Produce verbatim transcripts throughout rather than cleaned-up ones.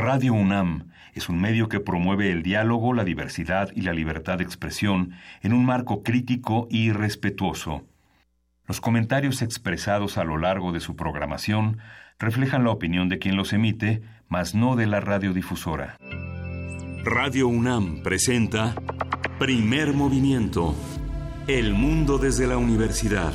Radio UNAM es un medio que promueve el diálogo, la diversidad y la libertad de expresión en un marco crítico y respetuoso. Los comentarios expresados a lo largo de su programación reflejan la opinión de quien los emite, mas no de la radiodifusora. Radio UNAM presenta Primer Movimiento. El mundo desde la universidad.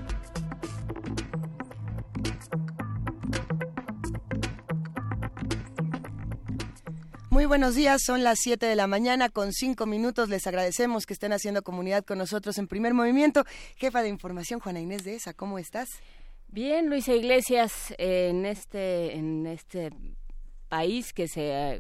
Muy buenos días, son las siete de la mañana con cinco minutos. Les agradecemos que estén haciendo comunidad con nosotros en Primer Movimiento. Jefa de Información, Juana Inés de Esa, ¿cómo estás? Bien, Luisa Iglesias, en este, en este país que se,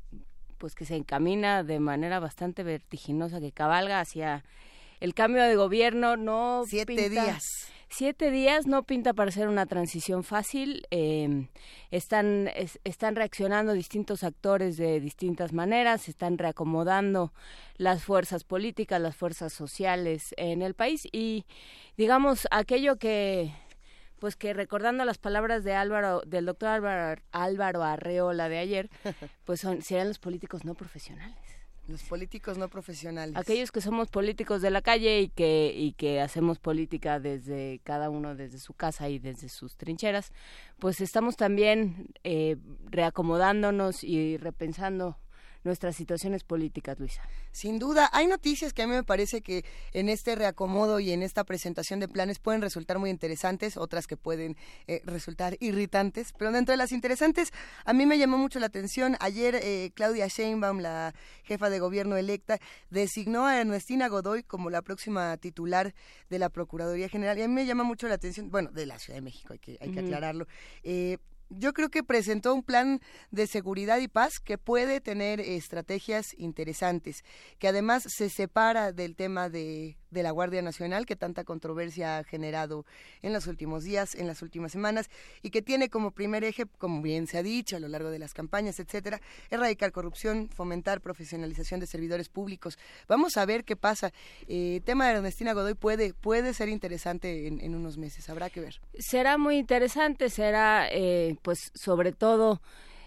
pues que se encamina de manera bastante vertiginosa, que cabalga hacia el cambio de gobierno, no Siete pinta, días. Siete días no pinta para ser una transición fácil. Eh, están, es, están reaccionando distintos actores de distintas maneras, están reacomodando las fuerzas políticas, las fuerzas sociales en el país y, digamos, aquello que, pues que recordando las palabras de Álvaro, del doctor Álvaro, Álvaro Arreola de ayer, pues son, serán los políticos no profesionales. Los políticos no profesionales. Aquellos que somos políticos de la calle y que y que hacemos política desde cada uno desde su casa y desde sus trincheras, pues estamos también eh, reacomodándonos y repensando nuestras situaciones políticas, Luisa. Sin duda, hay noticias que a mí me parece que en este reacomodo y en esta presentación de planes pueden resultar muy interesantes, otras que pueden eh, resultar irritantes, pero dentro de las interesantes, a mí me llamó mucho la atención, ayer eh, Claudia Sheinbaum, la jefa de gobierno electa, designó a Ernestina Godoy como la próxima titular de la Procuraduría General, y a mí me llama mucho la atención, bueno, de la Ciudad de México, hay que, hay que uh-huh. aclararlo, eh, yo creo que presentó un plan de seguridad y paz que puede tener estrategias interesantes, que además se separa del tema de, de la Guardia Nacional, que tanta controversia ha generado en los últimos días, en las últimas semanas, y que tiene como primer eje, como bien se ha dicho a lo largo de las campañas, etcétera, erradicar corrupción, fomentar profesionalización de servidores públicos. Vamos a ver qué pasa. El eh, tema de Ernestina Godoy puede, puede ser interesante en, en unos meses, habrá que ver. Será muy interesante, será... Eh... pues sobre todo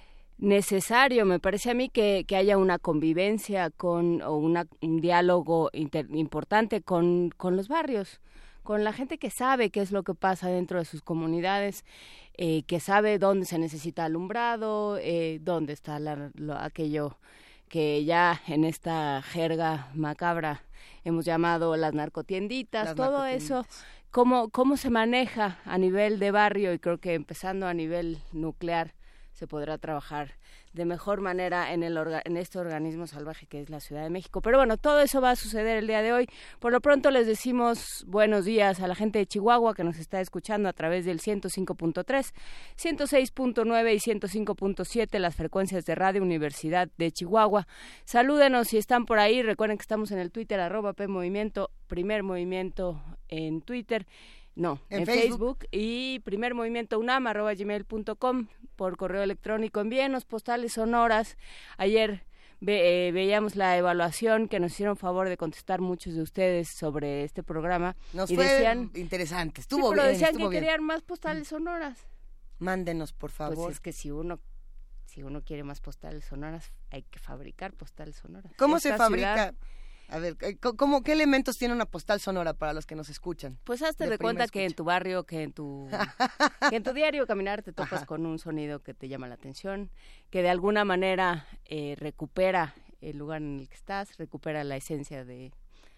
necesario, me parece a mí que, que haya una convivencia con o una, un diálogo inter, importante con, con los barrios, con la gente que sabe qué es lo que pasa dentro de sus comunidades, eh, que sabe dónde se necesita alumbrado, eh, dónde está la, lo, aquello que ya en esta jerga macabra hemos llamado las narcotienditas, las todo narcotienditas. Eso. Cómo, cómo se maneja a nivel de barrio y creo que empezando a nivel nuclear se podrá trabajar de mejor manera en el orga, en este organismo salvaje que es la Ciudad de México. Pero bueno, todo eso va a suceder el día de hoy. Por lo pronto les decimos buenos días a la gente de Chihuahua que nos está escuchando a través del ciento cinco punto tres, ciento seis punto nueve y ciento cinco punto siete, las frecuencias de Radio Universidad de Chihuahua. Salúdenos si están por ahí. Recuerden que estamos en el Twitter, arroba P Movimiento, Primer Movimiento en Twitter. No, en, en Facebook. Facebook y primer movimiento unam arroba gmail punto com por correo electrónico. Envíenos postales sonoras. Ayer ve, eh, veíamos la evaluación que nos hicieron favor de contestar muchos de ustedes sobre este programa. Nos y fue decían, interesante, estuvo sí, pero bien. decían estuvo que bien. querían más postales sonoras. Mándenos, por favor. Pues es que si uno si uno quiere más postales sonoras, hay que fabricar postales sonoras. ¿Cómo Esta se fabrica? Ciudad, A ver, ¿cómo, ¿qué elementos tiene una postal sonora para los que nos escuchan? Pues hazte de, de cuenta escucha. que en tu barrio, que en tu que en tu diario caminar te topas Ajá. con un sonido que te llama la atención, que de alguna manera eh, recupera el lugar en el que estás, recupera la esencia de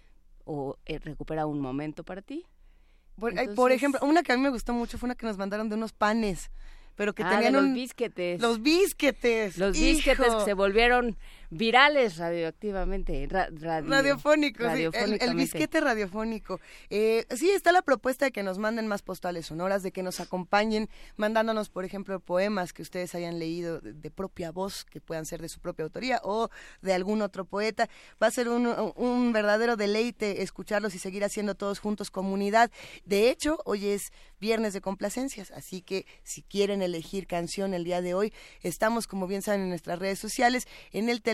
o eh, recupera un momento para ti. Por, Entonces, por ejemplo, una que a mí me gustó mucho fue una que nos mandaron de unos panes. Pero que ah, tenían de los un... bisquetes. Los bisquetes. Los bisquetes que se volvieron virales radioactivamente, ra, radio, radiofónicos, radiofónicamente. Sí, el, el bisquete radiofónico. Eh, sí, está la propuesta de que nos manden más postales sonoras, de que nos acompañen, mandándonos, por ejemplo, poemas que ustedes hayan leído de, de propia voz, que puedan ser de su propia autoría o de algún otro poeta. Va a ser un, un verdadero deleite escucharlos y seguir haciendo todos juntos comunidad. De hecho, hoy es viernes de complacencias, así que si quieren elegir canción el día de hoy, estamos, como bien saben, en nuestras redes sociales, en el teléfono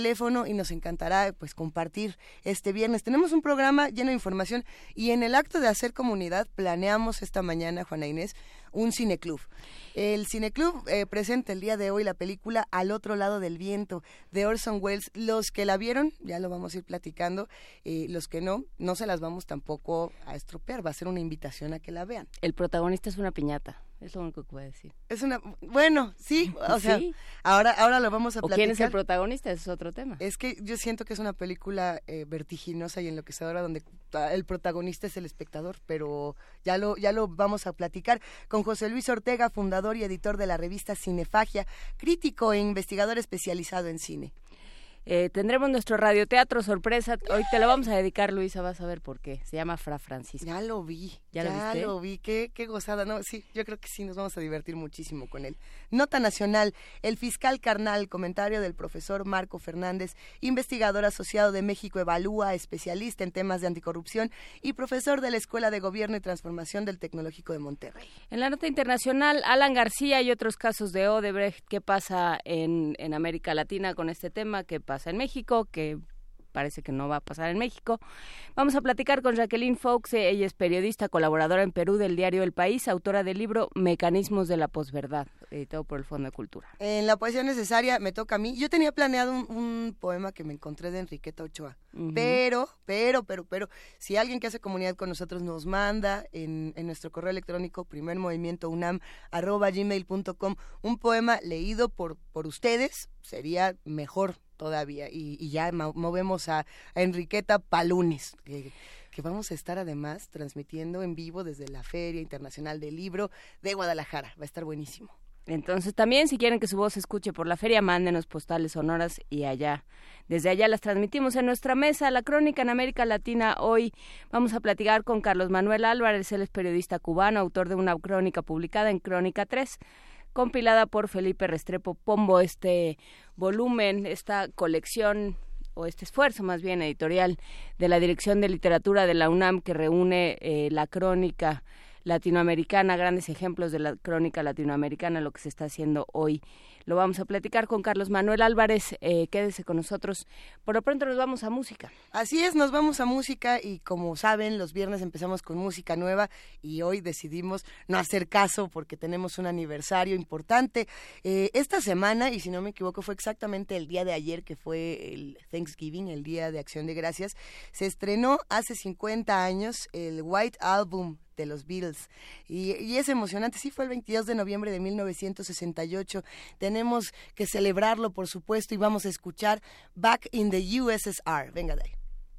teléfono y nos encantará pues compartir este viernes. Tenemos un programa lleno de información y en el acto de hacer comunidad planeamos esta mañana, Juana Inés, un cineclub. El Cineclub eh, presenta el día de hoy la película Al otro lado del viento de Orson Welles. Los que la vieron, ya lo vamos a ir platicando, eh, los que no, no se las vamos tampoco a estropear, va a ser una invitación a que la vean. El protagonista es una piñata, es lo único que voy a decir. Es una, bueno, sí, o sea, ¿Sí? ahora, ahora lo vamos a ¿O platicar. quién es el protagonista? Ese es otro tema. Es que yo siento que es una película eh, vertiginosa y enloquecedora donde el protagonista es el espectador, pero ya lo, ya lo vamos a platicar con José Luis Ortega, fundador y editor de la revista Cinefagia, crítico e investigador especializado en cine. Eh, tendremos nuestro radioteatro sorpresa. Hoy te lo vamos a dedicar, Luisa, vas a ver por qué. Se llama Fra Francisco. Ya lo vi, ya, ya lo, viste? lo vi, qué, qué gozada, ¿no? Sí, yo creo que sí, nos vamos a divertir muchísimo con él. Nota nacional, el fiscal carnal, comentario del profesor Marco Fernández, investigador asociado de México Evalúa, especialista en temas de anticorrupción y profesor de la Escuela de Gobierno y Transformación del Tecnológico de Monterrey. En la nota internacional, Alan García y otros casos de Odebrecht. ¿Qué pasa en, en América Latina con este tema? ¿Qué pasa en México? Que parece que no va a pasar en México. Vamos a platicar con Jacqueline Fox, ella es periodista, colaboradora en Perú del diario El País, autora del libro Mecanismos de la Posverdad, editado por el Fondo de Cultura. En la poesía necesaria me toca a mí. Yo tenía planeado un, un poema que me encontré de Enriqueta Ochoa, uh-huh. pero, pero, pero, pero, si alguien que hace comunidad con nosotros nos manda en, en nuestro correo electrónico primermovimientounam arroba gmail punto com un poema leído por, por ustedes, sería mejor todavía, y, y ya movemos a, a Enriqueta pa' lunes, que, que vamos a estar además transmitiendo en vivo desde la Feria Internacional del Libro de Guadalajara, va a estar buenísimo. Entonces también, si quieren que su voz se escuche por la feria, mándenos postales sonoras y allá, desde allá las transmitimos en nuestra mesa, la crónica en América Latina. Hoy vamos a platicar con Carlos Manuel Álvarez, él es periodista cubano, autor de una crónica publicada en Crónica tres, compilada por Felipe Restrepo Pombo, este volumen, esta colección o este esfuerzo más bien editorial de la Dirección de Literatura de la UNAM que reúne eh, la crónica latinoamericana, grandes ejemplos de la crónica latinoamericana, lo que se está haciendo hoy. Lo vamos a platicar con Carlos Manuel Álvarez, eh, quédese con nosotros. Por lo pronto nos vamos a música. Así es, nos vamos a música y como saben, los viernes empezamos con música nueva y hoy decidimos no hacer caso porque tenemos un aniversario importante. Eh, esta semana, y si no me equivoco, fue exactamente el día de ayer, que fue el Thanksgiving, el Día de Acción de Gracias, se estrenó hace cincuenta años el White Album de los Beatles, y, y es emocionante. Sí, fue el veintidós de noviembre de mil novecientos sesenta y ocho, tenemos que celebrarlo, por supuesto, y vamos a escuchar Back in the U S S R. Venga de ahí.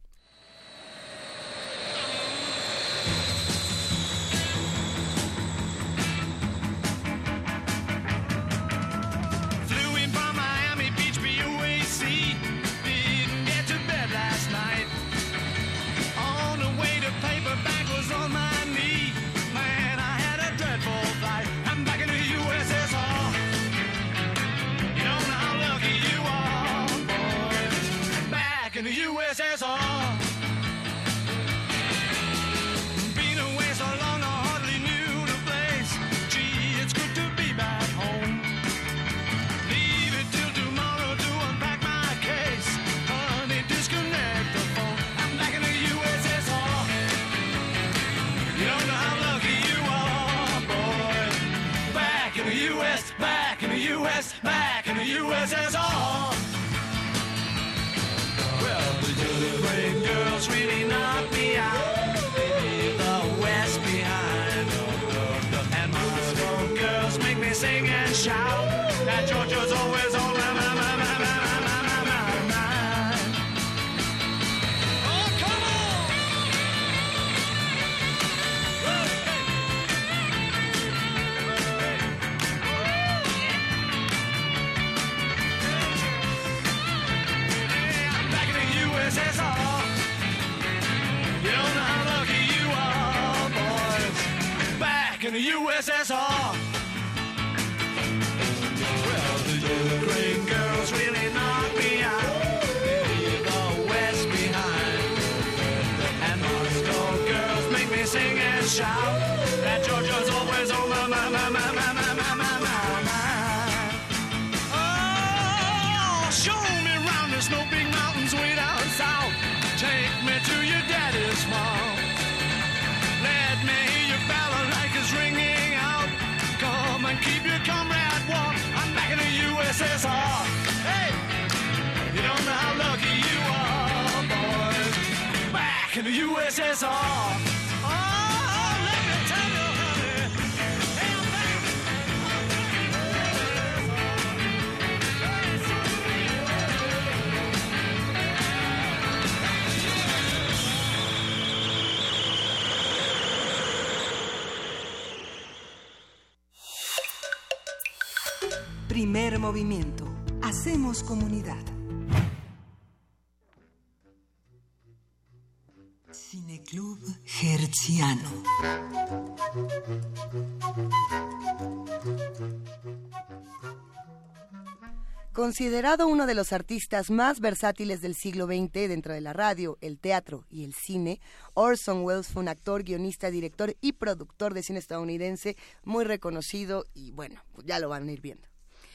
In the U S S R, been away so long I hardly knew the place. Gee, it's good to be back home. Leave it till tomorrow to unpack my case. Honey, disconnect the phone. I'm back in the U S S R. You don't know how lucky you are, boy. Back in the U S, back in the U S, back in the U S S R. Well, the great girls really knock me out. Leave the West behind. And Moscow girls make me sing and shout. That Georgia's always on my, my, my, my, my, my, my, my, my. Oh, come on! Hey, I'm back in the U S S R. You don't know how lucky you are, boys. Back in the U S S R. Well, the Ukraine girls really knock me out. Leave the West behind. And Moscow girls make me sing and shout. That Georgia's always on my, my, my, my, my, my, my, my, my, my. Oh, show me round this no smile. Let me hear your bell like it's ringing out. Come and keep your comrade warm. I'm back in the U S S R. Hey, you don't know how lucky you are, boys. Back in the U S S R. Oh, let me tell you, honey. Hey, I'm back. Primer movimiento. Hacemos comunidad. Cineclub Hertziano. Considerado uno de los artistas más versátiles del siglo veinte dentro de la radio, el teatro y el cine, Orson Welles fue un actor, guionista, director y productor de cine estadounidense muy reconocido y bueno, ya lo van a ir viendo.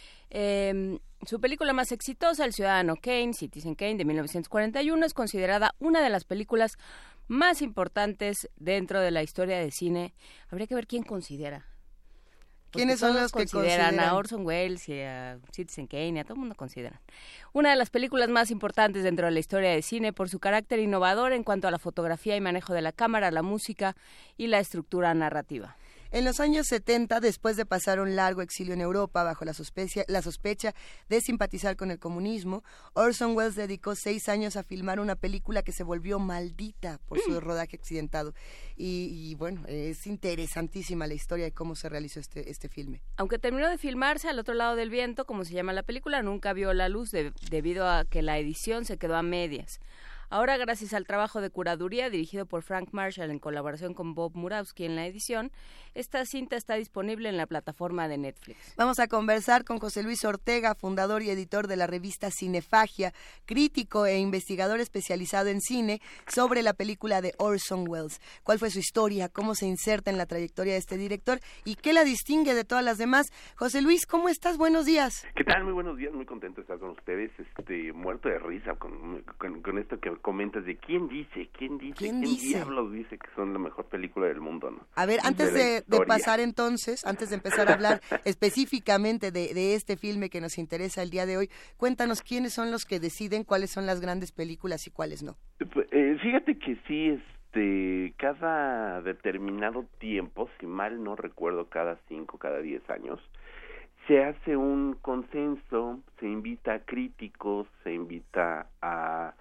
Eh, su película más exitosa, El Ciudadano Kane, Citizen Kane, de mil novecientos cuarenta y uno, es considerada una de las películas más importantes dentro de la historia de cine. Habría que ver quién considera. Porque ¿Quiénes son todos los que consideran? consideran? A Orson Welles y a Citizen Kane, y a todo el mundo consideran. Una de las películas más importantes dentro de la historia de cine por su carácter innovador en cuanto a la fotografía y manejo de la cámara, la música y la estructura narrativa. En los años setenta, después de pasar un largo exilio en Europa bajo la sospecha, la sospecha de simpatizar con el comunismo, Orson Welles dedicó seis años a filmar una película que se volvió maldita por su rodaje accidentado. Y, y bueno, es interesantísima la historia de cómo se realizó este, este filme. Aunque terminó de filmarse Al otro lado del viento, como se llama la película, nunca vio la luz de- debido a que la edición se quedó a medias. Ahora, gracias al trabajo de curaduría dirigido por Frank Marshall en colaboración con Bob Murawski en la edición, esta cinta está disponible en la plataforma de Netflix. Vamos a conversar con José Luis Ortega, fundador y editor de la revista Cinefagia, crítico e investigador especializado en cine, sobre la película de Orson Welles. ¿Cuál fue su historia? ¿Cómo se inserta en la trayectoria de este director? ¿Y qué la distingue de todas las demás? José Luis, ¿cómo estás? Buenos días. ¿Qué tal? Muy buenos días, muy contento de estar con ustedes, este, muerto de risa con, con, con esto que comentas de quién dice, quién dice, ¿Quién quién, dice? diablos dice que son la mejor película del mundo, ¿no? A ver, antes la de, de historia. pasar entonces, antes de empezar a hablar específicamente de, de este filme que nos interesa el día de hoy, cuéntanos quiénes son los que deciden cuáles son las grandes películas y cuáles no. Eh, fíjate que sí, este, cada determinado tiempo, si mal no recuerdo, cada cinco, cada diez años, se hace un consenso, se invita a críticos, se invita a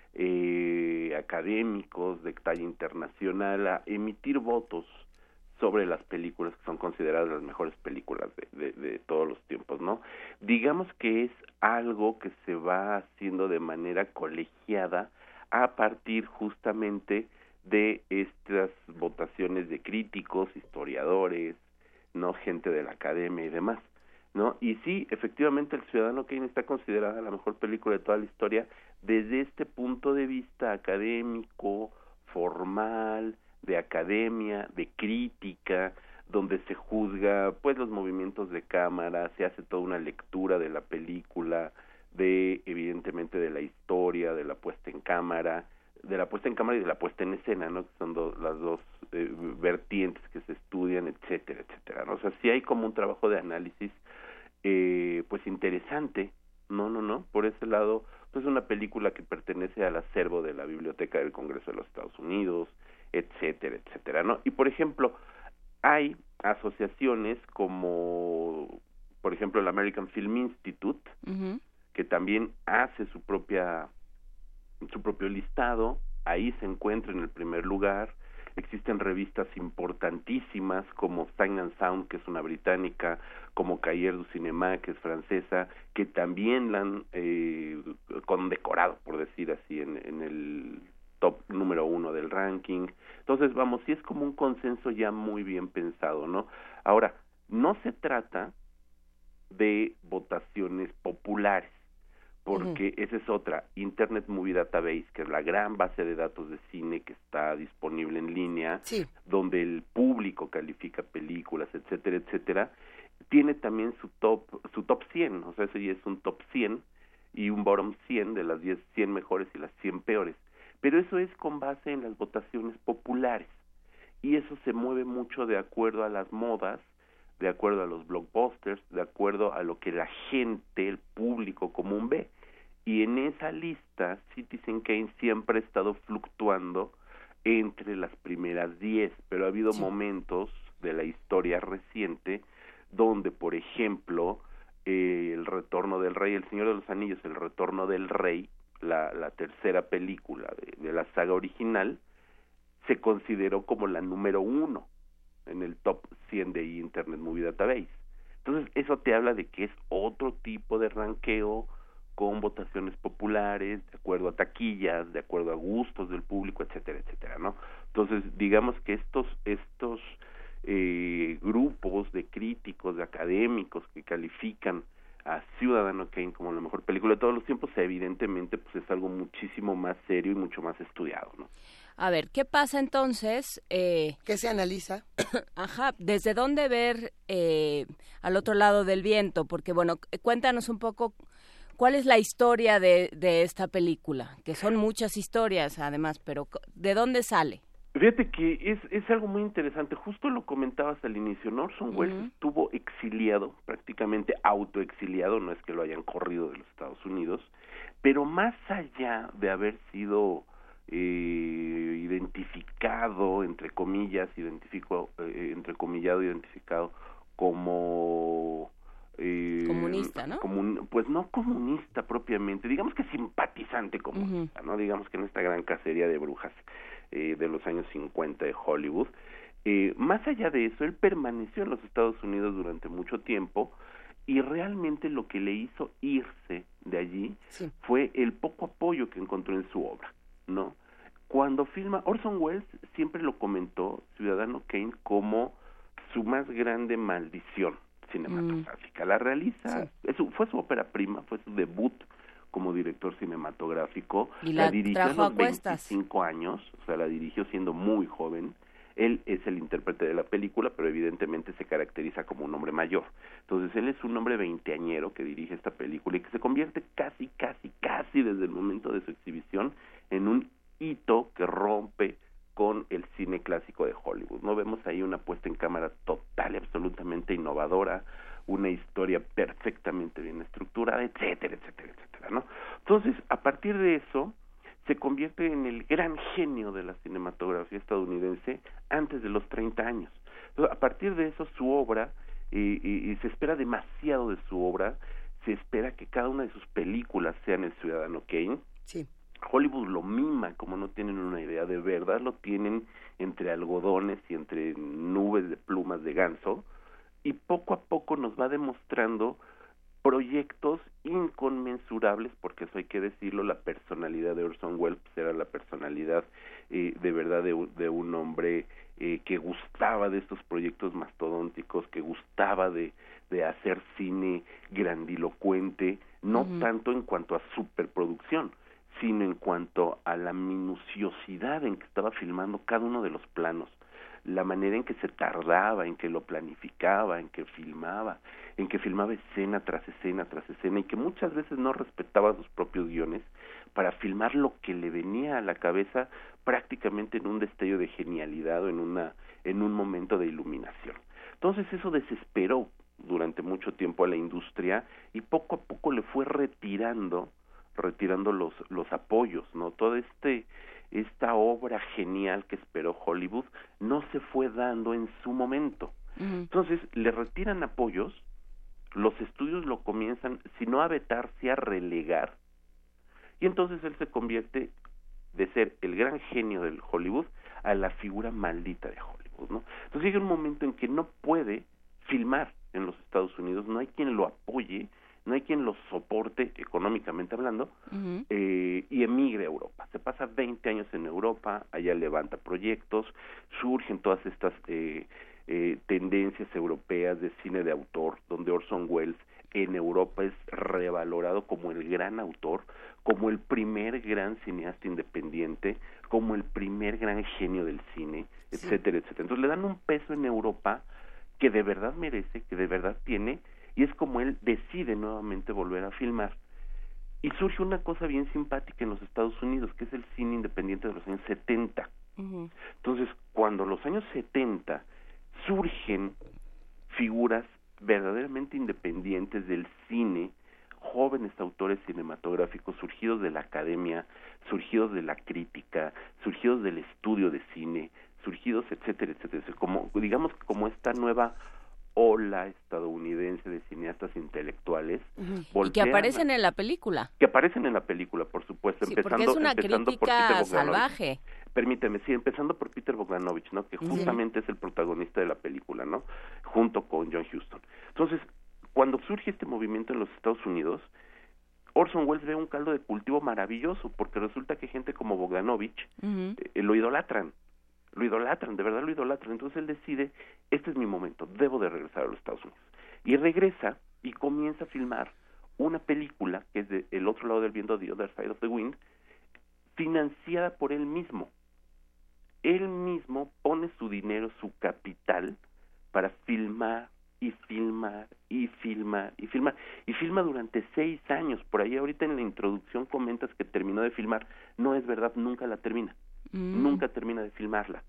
eh, académicos de talla internacional a emitir votos sobre las películas que son consideradas las mejores películas de, de, de todos los tiempos, ¿no? Digamos que es algo que se va haciendo de manera colegiada a partir justamente de estas votaciones de críticos, historiadores, ¿no? Gente de la academia y demás, ¿no? Y sí, efectivamente, El Ciudadano Kane está considerada la mejor película de toda la historia desde este punto de vista académico, formal, de academia, de crítica, donde se juzga pues los movimientos de cámara, se hace toda una lectura de la película, de evidentemente de la historia, de la puesta en cámara, de la puesta en cámara y de la puesta en escena, ¿no? Que son do, las dos eh, vertientes que se estudian, etcétera, etcétera, ¿no? O sea, sí hay como un trabajo de análisis eh, pues interesante, no, no, no, por ese lado, pues una película que pertenece al acervo de la Biblioteca del Congreso de los Estados Unidos, etcétera, etcétera, ¿no? Y por ejemplo, hay asociaciones como, por ejemplo, el American Film Institute, Uh-huh. que también hace su propia su propio listado, ahí se encuentra en el primer lugar. Existen revistas importantísimas como Sign and Sound, que es una británica, como Cahiers du Cinéma, que es francesa, que también la han eh, condecorado, por decir así, en, en el top número uno del ranking. Entonces, vamos, sí es como un consenso ya muy bien pensado, ¿no? Ahora, no se trata de votaciones populares, porque uh-huh. esa es otra, Internet Movie Database, que es la gran base de datos de cine que está disponible en línea, sí. donde el público califica películas, etcétera, etcétera, tiene también su top su top cien, o sea, eso ya es un top cien y un bottom cien de las diez, cien mejores y las cien peores, pero eso es con base en las votaciones populares, y eso se mueve mucho de acuerdo a las modas, de acuerdo a los blockbusters, de acuerdo a lo que la gente, el público común ve. Y en esa lista, Citizen Kane siempre ha estado fluctuando entre las primeras diez, pero ha habido sí. momentos de la historia reciente donde, por ejemplo, eh, El Retorno del Rey, El Señor de los Anillos, El Retorno del Rey, la, la tercera película de, de la saga original, se consideró como la número uno en el top cien de Internet Movie Database. Entonces, eso te habla de que es otro tipo de ranqueo con votaciones populares, de acuerdo a taquillas, de acuerdo a gustos del público, etcétera, etcétera, ¿no? Entonces, digamos que estos estos eh, grupos de críticos, de académicos que califican a Ciudadano Kane como la mejor película de todos los tiempos, evidentemente pues es algo muchísimo más serio y mucho más estudiado, ¿no? A ver, ¿qué pasa entonces? Eh, ¿Qué se analiza? Ajá, ¿desde dónde ver eh, al otro lado del viento? Porque, bueno, cuéntanos un poco cuál es la historia de, de esta película, que son muchas historias además, pero ¿de dónde sale? Fíjate que es, es algo muy interesante, justo lo comentabas al inicio, ¿no? Orson Welles uh-huh. estuvo exiliado, prácticamente autoexiliado, no es que lo hayan corrido de los Estados Unidos, pero más allá de haber sido eh, identificado, entre comillas, identificó, eh, entrecomillado, identificado como eh, comunista, ¿no? Comun, pues no comunista propiamente, digamos que simpatizante comunista, uh-huh. ¿no? Digamos que en esta gran cacería de brujas eh, de los años cincuenta de Hollywood. Eh, más allá de eso, él permaneció en los Estados Unidos durante mucho tiempo y realmente lo que le hizo irse de allí sí. fue el poco apoyo que encontró en su obra, ¿no? Cuando filma, Orson Welles siempre lo comentó, Ciudadano Kane, como su más grande maldición cinematográfica. Mm. La realiza, sí. es su, fue su ópera prima, fue su debut como director cinematográfico. Y la, la dirigió a los cuestas. veinticinco años, o sea, la dirigió siendo muy joven. Él es el intérprete de la película, pero evidentemente se caracteriza como un hombre mayor. Entonces, él es un hombre veinteañero que dirige esta película y que se convierte casi, casi, casi desde el momento de su exhibición en un hito que rompe con el cine clásico de Hollywood. No vemos ahí una puesta en cámara total y absolutamente innovadora, una historia perfectamente bien estructurada, etcétera, etcétera, etcétera, ¿no? Entonces, a partir de eso, se convierte en el gran genio de la cinematografía estadounidense antes de los treinta años. Entonces, a partir de eso, su obra, y, y, y se espera demasiado de su obra, se espera que cada una de sus películas sean el Ciudadano Kane. Sí. Hollywood lo mima, como no tienen una idea, de verdad lo tienen entre algodones y entre nubes de plumas de ganso, y poco a poco nos va demostrando proyectos inconmensurables, porque eso hay que decirlo, la personalidad de Orson Welles era la personalidad eh, de verdad de, de un hombre eh, que gustaba de estos proyectos mastodónticos, que gustaba de, de hacer cine grandilocuente, no uh-huh. tanto en cuanto a superproducción, sino en cuanto a la minuciosidad en que estaba filmando cada uno de los planos, la manera en que se tardaba, en que lo planificaba, en que filmaba, en que filmaba escena tras escena tras escena, y que muchas veces no respetaba sus propios guiones para filmar lo que le venía a la cabeza prácticamente en un destello de genialidad o en una en un momento de iluminación. Entonces eso desesperó durante mucho tiempo a la industria y poco a poco le fue retirando retirando los los apoyos, ¿no? Todo este esta obra genial que esperó Hollywood no se fue dando en su momento. Uh-huh. Entonces, le retiran apoyos, los estudios lo comienzan, si no a vetar, si a relegar, y entonces él se convierte de ser el gran genio del Hollywood a la figura maldita de Hollywood, ¿no? Entonces llega un momento en que no puede filmar en los Estados Unidos, no hay quien lo apoye, no hay quien lo soporte económicamente hablando, uh-huh. eh, y emigre a Europa. Se pasa veinte años en Europa, allá levanta proyectos, surgen todas estas eh, eh, tendencias europeas de cine de autor, donde Orson Welles en Europa es revalorado como el gran autor, como el primer gran cineasta independiente, como el primer gran genio del cine, etcétera, sí. etcétera. Entonces le dan un peso en Europa que de verdad merece, que de verdad tiene, y es como él decide nuevamente volver a filmar. Y surge una cosa bien simpática en los Estados Unidos, que es el cine independiente de los años setenta. Uh-huh. Entonces, cuando en los años setenta surgen figuras verdaderamente independientes del cine, jóvenes autores cinematográficos surgidos de la academia, surgidos de la crítica, surgidos del estudio de cine, surgidos, etcétera, etcétera, como digamos como esta nueva ola estadounidense de cineastas intelectuales. Uh-huh. Y que aparecen a, en la película. Que aparecen en la película, por supuesto. Sí, empezando, porque es una empezando crítica salvaje. Permíteme, sí, empezando por Peter Bogdanovich, ¿no? Que justamente uh-huh. es el protagonista de la película, ¿no? Junto con John Huston. Entonces, cuando surge este movimiento en los Estados Unidos, Orson Welles ve un caldo de cultivo maravilloso, porque resulta que gente como Bogdanovich uh-huh. eh, lo idolatran. Lo idolatran, de verdad lo idolatran. Entonces él decide, este es mi momento, debo de regresar a los Estados Unidos. Y regresa y comienza a filmar una película, que es de El otro lado del viento, The Other Side of the Wind, financiada por él mismo. Él mismo pone su dinero, su capital, para filmar y filmar y filmar y filmar. Y filma durante seis años. Por ahí ahorita en la introducción comentas que terminó de filmar. No es verdad, nunca la termina. Mm. Nunca termina de filmarla.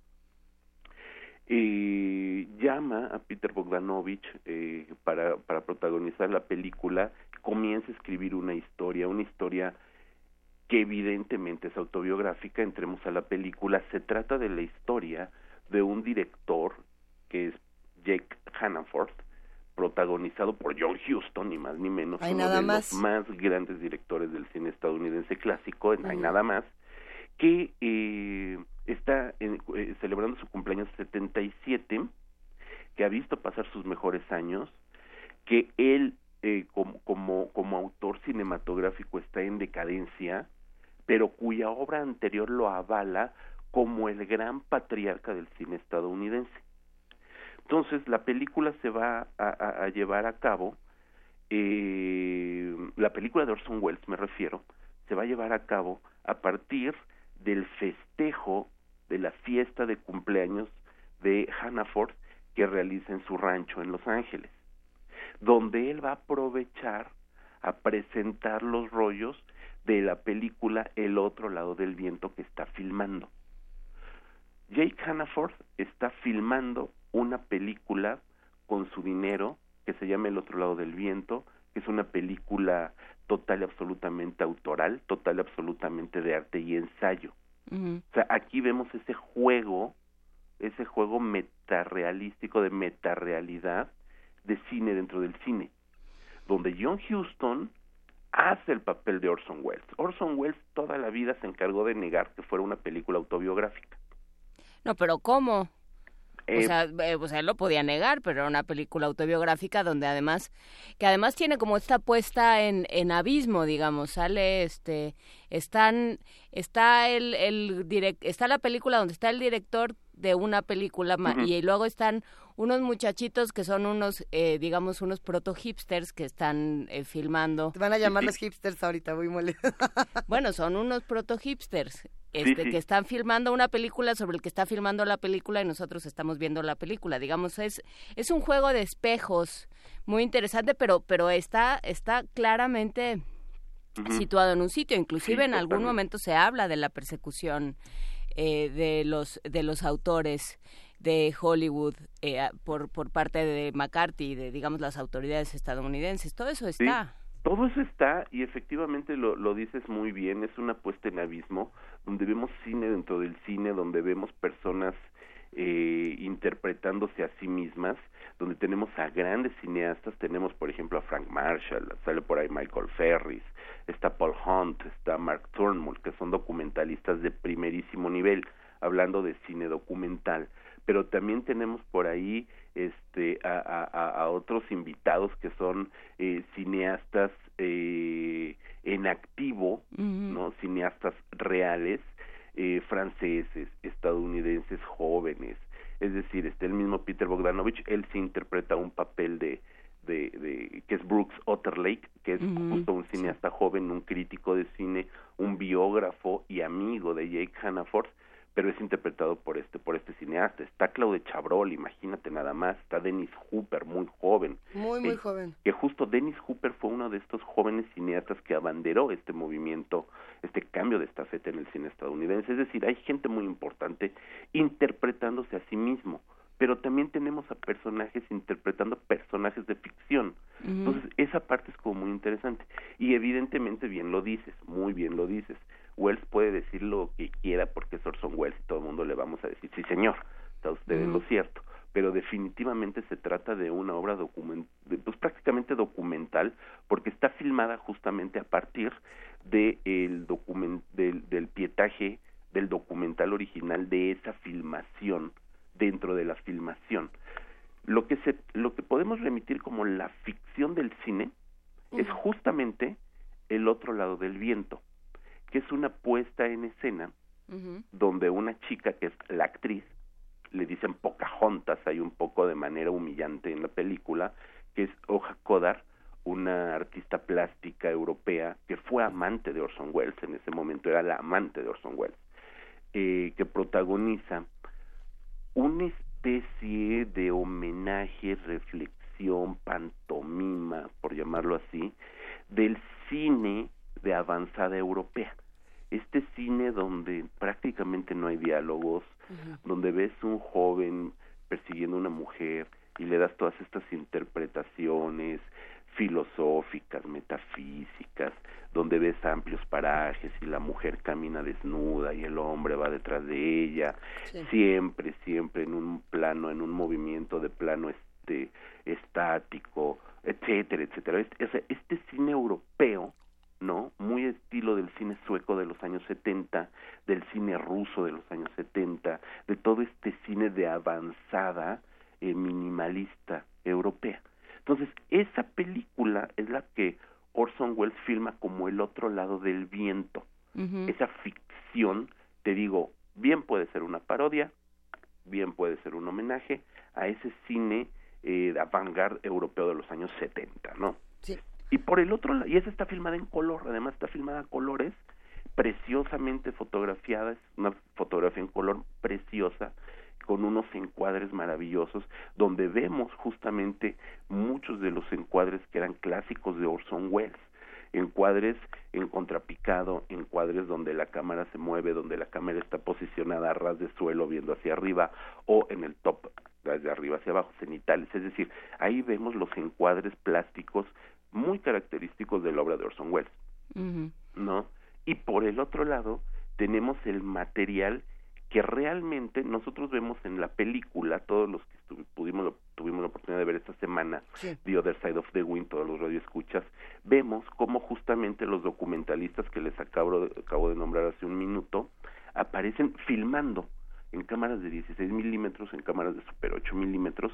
Eh, llama a Peter Bogdanovich eh, para, para protagonizar la película, comienza a escribir una historia, una historia que evidentemente es autobiográfica. Entremos a la película. Se trata de la historia de un director que es Jake Hannaford, protagonizado por John Huston, ni más ni menos, Hay uno nada de más. los más grandes directores del cine estadounidense clásico, no hay nada más, que eh, está en, eh, celebrando su cumpleaños setenta y siete, que ha visto pasar sus mejores años, que él eh, como, como, como autor cinematográfico está en decadencia, pero cuya obra anterior lo avala como el gran patriarca del cine estadounidense. Entonces, la película se va a, a, a llevar a cabo, eh, la película de Orson Welles, me refiero, se va a llevar a cabo a partir del festejo de la fiesta de cumpleaños de Hannaford que realiza en su rancho en Los Ángeles, donde él va a aprovechar a presentar los rollos de la película El otro lado del viento que está filmando. Jake Hannaford está filmando una película con su dinero que se llama El otro lado del viento, que es una película total y absolutamente autoral, total y absolutamente de arte y ensayo. Uh-huh. O sea, aquí vemos ese juego, ese juego metarrealístico, de metarrealidad de cine dentro del cine, donde John Huston hace el papel de Orson Welles. Orson Welles toda la vida se encargó de negar que fuera una película autobiográfica. No, pero ¿cómo? Eh, o sea, eh, o sea, él lo podía negar, pero era una película autobiográfica donde además, que además tiene como esta puesta en, en abismo, digamos, sale este, están, está el, el direct, está la película donde está el director de una película uh-huh. y luego están unos muchachitos que son unos, eh, digamos, unos proto-hipsters que están eh, filmando. Te van a llamar los hipsters ahorita, muy molesto. Bueno, son unos proto-hipsters. Este, sí, sí. que están filmando una película sobre el que está filmando la película y nosotros estamos viendo la película. Digamos, es es un juego de espejos muy interesante, pero pero está está claramente uh-huh. situado en un sitio. Inclusive sí, en algún totalmente. momento se habla de la persecución eh, de los de los autores de Hollywood eh, por por parte de McCarthy y de, digamos, las autoridades estadounidenses. Todo eso está. Sí. Todo eso está, y efectivamente lo, lo dices muy bien, es una puesta en abismo, donde vemos cine dentro del cine, donde vemos personas eh, interpretándose a sí mismas, donde tenemos a grandes cineastas, tenemos por ejemplo a Frank Marshall, sale por ahí Michael Ferris, está Paul Hunt, está Mark Turnbull, que son documentalistas de primerísimo nivel, hablando de cine documental, pero también tenemos por ahí este a, a, a otros invitados que son eh, cineastas eh, en activo, uh-huh. no cineastas reales, eh, franceses, estadounidenses, jóvenes, es decir, este el mismo Peter Bogdanovich, él sí interpreta un papel de de, de que es Brooks Otterlake, que es uh-huh. justo un cineasta joven, un crítico de cine, un biógrafo y amigo de Jake Hannaford, pero es interpretado por este por este cineasta. Está Claude Chabrol, imagínate nada más, está Dennis Hopper, muy joven. Muy, muy eh, joven. Que justo Dennis Hopper fue uno de estos jóvenes cineastas que abanderó este movimiento, este cambio de estafeta en el cine estadounidense. Es decir, hay gente muy importante interpretándose a sí mismo, pero también tenemos a personajes interpretando personajes de ficción. Uh-huh. Entonces, esa parte es como muy interesante. Y evidentemente, bien lo dices, muy bien lo dices, Welles puede decir lo que quiera porque es Orson Welles y todo el mundo le vamos a decir, sí señor, está usted en uh-huh. lo cierto, pero definitivamente se trata de una obra document pues prácticamente documental, porque está filmada justamente a partir de el document del, del pietaje del documental original de esa filmación, dentro de la filmación. Lo que se lo que podemos remitir como la ficción del cine uh-huh. es justamente El otro lado del viento, que es una puesta en escena uh-huh. donde una chica, que es la actriz, le dicen Pocahontas, hay un poco de manera humillante en la película, que es Oja Kodar, una artista plástica europea que fue amante de Orson Welles, en ese momento era la amante de Orson Welles, eh, que protagoniza una especie de homenaje, reflexión, pantomima, por llamarlo así, del cine de avanzada europea. Este cine donde prácticamente no hay diálogos, uh-huh. donde ves un joven persiguiendo a una mujer y le das todas estas interpretaciones filosóficas, metafísicas, donde ves amplios parajes y la mujer camina desnuda y el hombre va detrás de ella, sí. siempre, siempre en un plano, en un movimiento de plano este estático, etcétera, etcétera. Este, este cine europeo, ¿no? Muy estilo del cine sueco de los años setenta, del cine ruso de los años setenta, de todo este cine de avanzada eh, minimalista europea. Entonces, esa película es la que Orson Welles filma como El otro lado del viento. Uh-huh. Esa ficción, te digo, bien puede ser una parodia, bien puede ser un homenaje a ese cine eh, avant-garde europeo de los años setenta, ¿no? Sí. Y por el otro lado, y esa está filmada en color, además está filmada a colores, preciosamente fotografiada, es una fotografía en color preciosa, con unos encuadres maravillosos, donde vemos justamente muchos de los encuadres que eran clásicos de Orson Welles, encuadres en contrapicado, encuadres donde la cámara se mueve, donde la cámara está posicionada a ras de suelo viendo hacia arriba, o en el top, desde arriba hacia abajo, cenitales, es decir, ahí vemos los encuadres plásticos muy característicos de la obra de Orson Welles, uh-huh. ¿no? Y por el otro lado, tenemos el material que realmente nosotros vemos en la película, todos los que estu- pudimos tuvimos la oportunidad de ver esta semana, sí. The Other Side of the Wind, todos los radioescuchas, vemos cómo justamente los documentalistas que les acabo de, acabo de nombrar hace un minuto, aparecen filmando en cámaras de dieciséis milímetros, en cámaras de super ocho milímetros,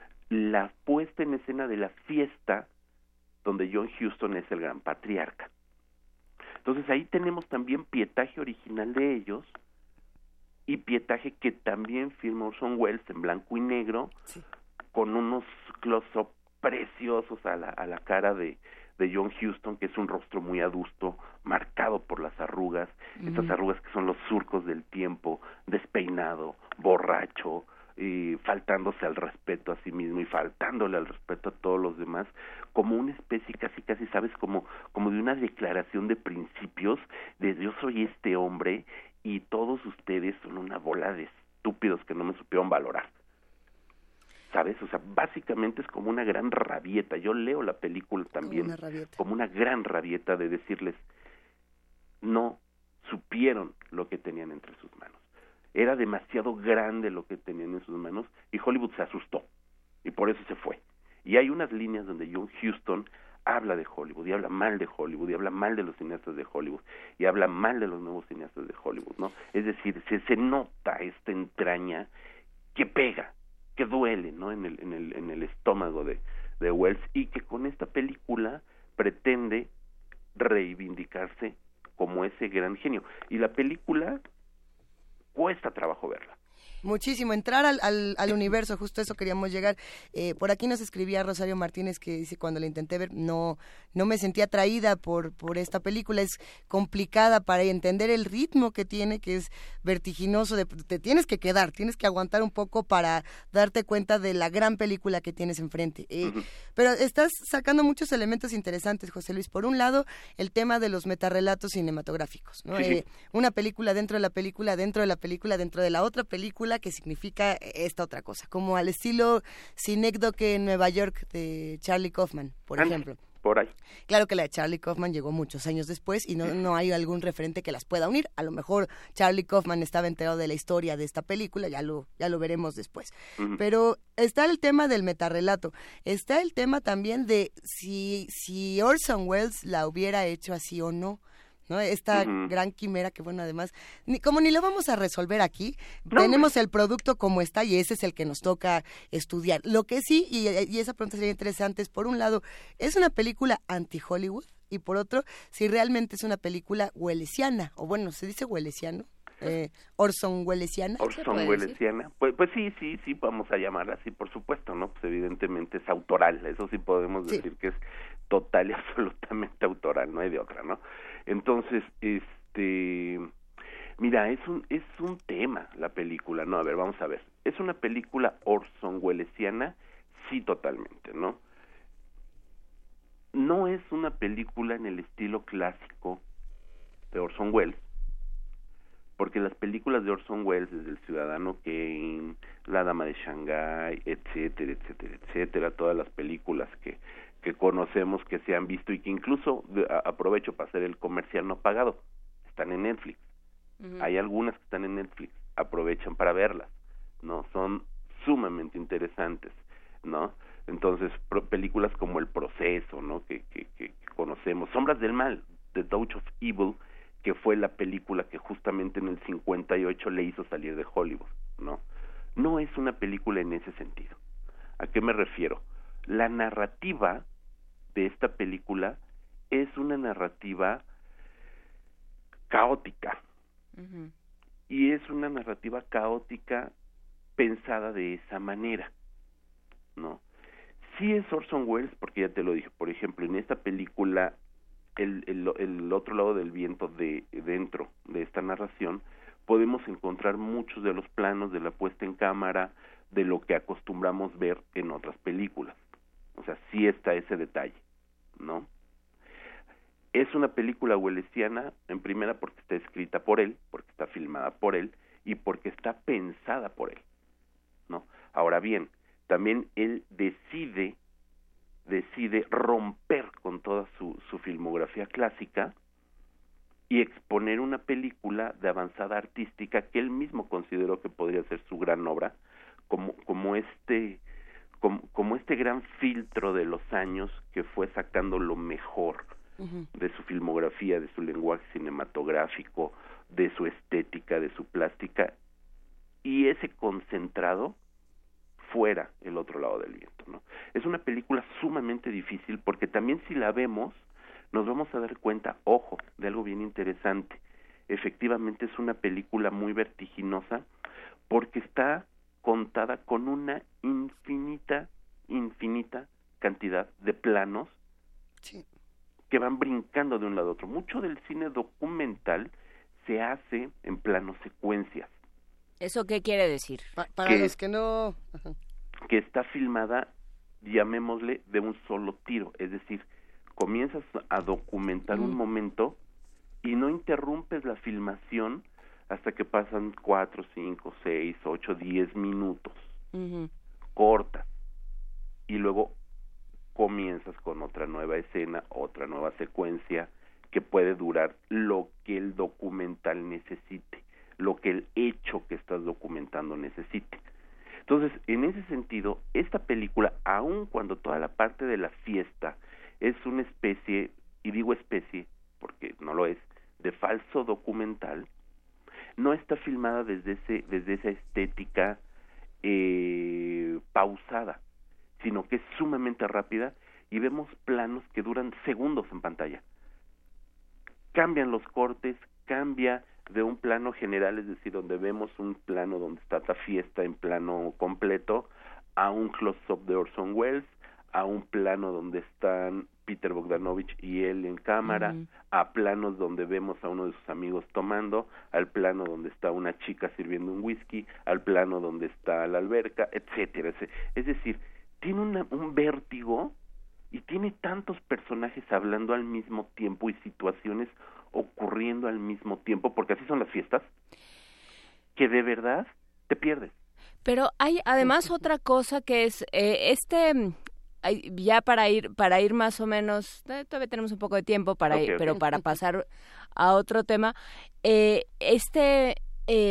la puesta en escena de la fiesta donde John Huston es el gran patriarca. Entonces ahí tenemos también pietaje original de ellos, y pietaje que también firma Orson Welles en blanco y negro, sí. con unos close-up preciosos a la, a la cara de, de John Huston, que es un rostro muy adusto, marcado por las arrugas, mm. estas arrugas que son los surcos del tiempo, despeinado, borracho, y faltándose al respeto a sí mismo y faltándole al respeto a todos los demás, como una especie casi casi, ¿sabes? Como, como de una declaración de principios, de yo soy este hombre y todos ustedes son una bola de estúpidos que no me supieron valorar, ¿sabes? O sea, básicamente es como una gran rabieta. Yo leo la película también como una, como una gran rabieta de decirles, no supieron lo que tenían entre sus manos. Era demasiado grande lo que tenían en sus manos y Hollywood se asustó y por eso se fue. Y hay unas líneas donde John Huston habla de Hollywood y habla mal de Hollywood y habla mal de los cineastas de Hollywood y habla mal de los nuevos cineastas de Hollywood, ¿no? Es decir, se, se nota esta entraña que pega, que duele, ¿no? En el en el en el estómago de de Welles, y que con esta película pretende reivindicarse como ese gran genio. Y la película cuesta trabajo verla. Muchísimo, entrar al, al, al universo, justo eso queríamos llegar. Eh, por aquí nos escribía Rosario Martínez que dice, cuando la intenté ver, no no me sentí atraída por, por esta película, es complicada para entender el ritmo que tiene, que es vertiginoso, de, te tienes que quedar, tienes que aguantar un poco para darte cuenta de la gran película que tienes enfrente. Eh, uh-huh. Pero estás sacando muchos elementos interesantes, José Luis. Por un lado, el tema de los metarrelatos cinematográficos, ¿no? Sí. Eh, una película dentro de la película, dentro de la película, dentro de la otra película, que significa esta otra cosa, como al estilo Cinécdoque en Nueva York de Charlie Kaufman, por Ande, ejemplo. Por ahí. Claro que la de Charlie Kaufman llegó muchos años después y no, no hay algún referente que las pueda unir. A lo mejor Charlie Kaufman estaba enterado de la historia de esta película, ya lo, ya lo veremos después. Uh-huh. Pero está el tema del metarrelato, está el tema también de si, si Orson Welles la hubiera hecho así o no. ¿No? Esta uh-huh. gran quimera que, bueno, además, ni, como ni lo vamos a resolver aquí, no, tenemos el producto como está y ese es el que nos toca estudiar. Lo que sí, y, y esa pregunta sería interesante, es por un lado, ¿es una película anti-Hollywood? Y por otro, si realmente es una película wellesiana, o bueno, ¿se dice wellesiano? Eh, Orson Wellesiana. Orson Wellesiana. Pues, pues sí, sí, sí, vamos a llamarla así, por supuesto, ¿no? Pues evidentemente es autoral, eso sí podemos sí. decir que es total y absolutamente autoral, no hay de otra, ¿no? Entonces, este, mira, es un es un tema la película, ¿no? A ver, vamos a ver. ¿Es una película Orson Wellesiana? Sí, totalmente, ¿no? No es una película en el estilo clásico de Orson Welles, porque las películas de Orson Welles, desde El Ciudadano Kane, La Dama de Shanghái, etcétera, etcétera, etcétera, todas las películas que que conocemos, que se han visto y que incluso de, a, aprovecho para hacer el comercial no pagado, están en Netflix. Uh-huh. Hay algunas que están en Netflix, aprovechan para verlas, ¿no? Son sumamente interesantes, ¿no? Entonces, pro, películas como El Proceso, ¿no? Que, que, que conocemos, Sombras del Mal, The Touch of Evil, que fue la película que justamente en el cincuenta y ocho le hizo salir de Hollywood, ¿no? No es una película en ese sentido. ¿A qué me refiero? La narrativa de esta película es una narrativa caótica. Uh-huh. Y es una narrativa caótica pensada de esa manera, ¿no? Sí es Orson Welles, porque ya te lo dije, por ejemplo, en esta película, el, el, el otro lado del viento de dentro de esta narración, podemos encontrar muchos de los planos de la puesta en cámara, de lo que acostumbramos ver en otras películas. O sea, sí está ese detalle, ¿no? Es una película wellesiana, en primera porque está escrita por él, porque está filmada por él, y porque está pensada por él, ¿no? Ahora bien, también él decide, decide romper con toda su, su filmografía clásica y exponer una película de avanzada artística que él mismo consideró que podría ser su gran obra, como, como este... Como, como este gran filtro de los años que fue sacando lo mejor uh-huh. de su filmografía, de su lenguaje cinematográfico, de su estética, de su plástica, y ese concentrado fuera el otro lado del viento, ¿no? Es una película sumamente difícil porque también si la vemos nos vamos a dar cuenta, ojo, de algo bien interesante. Efectivamente es una película muy vertiginosa porque está contada con una infinita, infinita cantidad de planos sí. que van brincando de un lado a otro. Mucho del cine documental se hace en planos secuencias. ¿Eso qué quiere decir? Pa- para que, los que no... que está filmada, llamémosle, de un solo tiro. Es decir, comienzas a documentar mm. un momento y no interrumpes la filmación hasta que pasan cuatro, cinco, seis, ocho, diez minutos, uh-huh. cortas, y luego comienzas con otra nueva escena, otra nueva secuencia, que puede durar lo que el documental necesite, lo que el hecho que estás documentando necesite. Entonces, en ese sentido, esta película, aun cuando toda la parte de la fiesta es una especie, y digo especie porque no lo es, de falso documental, no está filmada desde ese desde esa estética eh, pausada, sino que es sumamente rápida y vemos planos que duran segundos en pantalla. Cambian los cortes, cambia de un plano general, es decir, donde vemos un plano donde está la fiesta en plano completo, a un close-up de Orson Welles, a un plano donde están Peter Bogdanovich y él en cámara, uh-huh. a planos donde vemos a uno de sus amigos tomando, al plano donde está una chica sirviendo un whisky, al plano donde está la alberca, etcétera. Es decir, tiene una, un vértigo y tiene tantos personajes hablando al mismo tiempo y situaciones ocurriendo al mismo tiempo, porque así son las fiestas, que de verdad te pierdes. Pero hay además otra cosa que es eh, este ya para ir para ir más o menos eh, todavía tenemos un poco de tiempo para okay, ir, okay. pero para pasar a otro tema, eh, este eh,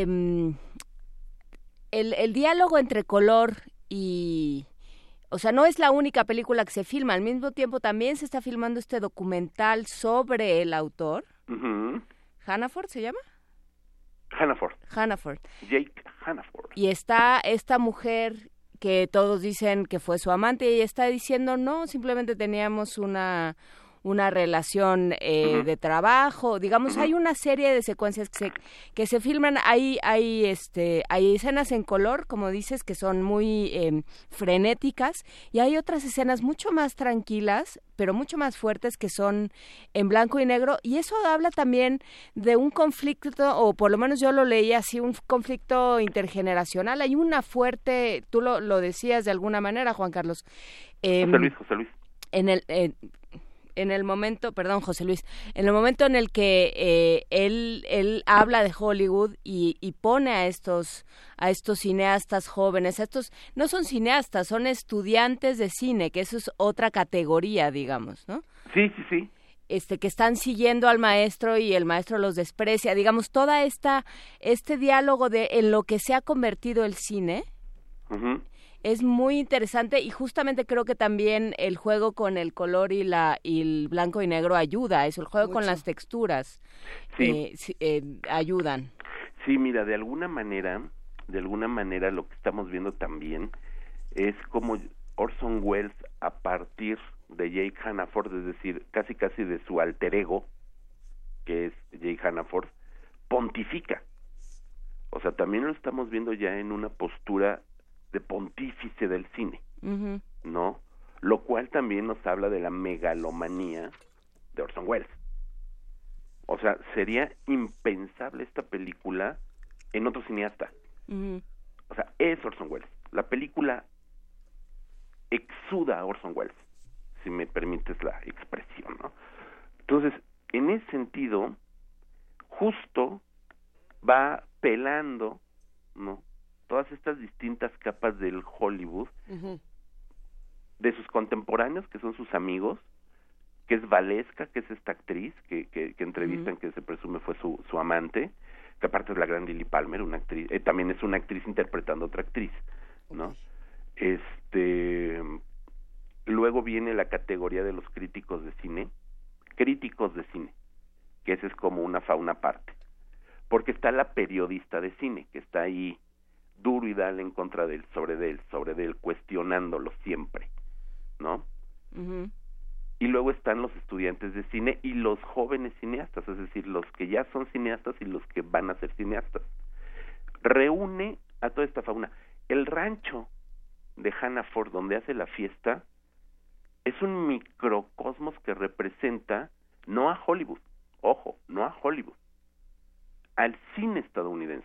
el, el diálogo entre color y o sea, no es la única película que se filma, al mismo tiempo también se está filmando este documental sobre el autor. Uh-huh. ¿Hannaford se llama? Hannaford. Hannaford. Jake Hannaford. Y está esta mujer que todos dicen que fue su amante y está diciendo no, simplemente teníamos una una relación eh, uh-huh. de trabajo, digamos, uh-huh. hay una serie de secuencias que se, que se filman, hay, hay, este, hay escenas en color, como dices, que son muy eh, frenéticas, y hay otras escenas mucho más tranquilas, pero mucho más fuertes, que son en blanco y negro, y eso habla también de un conflicto, o por lo menos yo lo leí así, un conflicto intergeneracional. Hay una fuerte, tú lo, lo decías de alguna manera, Juan Carlos. Eh, José Luis, José Luis. En el... Eh, en el momento, perdón, José Luis, en el momento en el que eh, él él habla de Hollywood y, y pone a estos a estos cineastas jóvenes, a estos no son cineastas, son estudiantes de cine, que eso es otra categoría, digamos, ¿no? Sí, sí, sí. Este, que están siguiendo al maestro y el maestro los desprecia, digamos, toda esta este diálogo de en lo que se ha convertido el cine. Uh-huh. Es muy interesante y justamente creo que también el juego con el color y la y el blanco y negro ayuda a eso, el juego Mucho. Con las texturas sí. eh, eh, ayudan. Sí, mira, de alguna manera, de alguna manera lo que estamos viendo también es como Orson Welles, a partir de Jake Hannaford, es decir, casi casi de su alter ego, que es Jake Hannaford, pontifica. O sea, también lo estamos viendo ya en una postura de pontífice del cine, uh-huh. ¿no? Lo cual también nos habla de la megalomanía de Orson Welles. O sea, sería impensable esta película en otro cineasta. Uh-huh. O sea, es Orson Welles. La película exuda a Orson Welles, si me permites la expresión, ¿no? Entonces, en ese sentido, justo va pelando, ¿no?, todas estas distintas capas del Hollywood, uh-huh. de sus contemporáneos, que son sus amigos, que es Valesca, que es esta actriz que, que, que entrevistan, uh-huh. que se presume fue su, su amante, que aparte es la gran Lily Palmer, una actriz, eh, también es una actriz interpretando a otra actriz, ¿no? Okay. Este, luego viene la categoría de los críticos de cine, críticos de cine, que esa es como una fauna aparte, porque está la periodista de cine, que está ahí duro y dale en contra de él, sobre de él, sobre de él, cuestionándolo siempre, ¿no? Uh-huh. Y luego están los estudiantes de cine y los jóvenes cineastas, es decir, los que ya son cineastas y los que van a ser cineastas. Reúne a toda esta fauna. El rancho de Hannaford, donde hace la fiesta, es un microcosmos que representa no a Hollywood, ojo, no a Hollywood, al cine estadounidense,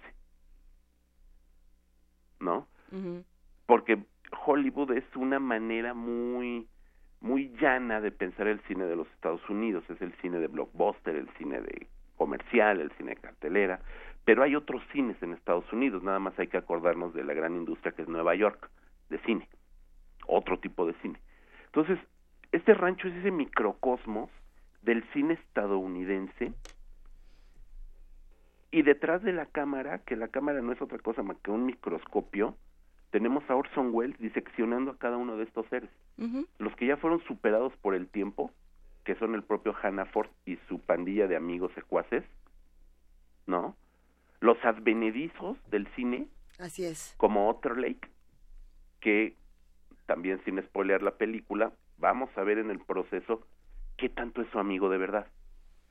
¿no? Uh-huh. Porque Hollywood es una manera muy muy llana de pensar el cine de los Estados Unidos, es el cine de blockbuster, el cine de comercial, el cine de cartelera, pero hay otros cines en Estados Unidos, nada más hay que acordarnos de la gran industria que es Nueva York, de cine, otro tipo de cine. Entonces, este rancho es ese microcosmos del cine estadounidense, y detrás de la cámara, que la cámara no es otra cosa más que un microscopio, tenemos a Orson Welles diseccionando a cada uno de estos seres. Uh-huh. Los que ya fueron superados por el tiempo, que son el propio Hannaford y su pandilla de amigos secuaces, ¿no? Los advenedizos del cine, así es, como Otterlake, que también, sin spoilear la película, vamos a ver en el proceso qué tanto es su amigo de verdad.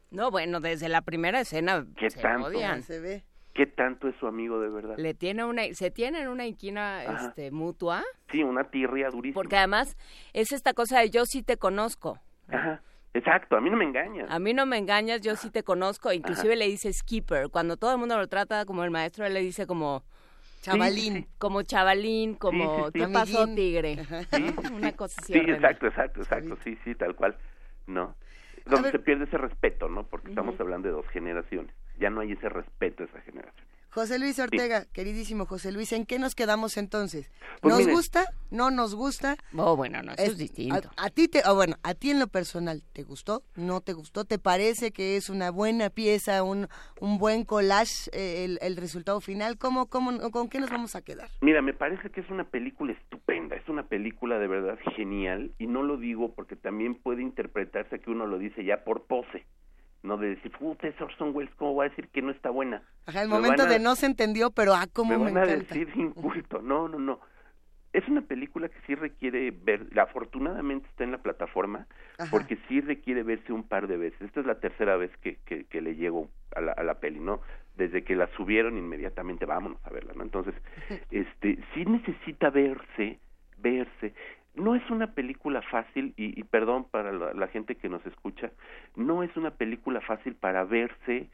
No, bueno, desde la primera escena ¿Qué se tanto? odian. Se ve. ¿Qué tanto es su amigo de verdad? Le tiene una, se tienen una inquina Ajá. este, mutua, Sí, una tirria durísima. porque además es esta cosa de yo sí te conozco. Ajá, exacto, a mí no me engañan. A mí no me engañas, yo sí te conozco. Inclusive le dice skipper. Cuando todo el mundo lo trata como el maestro, él le dice como Chavalín. Sí, sí, como chavalín, como Sí, sí, sí. ¿qué pasó, Amiguín. tigre? Ajá. Sí, sí, Una sí. cosa así Sí, horrenda. exacto, exacto, exacto, sí, sí, tal cual, ¿no? Donde ver. se pierde ese respeto, ¿no? Porque estamos hablando de dos generaciones. Ya no hay ese respeto a esa generación. José Luis Ortega, queridísimo José Luis, ¿en qué nos quedamos entonces? Pues ¿Nos mire. gusta? ¿No nos gusta? Oh, bueno, no, eso es, Es- distinto. A, a ti te, o bueno, a ti en lo personal, ¿te gustó? ¿No te gustó? ¿Te parece que es una buena pieza, un, un buen collage, eh, el, el resultado final? ¿Cómo, cómo, ¿Con qué nos vamos a quedar? Mira, me parece que es una película estupenda, es una película de verdad genial, y no lo digo porque también puede interpretarse que uno lo dice ya por pose, no de decir, puta, es Orson Welles, ¿cómo va a decir que no está buena? Ajá, el Me momento van a- de no se entendió, pero ah, cómo me me, van a encanta. decir inculto, no, no, no. Es una película que sí requiere ver, afortunadamente está en la plataforma, Ajá. porque sí requiere verse un par de veces. Esta es la tercera vez que, que, que le llego a la, a la peli, ¿no? Desde que la subieron inmediatamente, vámonos a verla, ¿no? Entonces, este, sí necesita verse, verse. No es una película fácil, y, y perdón para la, la gente que nos escucha, no es una película fácil para verse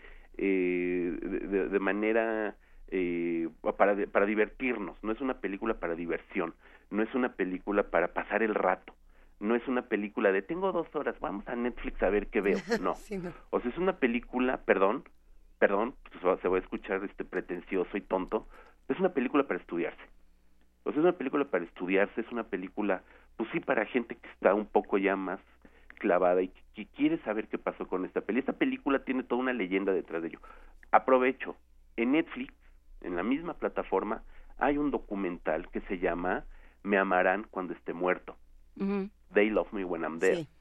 eh, de, de- de manera... Eh, para, para divertirnos, no es una película para diversión, no es una película para pasar el rato, no es una película de tengo dos horas, vamos a Netflix a ver qué veo, no. Sí, no. O sea, es una película, perdón, perdón, pues se va a escuchar este pretencioso y tonto, es una película para estudiarse. O sea, es una película para estudiarse, es una película, pues sí, para gente que está un poco ya más clavada y que, que quiere saber qué pasó con esta peli. Esta película tiene toda una leyenda detrás de ello. Aprovecho, en Netflix, en la misma plataforma, hay un documental que se llama Me amarán cuando esté muerto. Ujú. They Love Me When I'm Dead. Sí.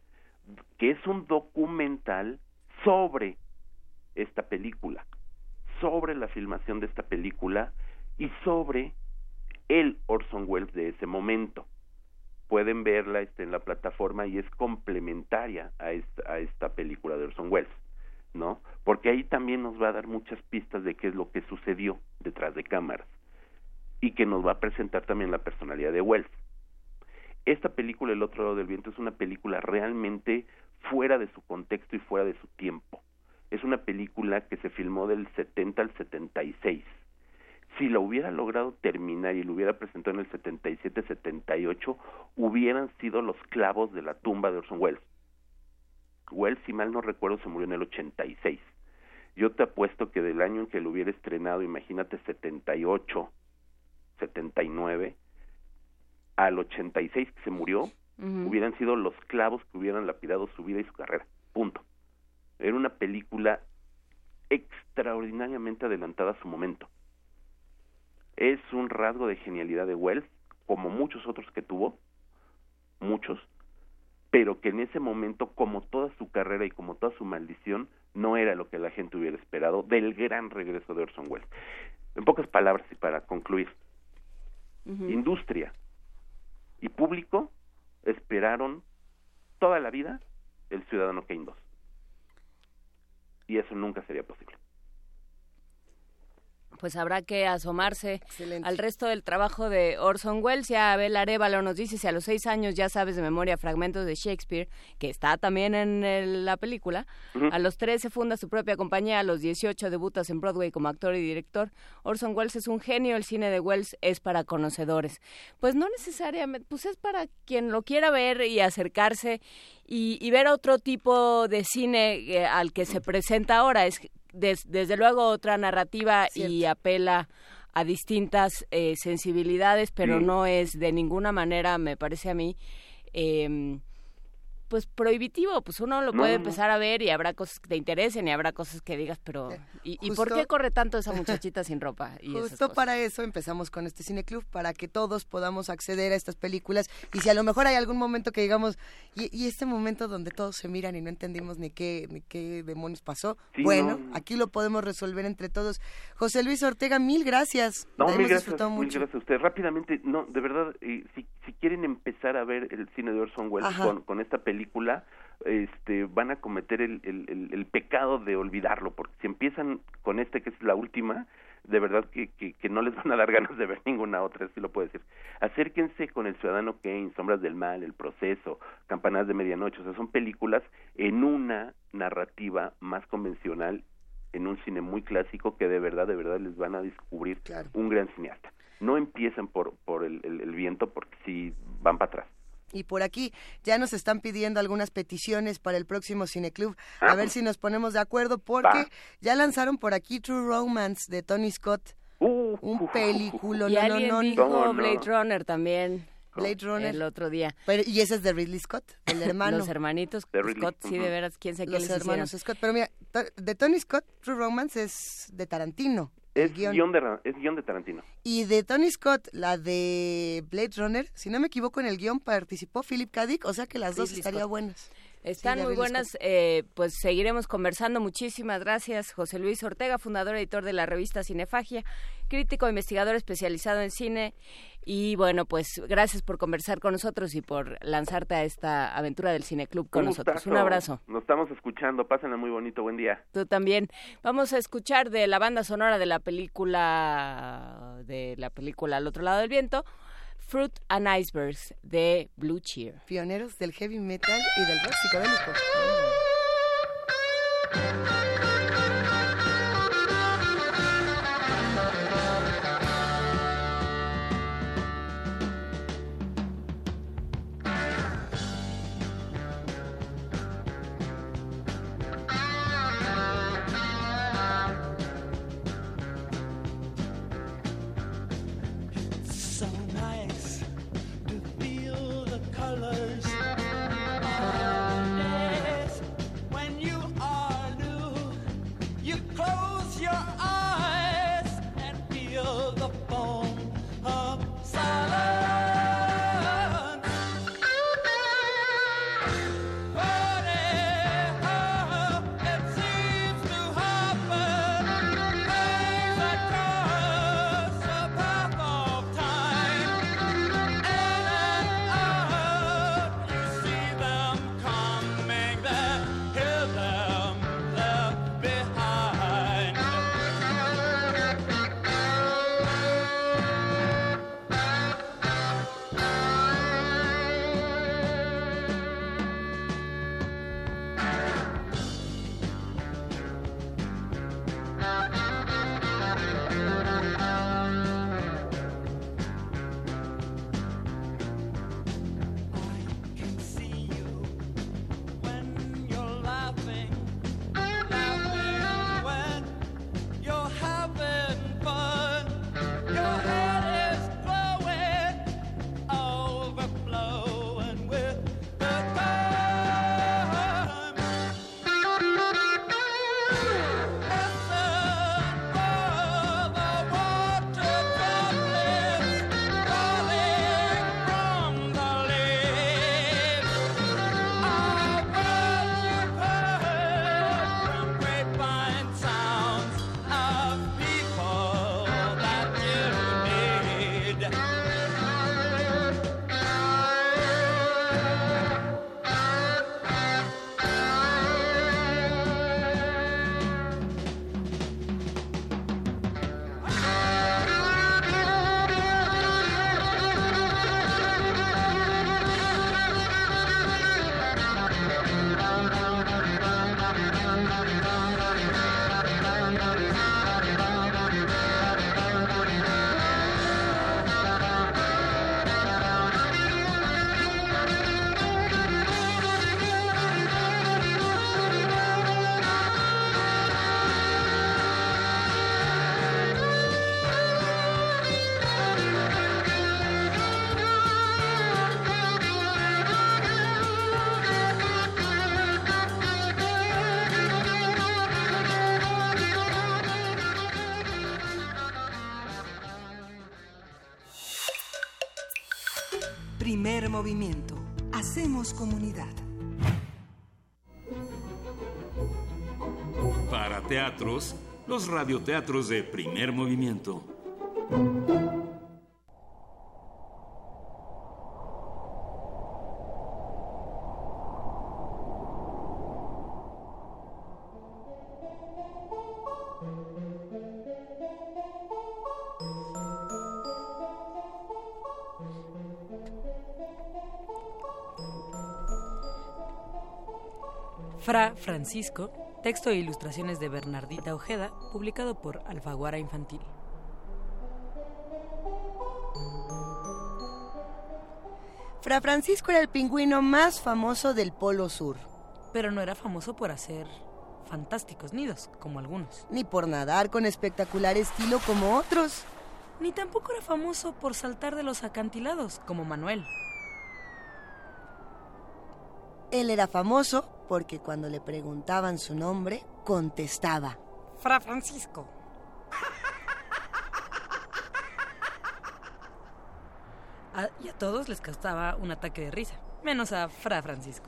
Que es un documental sobre esta película, sobre la filmación de esta película y sobre el Orson Welles de ese momento. Pueden verla este, en la plataforma y es complementaria a esta, a esta película de Orson Welles, ¿no? Porque ahí también nos va a dar muchas pistas de qué es lo que sucedió detrás de cámaras y que nos va a presentar también la personalidad de Welles. Esta película, El otro lado del viento, es una película realmente fuera de su contexto y fuera de su tiempo. Es una película que se filmó del setenta al setenta y seis. Si la hubiera logrado terminar y lo hubiera presentado en el setenta y siete, setenta y ocho, hubieran sido los clavos de la tumba de Orson Welles. Welles, si mal no recuerdo, se murió en el ochenta y seis. Yo te apuesto que del año en que lo hubiera estrenado, imagínate, setenta y ocho, setenta y nueve, al ochenta y seis que se murió, Ujú. hubieran sido los clavos que hubieran lapidado su vida y su carrera. Punto. Era una película extraordinariamente adelantada a su momento. Es un rasgo de genialidad de Welles, como muchos otros que tuvo, muchos, pero que en ese momento, como toda su carrera y como toda su maldición, no era lo que la gente hubiera esperado del gran regreso de Orson Welles. En pocas palabras, y para concluir, Ujú. industria y público esperaron toda la vida el Ciudadano Kane dos. Y eso nunca sería posible. Pues habrá que asomarse Excelente. al resto del trabajo de Orson Welles. Ya Abel Arévalo nos dice si a los seis años ya sabes de memoria fragmentos de Shakespeare, que está también en el- la película. Ujú. A los trece funda su propia compañía, a los dieciocho debutas en Broadway como actor y director. Orson Welles es un genio, el cine de Welles es para conocedores. Pues no necesariamente, pues es para quien lo quiera ver y acercarse y, y ver otro tipo de cine eh, al que se presenta ahora. Es des- desde luego otra narrativa y Cierto. apela a distintas eh, sensibilidades, pero Sí. no es de ninguna manera, me parece a mí, eh, pues prohibitivo. Pues uno lo No, puede no. empezar a ver y habrá cosas que te interesen y habrá cosas que digas, pero ¿y, y por Justo- qué corre tanto esa muchachita sin ropa? Y esas Justo cosas? para eso empezamos con este cineclub, para que todos podamos acceder a estas películas y si a lo mejor hay algún momento que digamos, y, y este momento donde todos se miran y no entendimos ni qué, ni qué demonios pasó, Sí, bueno, no. aquí lo podemos resolver entre todos. José Luis Ortega, mil gracias. No, Hemos mil gracias, disfrutado mil mucho. gracias a usted. Rápidamente, no, de verdad, eh, si, si quieren empezar a ver el cine de Orson Welles Ajá. con, con esta película, este van a cometer el, el, el, el pecado de olvidarlo, porque si empiezan con este que es la última, de verdad que, que, que no les van a dar ganas de ver ninguna otra, así lo puedo decir. Acérquense con El Ciudadano Kane, Sombras del Mal, El Proceso, Campanadas de Medianoche, o sea, son películas en una narrativa más convencional, en un cine muy clásico, que de verdad, de verdad les van a descubrir claro. un gran cineasta. No empiecen por, por el, el, el viento, porque si van para atrás. Y por aquí ya nos están pidiendo algunas peticiones para el próximo Cineclub, a ah, ver si nos ponemos de acuerdo, porque va. ya lanzaron por aquí True Romance de Tony Scott, uh, un uh, película. Y no, alguien no, no, dijo no. Blade Runner también. Blade Runner. El otro día. Pero, ¿y ese es de Ridley Scott? El hermano. Los hermanitos Scott, sí, de veras, quién sabe qué les hicieron. Los hermanos Scott, pero mira, de Tony Scott, True Romance es de Tarantino. Es guión. Guión de, es guión de Tarantino. Y de Tony Scott, la de Blade Runner, si no me equivoco, en el guión participó Philip K. Dick, o sea que las dos estarían buenas. Están sí, muy buenas, eh, pues seguiremos conversando. Muchísimas gracias, José Luis Ortega, fundador y editor de la revista Cinefagia, crítico e investigador especializado en cine. Y bueno, pues gracias por conversar con nosotros y por lanzarte a esta aventura del Cineclub con Un nosotros. gustazo. Un abrazo. Nos estamos escuchando, pásenla muy bonito, buen día. Tú también. Vamos a escuchar de la banda sonora de la película, de la película Al Otro Lado del Viento, Fruit and Icebergs de Blue Cheer. Pioneros del heavy metal y del rock psicodélico. Primer movimiento. Hacemos comunidad. Para teatros, los radioteatros de Primer Movimiento. Fra Francisco, texto e ilustraciones de Bernardita Ojeda, publicado por Alfaguara Infantil. Fra Francisco era el pingüino más famoso del Polo Sur. Pero no era famoso por hacer fantásticos nidos, como algunos. Ni por nadar con espectacular estilo como otros. Ni tampoco era famoso por saltar de los acantilados, como Manuel. Él era famoso porque cuando le preguntaban su nombre, contestaba: Fra Francisco. A, y a todos les causaba un ataque de risa, menos a Fra Francisco.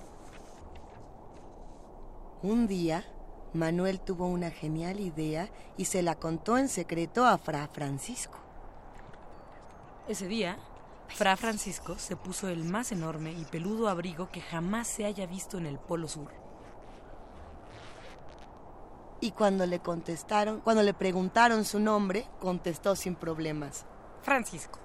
Un día, Manuel tuvo una genial idea y se la contó en secreto a Fra Francisco. Ese día, Fra Francisco se puso el más enorme y peludo abrigo que jamás se haya visto en el Polo Sur. Y cuando le contestaron, cuando le preguntaron su nombre, contestó sin problemas: Francisco.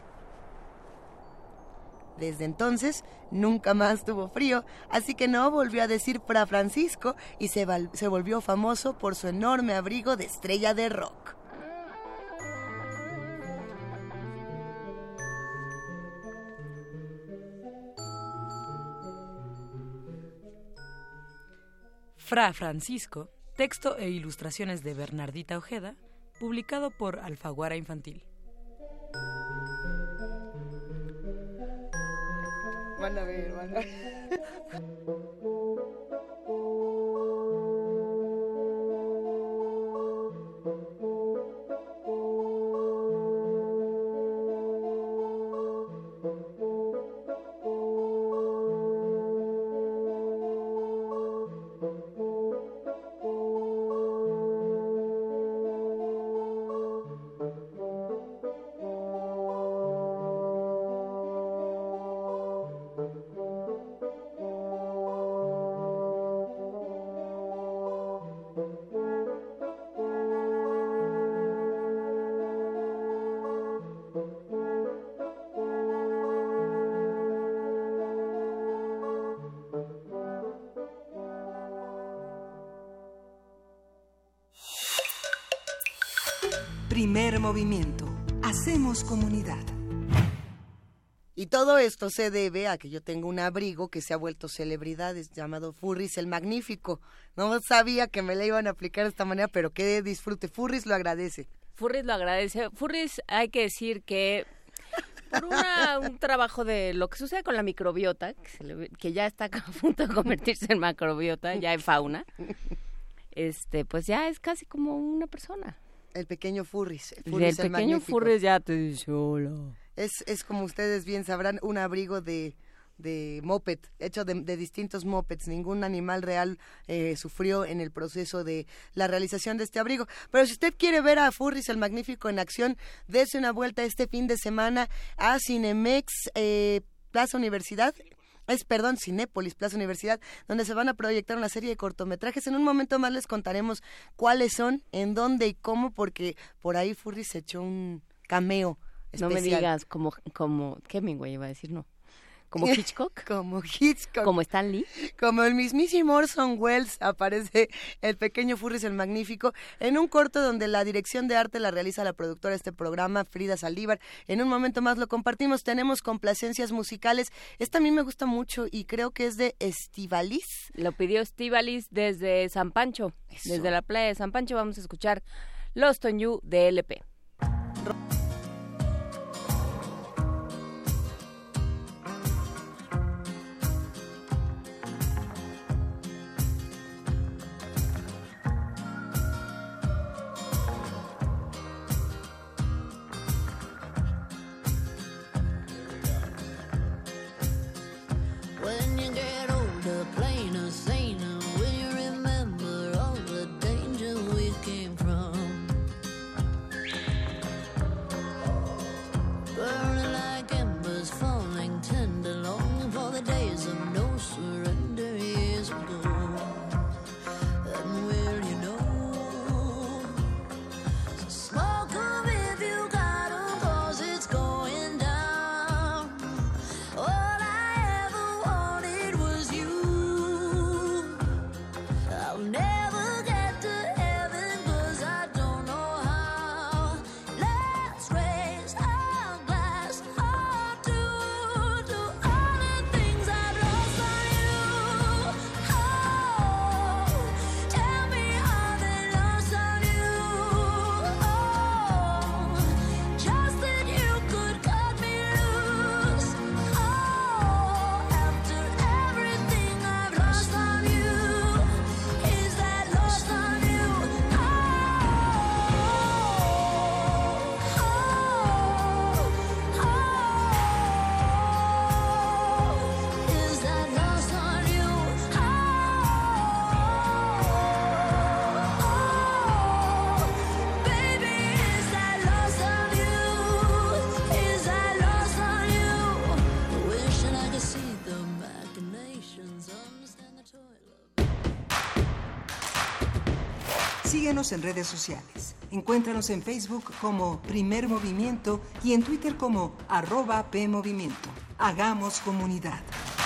Desde entonces, nunca más tuvo frío, así que no volvió a decir Fra Francisco y se, se volvió famoso por su enorme abrigo de estrella de rock. Fra Francisco, texto e ilustraciones de Bernardita Ojeda, publicado por Alfaguara Infantil. Van a ver, van a ver. Primer movimiento. Hacemos comunidad. Y todo esto se debe a que yo tengo un abrigo que se ha vuelto celebridad, es llamado Furris el Magnífico. No sabía que me le iban a aplicar de esta manera, pero que disfrute. Furris lo agradece. Furris lo agradece. Furris, hay que decir que por una, un trabajo de lo que sucede con la microbiota, que, se le, que ya está a punto de convertirse en macrobiota, ya en fauna, este, pues ya es casi como una persona. El pequeño Furris. El, Furris, el, el pequeño Magnífico. Furris ya te dice hola. Es, es como ustedes bien sabrán, un abrigo de, de moped, hecho de, de distintos mopeds. Ningún animal real eh, sufrió en el proceso de la realización de este abrigo. Pero si usted quiere ver a Furris el Magnífico en acción, dése una vuelta este fin de semana a Cinemex eh, Plaza Universidad. Es, perdón, Cinépolis, Plaza Universidad, donde se van a proyectar una serie de cortometrajes. En un momento más les contaremos cuáles son, en dónde y cómo, porque por ahí Furris se echó un cameo especial. No me digas como, como, ¿qué Hemingway iba a decir? No. ¿Como Hitchcock? Como Hitchcock. ¿Como Stan Lee? Como el mismísimo Orson Welles aparece el pequeño Furris el Magnífico en un corto donde la dirección de arte la realiza la productora de este programa, Frida Saldívar. En un momento más lo compartimos. Tenemos complacencias musicales. Esta a mí me gusta mucho y creo que es de Estíbaliz. Lo pidió Estíbaliz desde San Pancho. Eso. Desde la playa de San Pancho vamos a escuchar Lost on You de L P. Síguenos en redes sociales. Encuéntranos en Facebook como Primer Movimiento y en Twitter como arroba PMovimiento. Hagamos comunidad.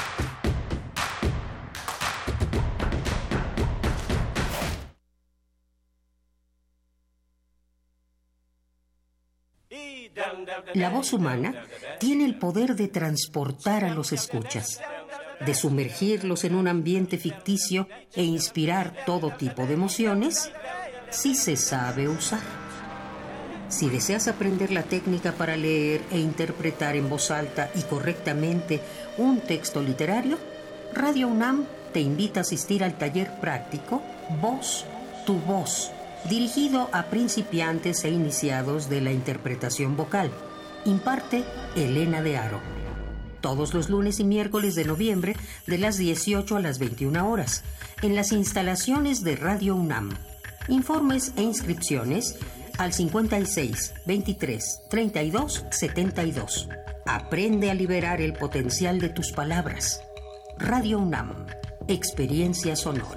La voz humana tiene el poder de transportar a los escuchas, de sumergirlos en un ambiente ficticio e inspirar todo tipo de emociones, si se sabe usar. Si deseas aprender la técnica para leer e interpretar en voz alta y correctamente un texto literario, Radio UNAM te invita a asistir al taller práctico Voz, tu voz, dirigido a principiantes e iniciados de la interpretación vocal. Imparte Elena de Haro. Todos los lunes y miércoles de noviembre, de las dieciocho a las veintiuna horas, en las instalaciones de Radio UNAM. Informes e inscripciones al cincuenta y seis, veintitrés, treinta y dos, setenta y dos. Aprende a liberar el potencial de tus palabras. Radio UNAM. Experiencia sonora.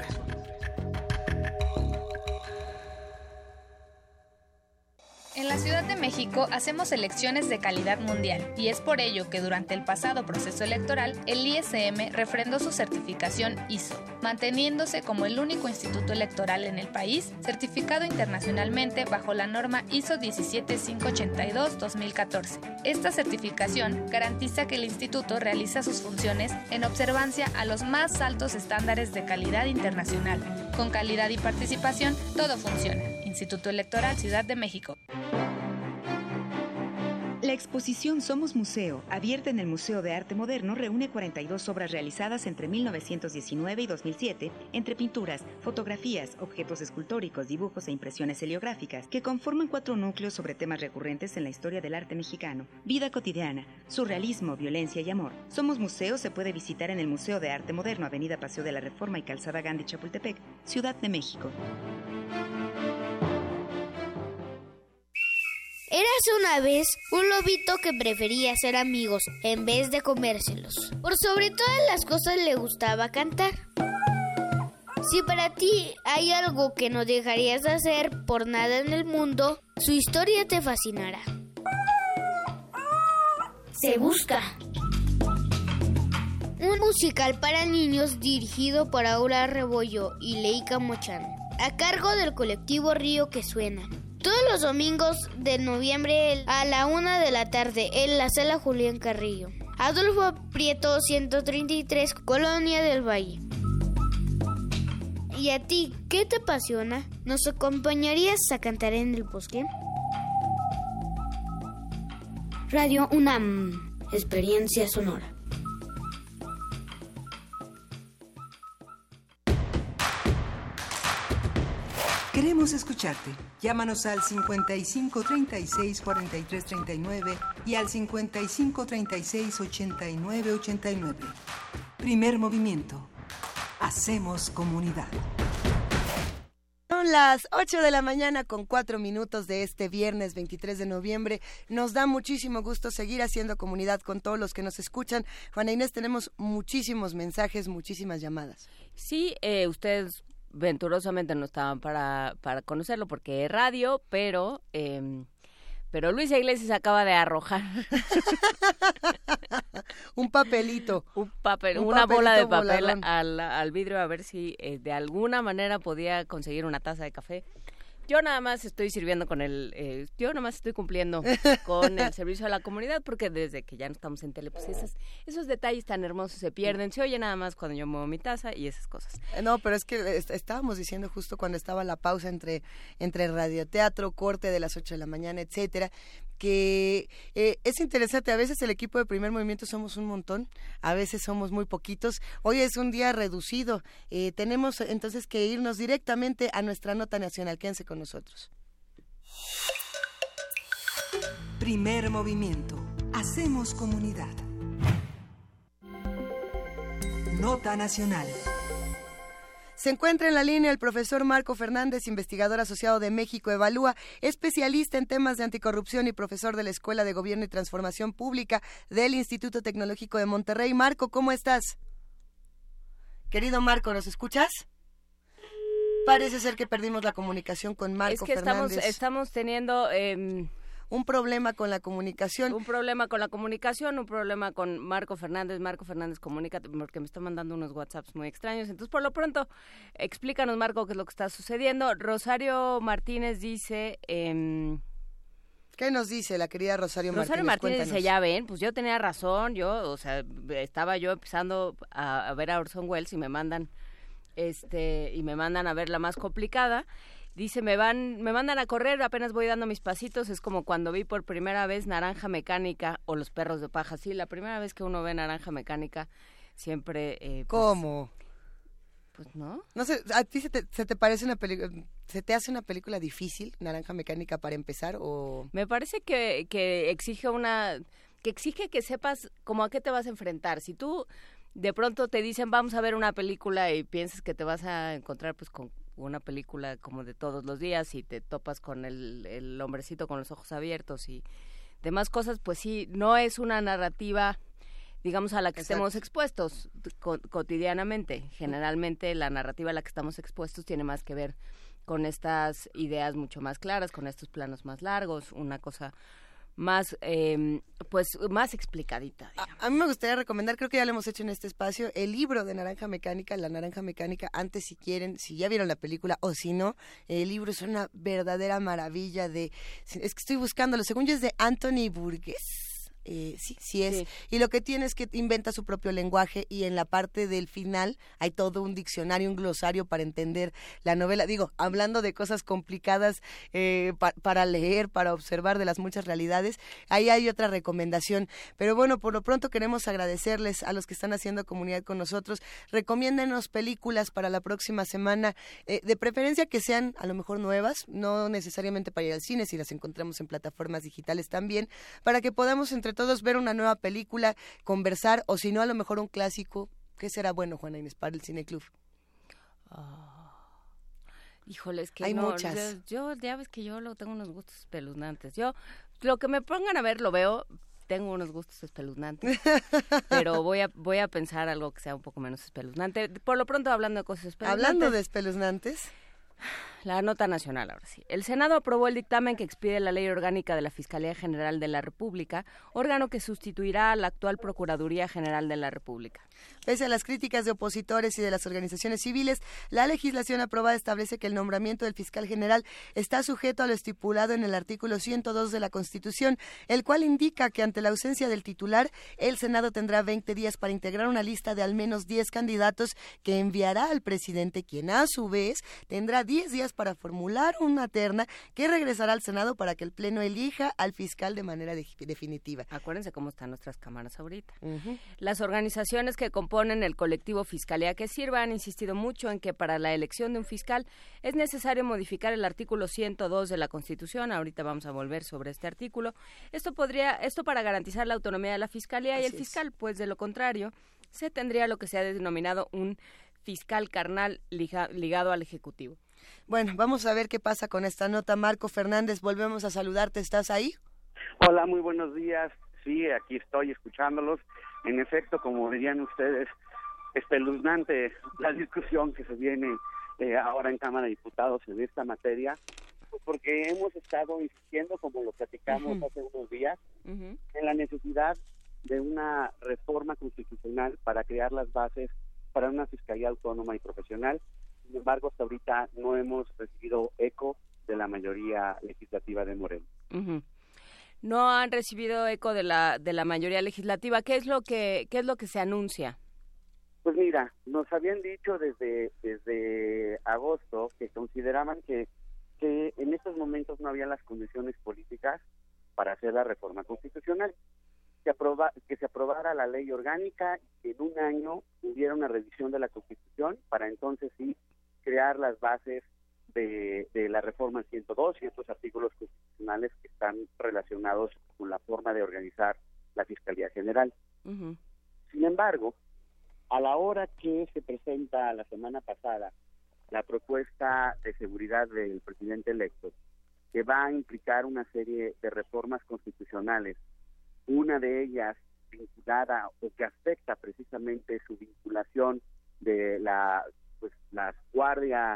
En la Ciudad de México hacemos elecciones de calidad mundial y es por ello que durante el pasado proceso electoral el I S M refrendó su certificación I S O, manteniéndose como el único instituto electoral en el país certificado internacionalmente bajo la norma I S O diecisiete mil quinientos ochenta y dos dos mil catorce. Esta certificación garantiza que el instituto realiza sus funciones en observancia a los más altos estándares de calidad internacional. Con calidad y participación, todo funciona. Instituto Electoral Ciudad de México. La exposición Somos Museo, abierta en el Museo de Arte Moderno, reúne cuarenta y dos obras realizadas entre mil novecientos diecinueve y dos mil siete, entre pinturas, fotografías, objetos escultóricos, dibujos e impresiones heliográficas, que conforman cuatro núcleos sobre temas recurrentes en la historia del arte mexicano: vida cotidiana, surrealismo, violencia y amor. Somos Museo se puede visitar en el Museo de Arte Moderno, Avenida Paseo de la Reforma y Calzada Gandhi, Chapultepec, Ciudad de México. Érase una vez un lobito que prefería ser amigos en vez de comérselos. Por sobre todas las cosas le gustaba cantar. Si para ti hay algo que no dejarías de hacer por nada en el mundo, su historia te fascinará. Se busca. Un musical para niños dirigido por Aura Rebollo y Leica Mochano, a cargo del colectivo Río que Suena. Todos los domingos de noviembre a la una de la tarde en la sala Julián Carrillo. Adolfo Prieto ciento treinta y tres, Colonia del Valle. ¿Y a ti qué te apasiona? ¿Nos acompañarías a cantar en el bosque? Radio UNAM. Experiencia sonora. Queremos escucharte. Llámanos al cincuenta y cinco, treinta y seis, cuarenta y tres, treinta y nueve y al cincuenta y cinco, treinta y seis, ochenta y nueve, ochenta y nueve. Primer movimiento. Hacemos comunidad. Son las ocho de la mañana con cuatro minutos de este viernes veintitrés de noviembre. Nos da muchísimo gusto seguir haciendo comunidad con todos los que nos escuchan. Juana Inés, tenemos muchísimos mensajes, muchísimas llamadas. Sí, eh, ustedes venturosamente no estaban para, para conocerlo porque es radio, pero eh, pero Luisa Iglesias acaba de arrojar un papelito, un papel, un una bola de papel voladón al, al vidrio a ver si eh, de alguna manera podía conseguir una taza de café. Yo nada más estoy sirviendo con el, eh, yo nada más estoy cumpliendo con el servicio a la comunidad, porque desde que ya no estamos en tele, pues esos, esos detalles tan hermosos se pierden, se oye nada más cuando yo muevo mi taza y esas cosas. No, pero es que est- estábamos diciendo justo cuando estaba la pausa entre, entre radioteatro, corte de las ocho de la mañana, etcétera, que eh, es interesante. A veces el equipo de Primer Movimiento somos un montón, a veces somos muy poquitos. Hoy es un día reducido, eh, tenemos entonces que irnos directamente a nuestra nota nacional. Quédense con nosotros. Primer movimiento. Hacemos comunidad. Nota nacional. Se encuentra en la línea el profesor Marco Fernández, investigador asociado de México Evalúa, especialista en temas de anticorrupción y profesor de la Escuela de Gobierno y Transformación Pública del Instituto Tecnológico de Monterrey. Marco, ¿cómo estás? Querido Marco, ¿nos escuchas? Parece ser que perdimos la comunicación con Marco Es que Fernández. estamos, estamos teniendo... Eh, un problema con la comunicación. Un problema con la comunicación, un problema con Marco Fernández. Marco Fernández, comunícate, porque me está mandando unos WhatsApps muy extraños. Entonces, por lo pronto, explícanos, Marco, qué es lo que está sucediendo. Rosario Martínez dice... Eh, ¿Qué nos dice la querida Rosario Martínez? Rosario Martínez Cuéntanos. dice, ya ven, pues yo tenía razón, yo, o sea, estaba yo empezando a, a ver a Orson Welles y me mandan, este, y me mandan a ver la más complicada. Dice, me van, me mandan a correr, apenas voy dando mis pasitos, es como cuando vi por primera vez Naranja Mecánica o Los Perros de Paja. Sí, la primera vez que uno ve Naranja Mecánica, siempre... Eh, pues, ¿Cómo? Pues no. No sé, ¿a ti se te, se te parece una película, se te hace una película difícil, Naranja Mecánica, para empezar, o...? Me parece que, que exige una... que exige que sepas como a qué te vas a enfrentar. Si tú de pronto te dicen, vamos a ver una película y piensas que te vas a encontrar pues con una película como de todos los días y te topas con el, el hombrecito con los ojos abiertos y demás cosas, pues sí, no es una narrativa, digamos, a la que Exacto. estemos expuestos co- cotidianamente. Generalmente la narrativa a la que estamos expuestos tiene más que ver con estas ideas mucho más claras, con estos planos más largos, una cosa más, eh, pues, más explicadita. A, a mí me gustaría recomendar, creo que ya lo hemos hecho en este espacio, el libro de Naranja Mecánica, La Naranja Mecánica, antes si quieren, si ya vieron la película o si no, el libro es una verdadera maravilla de, es que estoy buscándolo, según yo es de Anthony Burgess. Eh, sí, sí es. Sí. Y lo que tiene es que inventa su propio lenguaje y en la parte del final hay todo un diccionario, un glosario para entender la novela. Digo, hablando de cosas complicadas eh, pa- para leer, para observar de las muchas realidades, ahí hay otra recomendación. Pero bueno, por lo pronto queremos agradecerles a los que están haciendo comunidad con nosotros. Recomiéndenos películas para la próxima semana, eh, de preferencia que sean a lo mejor nuevas, no necesariamente para ir al cine, si las encontramos en plataformas digitales también, para que podamos entre todos ver una nueva película, conversar, o si no, a lo mejor un clásico. ¿Qué será bueno, Juana Inés, para el Cineclub? Oh. Híjole, es que Hay no, muchas. Yo, yo, ya ves que yo lo tengo unos gustos espeluznantes. Yo, lo que me pongan a ver, lo veo, tengo unos gustos espeluznantes, pero voy a voy a pensar algo que sea un poco menos espeluznante. Por lo pronto, hablando de cosas espeluznantes. Hablando de espeluznantes... La nota nacional, ahora sí. El Senado aprobó el dictamen que expide la Ley Orgánica de la Fiscalía General de la República, órgano que sustituirá a la actual Procuraduría General de la República. Pese a las críticas de opositores y de las organizaciones civiles, la legislación aprobada establece que el nombramiento del fiscal general está sujeto a lo estipulado en el artículo ciento dos de la Constitución, el cual indica que ante la ausencia del titular, el Senado tendrá veinte días para integrar una lista de al menos diez candidatos que enviará al presidente, quien a su vez tendrá diez días para formular una terna que regresará al Senado para que el Pleno elija al fiscal de manera de- definitiva. Acuérdense cómo están nuestras cámaras ahorita. Uh-huh. Las organizaciones que componen el colectivo Fiscalía que Sirva han insistido mucho en que para la elección de un fiscal es necesario modificar el artículo ciento dos de la Constitución. Ahorita vamos a volver sobre este artículo. Esto podría, esto para garantizar la autonomía de la Fiscalía y Así el es. fiscal, pues de lo contrario se tendría lo que se ha denominado un fiscal carnal liga- ligado al Ejecutivo. Bueno, vamos a ver qué pasa con esta nota. Marco Fernández, volvemos a saludarte. ¿Estás ahí? Hola, muy buenos días. Sí, aquí estoy escuchándolos. En efecto, como dirían ustedes, espeluznante la discusión que se viene eh, ahora en Cámara de Diputados en esta materia, porque hemos estado insistiendo, como lo platicamos Ujú. hace unos días, Ujú. en la necesidad de una reforma constitucional para crear las bases para una fiscalía autónoma y profesional. Sin embargo, hasta ahorita no hemos recibido eco de la mayoría legislativa de Morena. Ujú. No han recibido eco de la de la mayoría legislativa. ¿Qué es lo que qué es lo que se anuncia? Pues mira, nos habían dicho desde desde agosto que consideraban que que en estos momentos no había las condiciones políticas para hacer la reforma constitucional, que aproba, que se aprobara la ley orgánica y que en un año hubiera una revisión de la Constitución para entonces sí crear las bases de, de la reforma ciento dos y estos artículos constitucionales que están relacionados con la forma de organizar la Fiscalía General. Ujú. Sin embargo, a la hora que se presenta la semana pasada la propuesta de seguridad del presidente electo, que va a implicar una serie de reformas constitucionales, una de ellas vinculada o que afecta precisamente su vinculación de la pues la Guardia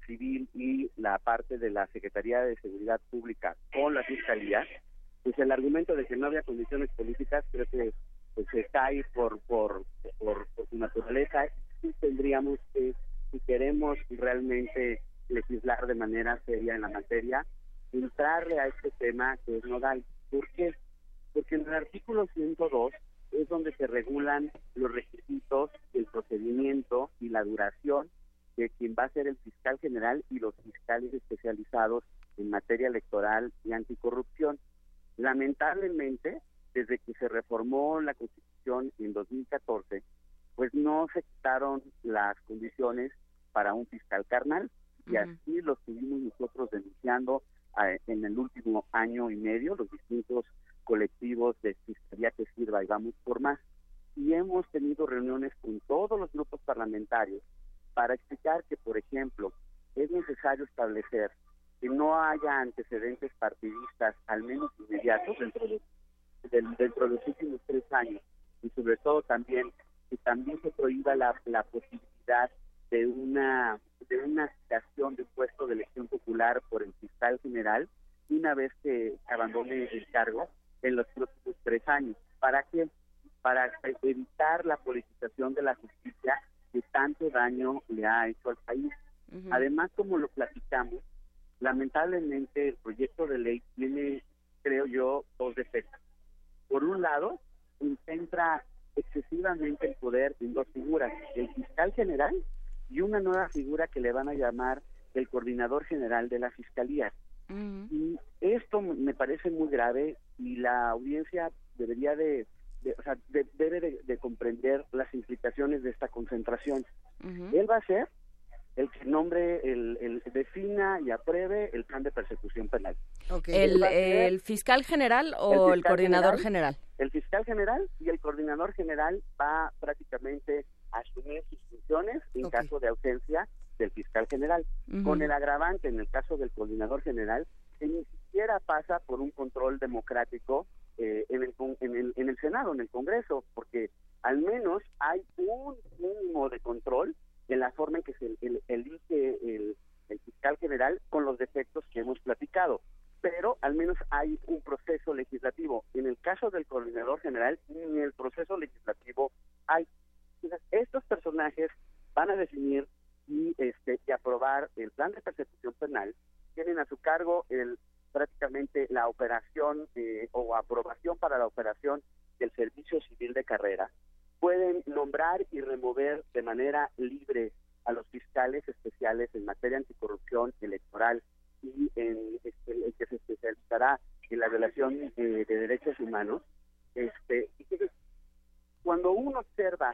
Civil y la parte de la Secretaría de Seguridad Pública con la Fiscalía, pues el argumento de que no había condiciones políticas creo que pues, se cae por, por, por, por su naturaleza. Sí tendríamos que, si queremos realmente legislar de manera seria en la materia, entrarle a este tema que es nodal. ¿Por qué? Porque en el artículo ciento dos es donde se regulan los requisitos, el procedimiento y la duración de quien va a ser el fiscal general y los fiscales especializados en materia electoral y anticorrupción. Lamentablemente, desde que se reformó la Constitución en dos mil catorce, pues no se quitaron las condiciones para un fiscal carnal, y así lo estuvimos nosotros denunciando eh, en el último año y medio, los distintos colectivos de Fiscalía que Sirva y Vamos por Más, y hemos tenido reuniones con todos los grupos parlamentarios para explicar que, por ejemplo, es necesario establecer que no haya antecedentes partidistas, al menos inmediatos, dentro de, de, dentro de los últimos tres años, y sobre todo también que también se prohíba la, la posibilidad de una de una aspiración de un puesto de elección popular por el fiscal general una vez que abandone el cargo en los próximos tres años. ¿Para qué? Para evitar la politización de la justicia que tanto daño le ha hecho al país. Uh-huh. Además, como lo platicamos, lamentablemente el proyecto de ley tiene, creo yo, dos defectos. Por un lado, concentra excesivamente el poder en dos figuras, el fiscal general y una nueva figura que le van a llamar el coordinador general de la Fiscalía. Uh-huh. Y esto me parece muy grave y la audiencia debería de, de o sea, de, debe de, de comprender las implicaciones de esta concentración. Uh-huh. Él va a ser el que nombre, el, el defina y apruebe el plan de persecución penal. Okay. ¿El, el fiscal general o el, fiscal el coordinador general, general? El fiscal general y el coordinador general va prácticamente a asumir sus funciones en okay. caso de ausencia del fiscal general, uh-huh. con el agravante en el caso del coordinador general que ni siquiera pasa por un control democrático eh, en, el, en, el, en el Senado, en el Congreso, porque al menos hay un mínimo de control en la forma en que se el, elige el, el fiscal general con los defectos que hemos platicado, pero al menos hay un proceso legislativo. En el caso del coordinador general, ni el proceso legislativo hay. Entonces, estos personajes van a definir y, este, y aprobar el plan de persecución penal, tienen a su cargo el prácticamente la operación eh, o aprobación para la operación del servicio civil de carrera. Pueden nombrar y remover de manera libre a los fiscales especiales en materia anticorrupción electoral y en este, el que se especializará en la violación eh, de derechos humanos. Este, y que, cuando uno observa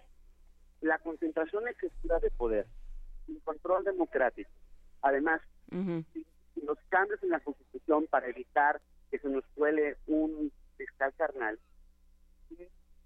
la concentración excesiva de poder, sin control democrático, además, uh-huh. los cambios en la Constitución para evitar que se nos cuele un fiscal carnal, y,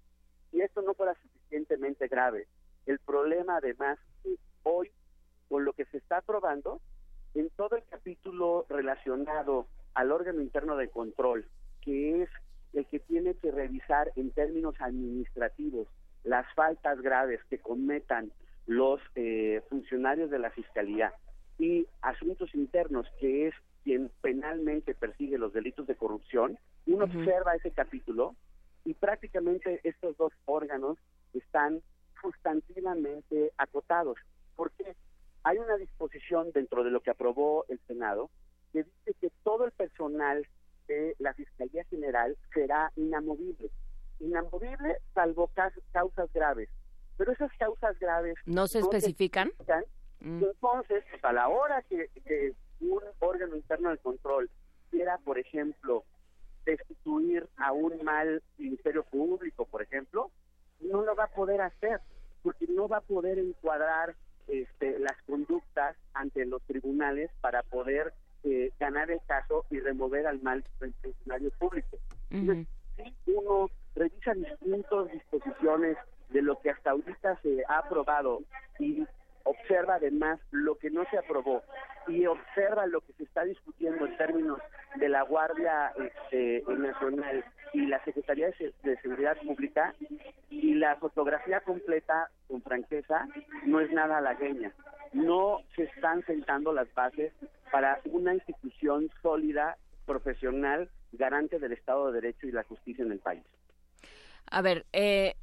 y esto no fuera suficientemente grave, el problema además es hoy, con lo que se está aprobando, en todo el capítulo relacionado al órgano interno de control, que es el que tiene que revisar en términos administrativos las faltas graves que cometan los eh, funcionarios de la Fiscalía, y asuntos internos, que es quien penalmente persigue los delitos de corrupción. Uno uh-huh. observa ese capítulo y prácticamente estos dos órganos están sustantivamente acotados. ¿Por qué? Hay una disposición dentro de lo que aprobó el Senado que dice que todo el personal de la Fiscalía General será inamovible. Inamovible salvo causas graves. Pero esas causas graves no se no especifican. Se especifican. Mm. Entonces, pues a la hora que, que un órgano interno de control quiera, por ejemplo, destituir a un mal Ministerio Público, por ejemplo, no lo va a poder hacer, porque no va a poder encuadrar este, las conductas ante los tribunales para poder eh, ganar el caso y remover al mal funcionario público. Uh-huh. Entonces, si uno revisa distintas disposiciones de lo que hasta ahorita se ha aprobado y observa además lo que no se aprobó y observa lo que se está discutiendo en términos de la Guardia este, Nacional y la Secretaría de, de Seguridad Pública, y la fotografía completa, con franqueza, no es nada halagüeña. no se están sentando las bases para una institución sólida, profesional, garante del Estado de Derecho y la justicia en el país. A ver, eh,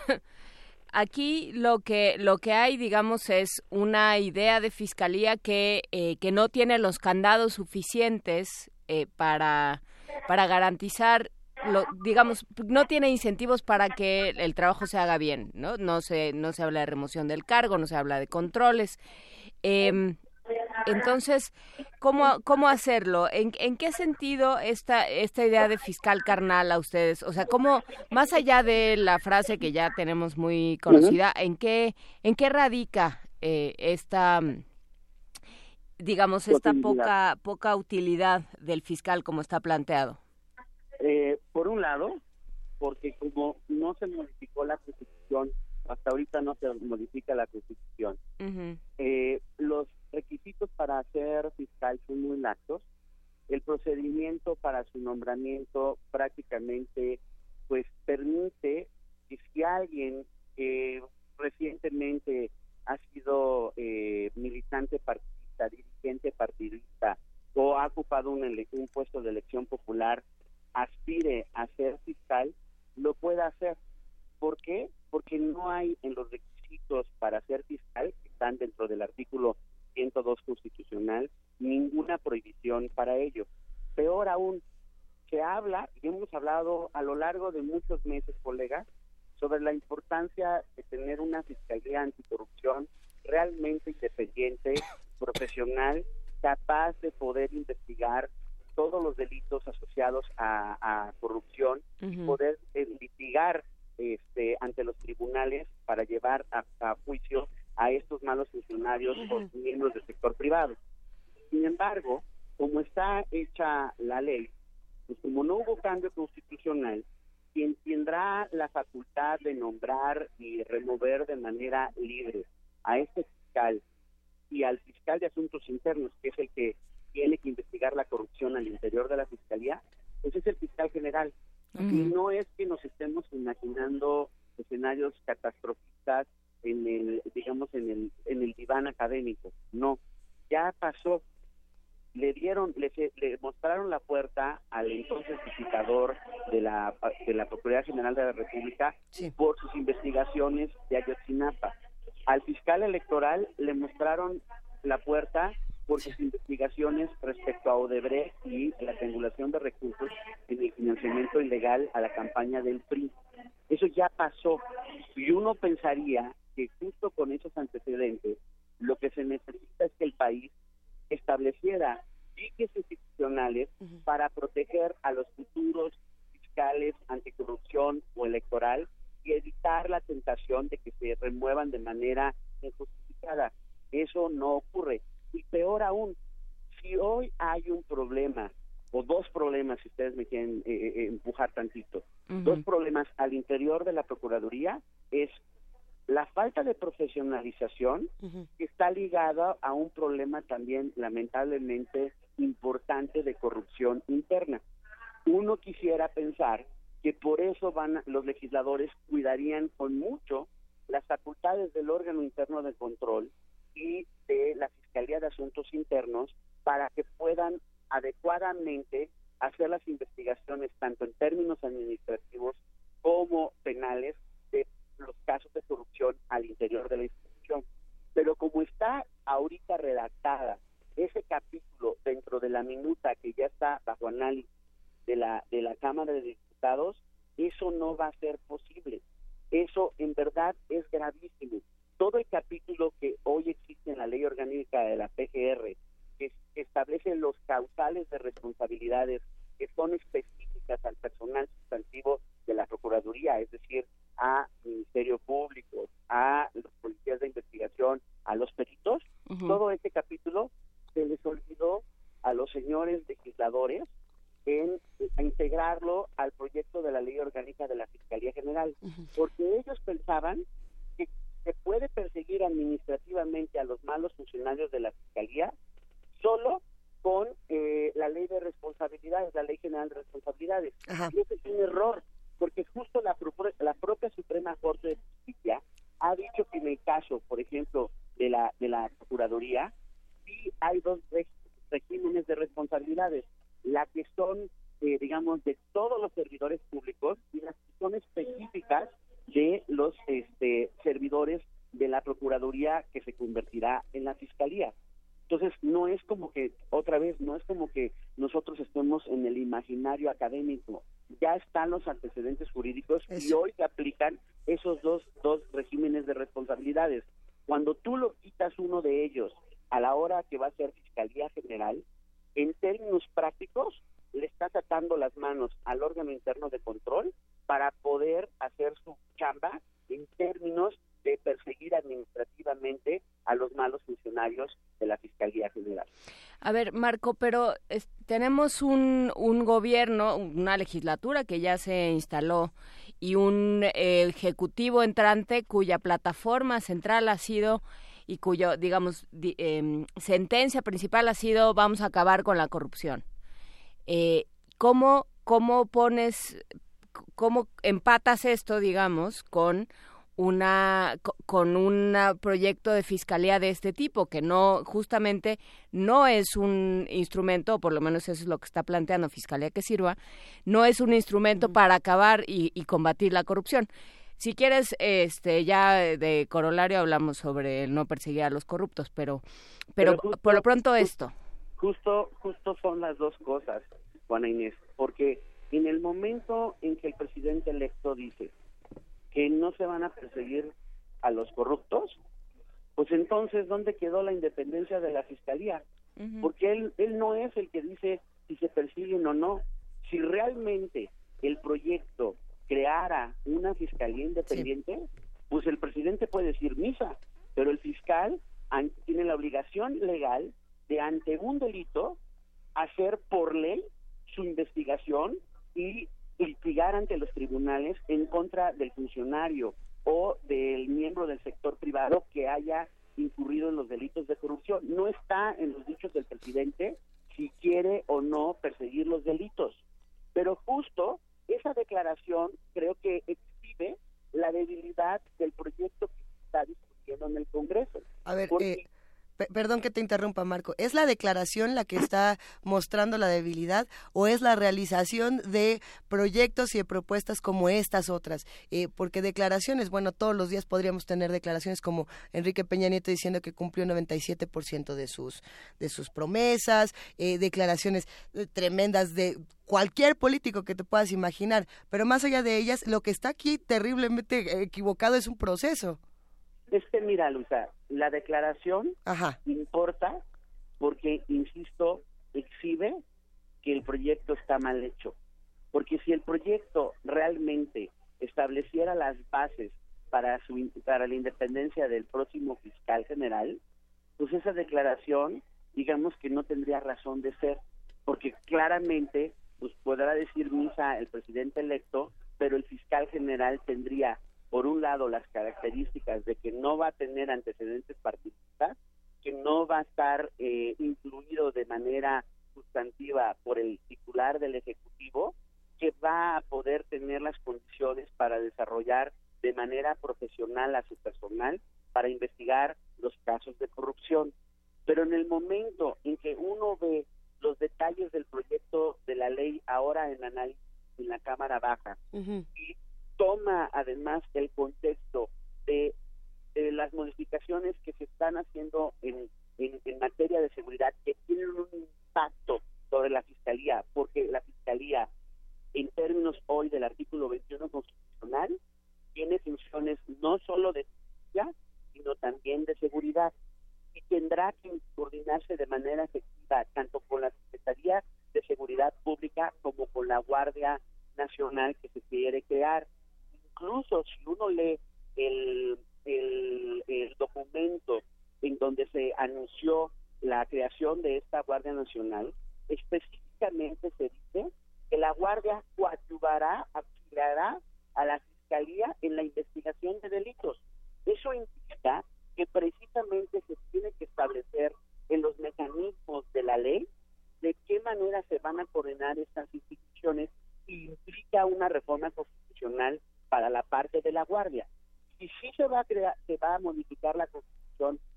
aquí lo que lo que hay, digamos, es una idea de fiscalía que eh, que no tiene los candados suficientes eh, para para garantizar, lo, digamos, no tiene incentivos para que el trabajo se haga bien, ¿no? No se no se habla de remoción del cargo, no se habla de controles. Eh, Entonces, ¿cómo, cómo hacerlo? ¿En, ¿En qué sentido esta esta idea de fiscal carnal a ustedes? O sea, ¿cómo, más allá de la frase que ya tenemos muy conocida, ¿en qué en qué radica eh, esta, digamos, esta poca poca utilidad del fiscal como está planteado? Eh, por un lado, porque como no se modificó la Constitución, hasta ahorita no se modifica la Constitución, uh-huh. eh, los requisitos para ser fiscal son muy laxos. El procedimiento para su nombramiento prácticamente pues permite que si alguien que recientemente ha sido eh, militante partidista, dirigente partidista o ha ocupado un, ele- un puesto de elección popular, aspire a ser fiscal, lo pueda hacer. ¿Por qué? Porque no hay en los requisitos para ser fiscal, que están dentro del artículo ciento dos constitucional, ninguna prohibición para ello. Peor aún, se habla, y hemos hablado a lo largo de muchos meses, colegas, sobre la importancia de tener una fiscalía anticorrupción realmente independiente, profesional, capaz de poder investigar todos los delitos asociados a, a corrupción, uh-huh. poder eh, litigar este, ante los tribunales para llevar a, a juicio a estos malos funcionarios uh-huh. o miembros del sector privado. Sin embargo, como está hecha la ley, pues como no hubo cambio constitucional, quien tendrá la facultad de nombrar y remover de manera libre a este fiscal y al fiscal de asuntos internos, que es el que tiene que investigar la corrupción al interior de la fiscalía, pues es el fiscal general. Uh-huh. Y no es que nos estemos imaginando escenarios catastrofistas en el, digamos, en el, en el diván académico. No, ya pasó. Le dieron, le, le mostraron la puerta al entonces visitador de la de la Procuraduría General de la República sí. por sus investigaciones de Ayotzinapa. Al fiscal electoral le mostraron la puerta por sus investigaciones respecto a Odebrecht y la triangulación de recursos en el financiamiento ilegal a la campaña del P R I. Eso ya pasó. Y uno pensaría que justo con esos antecedentes, lo que se necesita es que el país estableciera diques institucionales uh-huh. para proteger a los futuros fiscales anticorrupción o electoral y evitar la tentación de que se remuevan de manera injustificada. Eso no ocurre. Y peor aún, si hoy hay un problema, o dos problemas, si ustedes me quieren eh, eh, empujar tantito, uh-huh. dos problemas al interior de la Procuraduría, es la falta de profesionalización uh-huh. que está ligada a un problema también lamentablemente importante de corrupción interna. Uno quisiera pensar que por eso van los legisladores cuidarían con mucho las facultades del órgano interno de control y de la Fiscalía de Asuntos Internos para que puedan adecuadamente hacer las investigaciones tanto en términos administrativos como penales de los casos de corrupción al interior de la institución. Pero como está ahorita redactada ese capítulo dentro de la minuta que ya está bajo análisis de la de la Cámara de Diputados, eso no va a ser posible. Eso en verdad es gravísimo. Todo el capítulo que hoy existe en la Ley Orgánica de la P G R, que establece los causales de responsabilidades que son específicas al personal sustantivo de la Procuraduría, es decir, a Ministerio Público, a los policías de investigación, a los peritos, uh-huh. todo este capítulo se les olvidó a los señores legisladores en a integrarlo al proyecto de la Ley Orgánica de la Fiscalía General, uh-huh. porque ellos pensaban que se puede perseguir administrativamente a los malos funcionarios de la Fiscalía solo con eh, la Ley de Responsabilidades, la Ley General de Responsabilidades. Ajá. Y ese es un error, porque justo la, la propia Suprema Corte de Justicia ha dicho que en el caso, por ejemplo, de la de la Procuraduría, sí hay dos regímenes de responsabilidades, la que son, eh, digamos, de todos los servidores públicos y las que son específicas de los este, servidores de la Procuraduría que se convertirá en la Fiscalía. Entonces, no es como que, otra vez, no es como que nosotros estemos en el imaginario académico. Ya están los antecedentes jurídicos Eso. y hoy se aplican esos dos, dos regímenes de responsabilidades. Cuando tú lo quitas uno de ellos a la hora que va a ser Fiscalía General, en términos prácticos, le estás atando las manos al órgano interno de control para poder hacer su chamba en términos de perseguir administrativamente a los malos funcionarios de la Fiscalía General. A ver, Marco, pero es, tenemos un, un gobierno, una legislatura que ya se instaló y un eh, ejecutivo entrante cuya plataforma central ha sido y cuyo, digamos, di, eh, sentencia principal ha sido vamos a acabar con la corrupción. Eh, ¿cómo, cómo pones, cómo empatas esto, digamos, con una con un proyecto de fiscalía de este tipo, que no, justamente no es un instrumento, o por lo menos eso es lo que está planteando Fiscalía que Sirva, no es un instrumento uh-huh. para acabar y, y combatir la corrupción? Si quieres, este, ya de corolario hablamos sobre el no perseguir a los corruptos, pero, pero, pero justo, por lo pronto esto. Justo, justo son las dos cosas, Juana Inés, porque en el momento en que el presidente electo dice que no se van a perseguir a los corruptos, pues entonces, ¿dónde quedó la independencia de la Fiscalía? Uh-huh. Porque él, él no es el que dice si se persiguen o no. Si realmente el proyecto creara una Fiscalía independiente, sí. pues el presidente puede decir misa, pero el fiscal an- tiene la obligación legal de, ante un delito, hacer por ley su investigación y litigar ante los tribunales en contra del funcionario o del miembro del sector privado que haya incurrido en los delitos de corrupción. No está en los dichos del presidente si quiere o no perseguir los delitos, pero justo esa declaración creo que exhibe la debilidad del proyecto que se está discutiendo en el Congreso. A ver, porque... eh... Perdón que te interrumpa, Marco. ¿Es la declaración la que está mostrando la debilidad o es la realización de proyectos y de propuestas como estas otras? Eh, porque declaraciones, bueno, todos los días podríamos tener declaraciones como Enrique Peña Nieto diciendo que cumplió noventa y siete por ciento de sus de sus promesas, eh, declaraciones eh, tremendas de cualquier político que te puedas imaginar, pero más allá de ellas, lo que está aquí terriblemente equivocado es un proceso. Es que mira, Luisa, la declaración Ajá. importa porque, insisto, exhibe que el proyecto está mal hecho. Porque si el proyecto realmente estableciera las bases para, su, para la independencia del próximo fiscal general, pues esa declaración, digamos que no tendría razón de ser, porque claramente pues podrá decir misa el presidente electo, pero el fiscal general tendría, por un lado, las características de que no va a tener antecedentes partidistas, que no va a estar eh, incluido de manera sustantiva por el titular del Ejecutivo, que va a poder tener las condiciones para desarrollar de manera profesional a su personal para investigar los casos de corrupción. Pero en el momento en que uno ve los detalles del proyecto de la ley ahora en análisis en la Cámara Baja, uh-huh. y toma además el contexto de, de las modificaciones que se están haciendo en, en, en materia de seguridad, que tienen un impacto sobre la Fiscalía, porque la Fiscalía, en términos hoy del artículo veintiuno constitucional, tiene funciones no solo de justicia, sino también de seguridad, y tendrá que coordinarse de manera efectiva tanto con la Secretaría de Seguridad Pública como con la Guardia Nacional que se quiere crear. Incluso si uno lee el, el, el documento en donde se anunció la creación de esta Guardia Nacional, específicamente se dice que la Guardia coadyuvará, auxiliará a la Fiscalía en la investigación de delitos. Eso implica que precisamente se tiene que establecer en los mecanismos de la ley de qué manera se van a coordinar estas instituciones, y implica una reforma constitucional para la parte de la Guardia. Y si se va a crear, se va a modificar la Constitución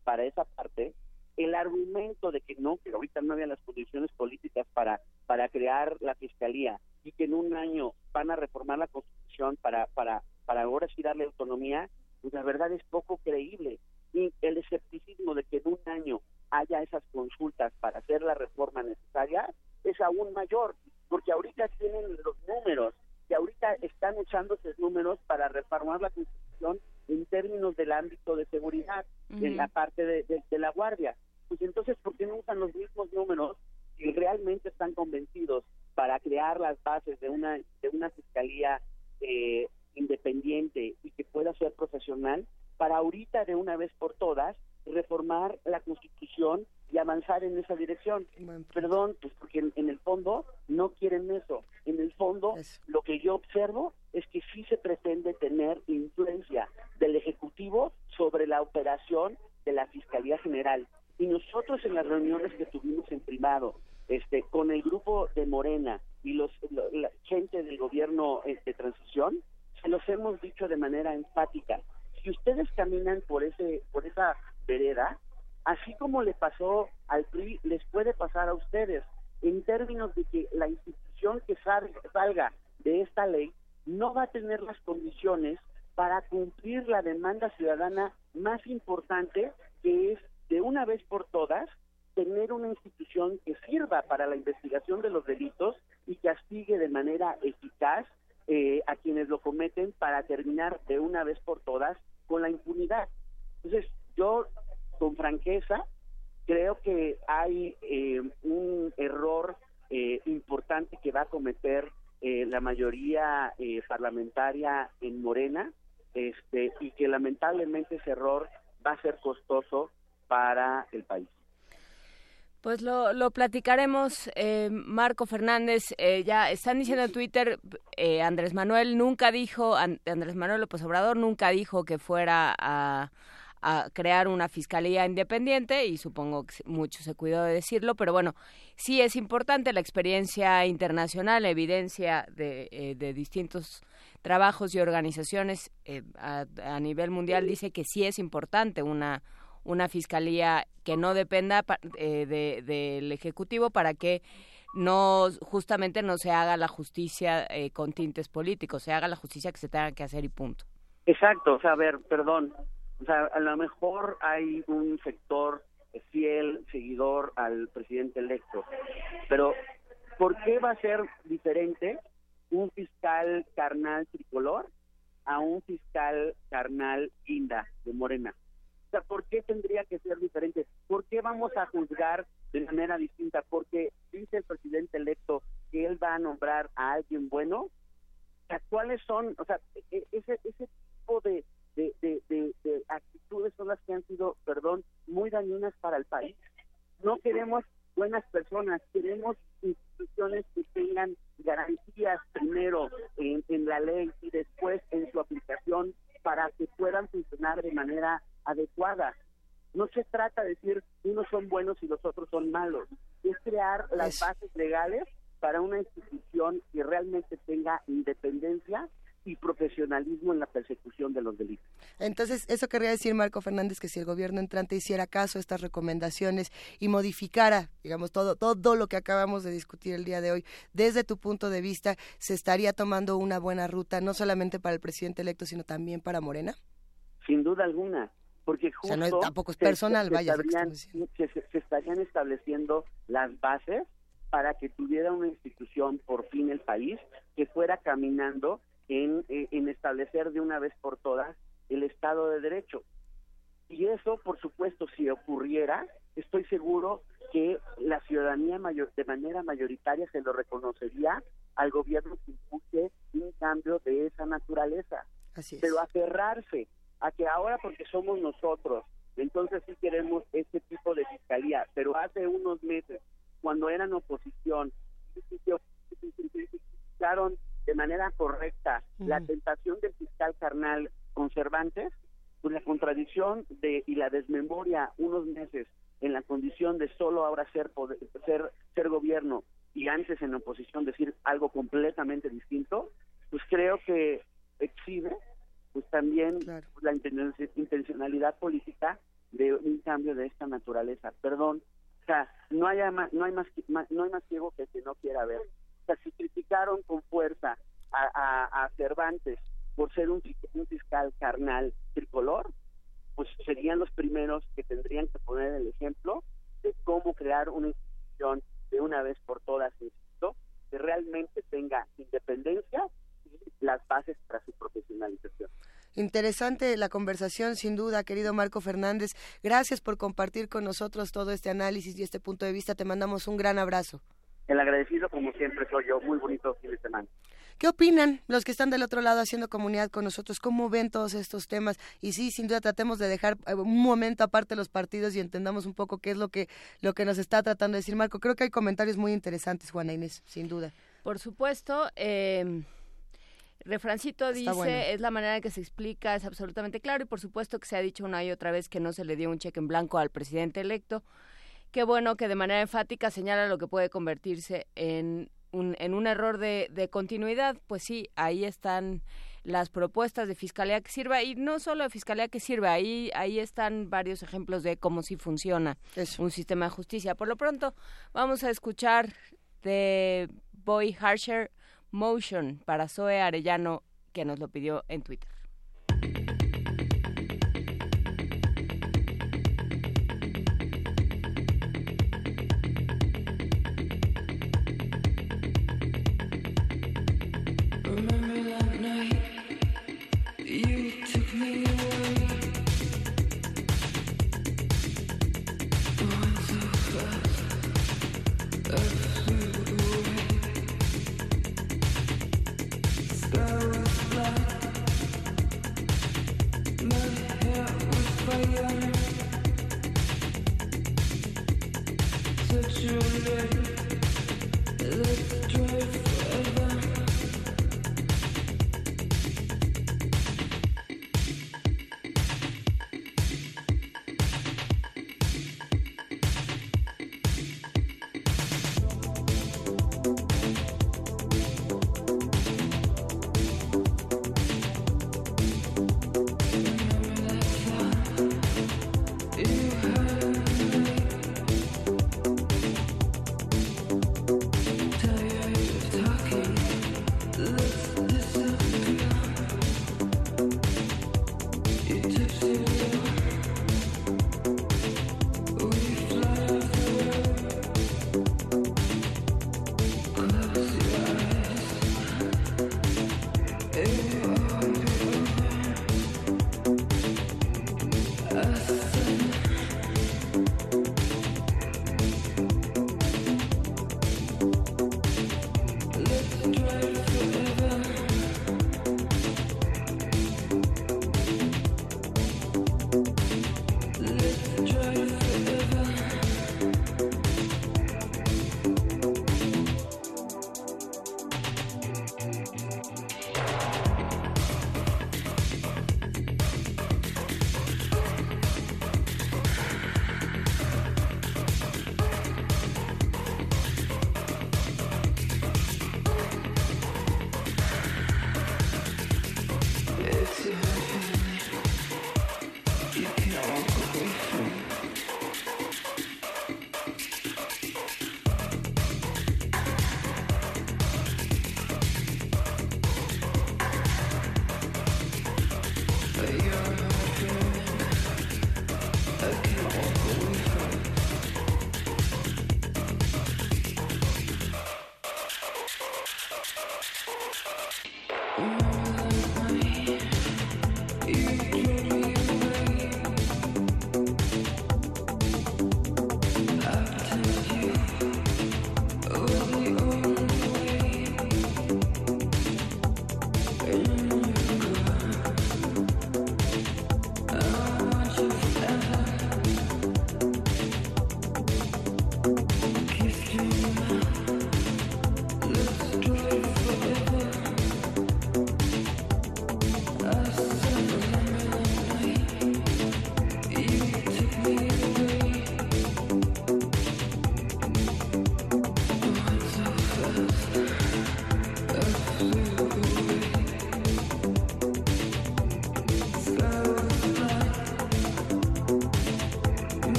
para esa parte, el argumento de que no, que ahorita no había las condiciones políticas para, para crear la fiscalía y que en un año van a reformar la Constitución para, para, para ahora sí darle autonomía, pues la verdad es poco creíble. Y el escepticismo de que en un año haya esas consultas para hacer la reforma necesaria es aún mayor, porque ahorita tienen los números, que ahorita están usando esos números para reformar la Constitución en términos del ámbito de seguridad, uh-huh. en la parte de, de, de la Guardia. Pues entonces, ¿por qué no usan los mismos números si realmente están convencidos para crear las bases de una de una fiscalía eh, independiente y que pueda ser profesional, para ahorita de una vez por todas reformar la Constitución y avanzar en esa dirección? Perdón, pues porque en, en el fondo no quieren eso. En el fondo, eso. Lo que yo observo es que sí se pretende tener influencia del Ejecutivo sobre la operación de la Fiscalía General. Y nosotros en las reuniones que tuvimos en privado, este, con el grupo de Morena y los lo, la gente del gobierno de este, transición, se los hemos dicho de manera enfática. Si ustedes caminan por ese por esa vereda, así como le pasó al P R I, les puede pasar a ustedes, en términos de que la institución que salga de esta ley no va a tener las condiciones para cumplir la demanda ciudadana más importante, que es, de una vez por todas, tener una institución que sirva para la investigación de los delitos y castigue de manera eficaz eh, a quienes lo cometen, para terminar de una vez por todas con la impunidad. Entonces, yo, con franqueza, creo que hay eh, un error eh, importante que va a cometer eh, la mayoría eh, parlamentaria en Morena, este, y que lamentablemente ese error va a ser costoso para el país. Pues lo, lo platicaremos, eh, Marco Fernández. Eh, ya están diciendo en Twitter, eh, Andrés Manuel nunca dijo, Andrés Manuel López Obrador nunca dijo que fuera a, a crear una fiscalía independiente, y supongo que mucho se cuidó de decirlo, pero bueno, sí es importante la experiencia internacional, la evidencia de, eh, de distintos trabajos y organizaciones eh, a, a nivel mundial dice que sí es importante una una fiscalía que no dependa eh, de, del Ejecutivo, para que no, justamente no se haga la justicia eh, con tintes políticos, se haga la justicia que se tenga que hacer y punto. Exacto, o sea, a ver, perdón, o sea, a lo mejor hay un sector fiel, seguidor al presidente electo, pero ¿por qué va a ser diferente un fiscal carnal tricolor a un fiscal carnal guinda de Morena? O sea, ¿por qué tendría que ser diferente? ¿Por qué vamos a juzgar de manera distinta? Porque dice el presidente electo que él va a nombrar a alguien bueno. O sea, ¿cuáles son? O sea, ese ese tipo de, de, de, de, de actitudes son las que han sido, perdón, muy dañinas para el país. No queremos buenas personas, queremos instituciones que tengan garantías primero en, en la ley y después en su aplicación, para que puedan funcionar de manera adecuada. No se trata de decir unos son buenos y los otros son malos, es crear las bases legales para una institución que realmente tenga independencia y profesionalismo en la persecución de los delitos. Entonces, eso querría decir, Marco Fernández, que si el gobierno entrante hiciera caso a estas recomendaciones y modificara, digamos, todo todo lo que acabamos de discutir el día de hoy, desde tu punto de vista, ¿se estaría tomando una buena ruta, no solamente para el presidente electo, sino también para Morena? Sin duda alguna, porque justo... O sea, no, tampoco es personal, se, vaya. Se estarían, se, se estarían estableciendo las bases para que tuviera una institución, por fin, el país, que fuera caminando En, en establecer de una vez por todas el Estado de Derecho. Y eso, por supuesto, si ocurriera, estoy seguro que la ciudadanía mayor, de manera mayoritaria se lo reconocería al gobierno que impulse un cambio de esa naturaleza. Así es. Pero aferrarse a que ahora, porque somos nosotros, entonces sí queremos este tipo de fiscalía, pero hace unos meses, cuando eran oposición, utilizaron de manera correcta uh-huh. la tentación del fiscal carnal con Cervantes, pues la contradicción de y la desmemoria unos meses en la condición de solo ahora ser poder, ser ser gobierno y antes en oposición decir algo completamente distinto, pues creo que exhibe pues también claro. la intencionalidad política de un cambio de esta naturaleza. Perdón, o sea, no hay más, no hay más, no hay más ciego que el que no quiera ver. O sea, si criticaron con fuerza a, a, a Cervantes por ser un, un fiscal carnal tricolor, pues serían los primeros que tendrían que poner el ejemplo de cómo crear una institución de una vez por todas, insisto, que realmente tenga independencia y las bases para su profesionalización. Interesante la conversación, sin duda, querido Marco Fernández. Gracias por compartir con nosotros todo este análisis y este punto de vista. Te mandamos un gran abrazo. El agradecido, como siempre, soy yo. Muy bonito fin de semana. ¿Qué opinan los que están del otro lado haciendo comunidad con nosotros? ¿Cómo ven todos estos temas? Y sí, sin duda, tratemos de dejar un momento aparte los partidos y entendamos un poco qué es lo que, lo que nos está tratando de decir Marco. Creo que hay comentarios muy interesantes, Juana Inés, sin duda. Por supuesto, eh... Refrancito dice, bueno. Es la manera en que se explica, es absolutamente claro, y por supuesto que se ha dicho una y otra vez que no se le dio un cheque en blanco al presidente electo. Qué bueno que de manera enfática señala lo que puede convertirse en un, en un error de, de continuidad. Pues sí, ahí están las propuestas de fiscalía que sirva, y no solo de fiscalía que sirva, ahí, ahí están varios ejemplos de cómo sí funciona Eso. un sistema de justicia. Por lo pronto, vamos a escuchar de Boy Harsher Motion para Zoe Arellano, que nos lo pidió en Twitter.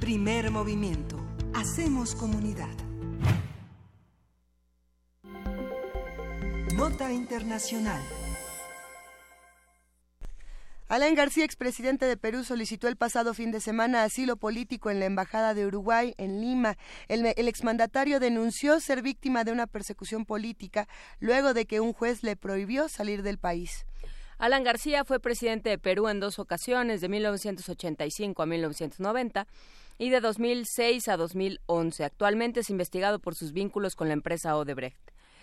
Primer movimiento. Hacemos comunidad. Nota internacional. Alan García, expresidente de Perú, solicitó el pasado fin de semana asilo político en la Embajada de Uruguay en Lima. El, el exmandatario denunció ser víctima de una persecución política luego de que un juez le prohibió salir del país. Alan García fue presidente de Perú en dos ocasiones, de mil novecientos ochenta y cinco a mil novecientos noventa y de dos mil seis a dos mil once. Actualmente es investigado por sus vínculos con la empresa Odebrecht.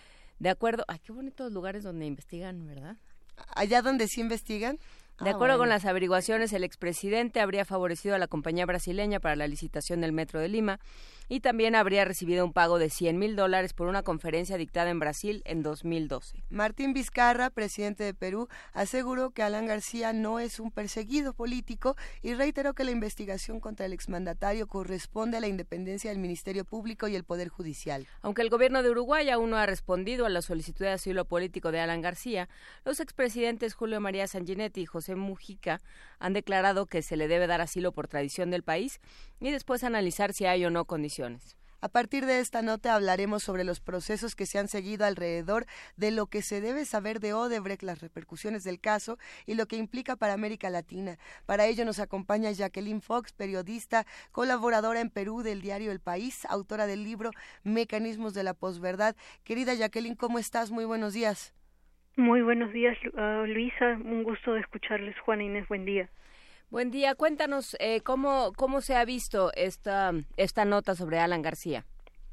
De acuerdo... Ay, qué bonitos lugares donde investigan, ¿verdad? ¿Allá donde sí investigan? De acuerdo ah, bueno. con las averiguaciones, el expresidente habría favorecido a la compañía brasileña para la licitación del Metro de Lima y también habría recibido un pago de cien mil dólares por una conferencia dictada en Brasil en dos mil doce. Martín Vizcarra, presidente de Perú, aseguró que Alan García no es un perseguido político y reiteró que la investigación contra el exmandatario corresponde a la independencia del Ministerio Público y el Poder Judicial. Aunque el gobierno de Uruguay aún no ha respondido a la solicitud de asilo político de Alan García, los expresidentes Julio María Sanguinetti y José Mujica han declarado que se le debe dar asilo por tradición del país y después analizar si hay o no condiciones. A partir de esta nota hablaremos sobre los procesos que se han seguido alrededor de lo que se debe saber de Odebrecht, las repercusiones del caso y lo que implica para América Latina. Para ello nos acompaña Jacqueline Fox, periodista, colaboradora en Perú del diario El País, autora del libro Mecanismos de la Posverdad. Querida Jacqueline, ¿cómo estás? Muy buenos días. Muy buenos días, uh, Luisa. Un gusto de escucharles. Juana Inés, buen día. Buen día. Cuéntanos eh, cómo cómo se ha visto esta esta nota sobre Alan García.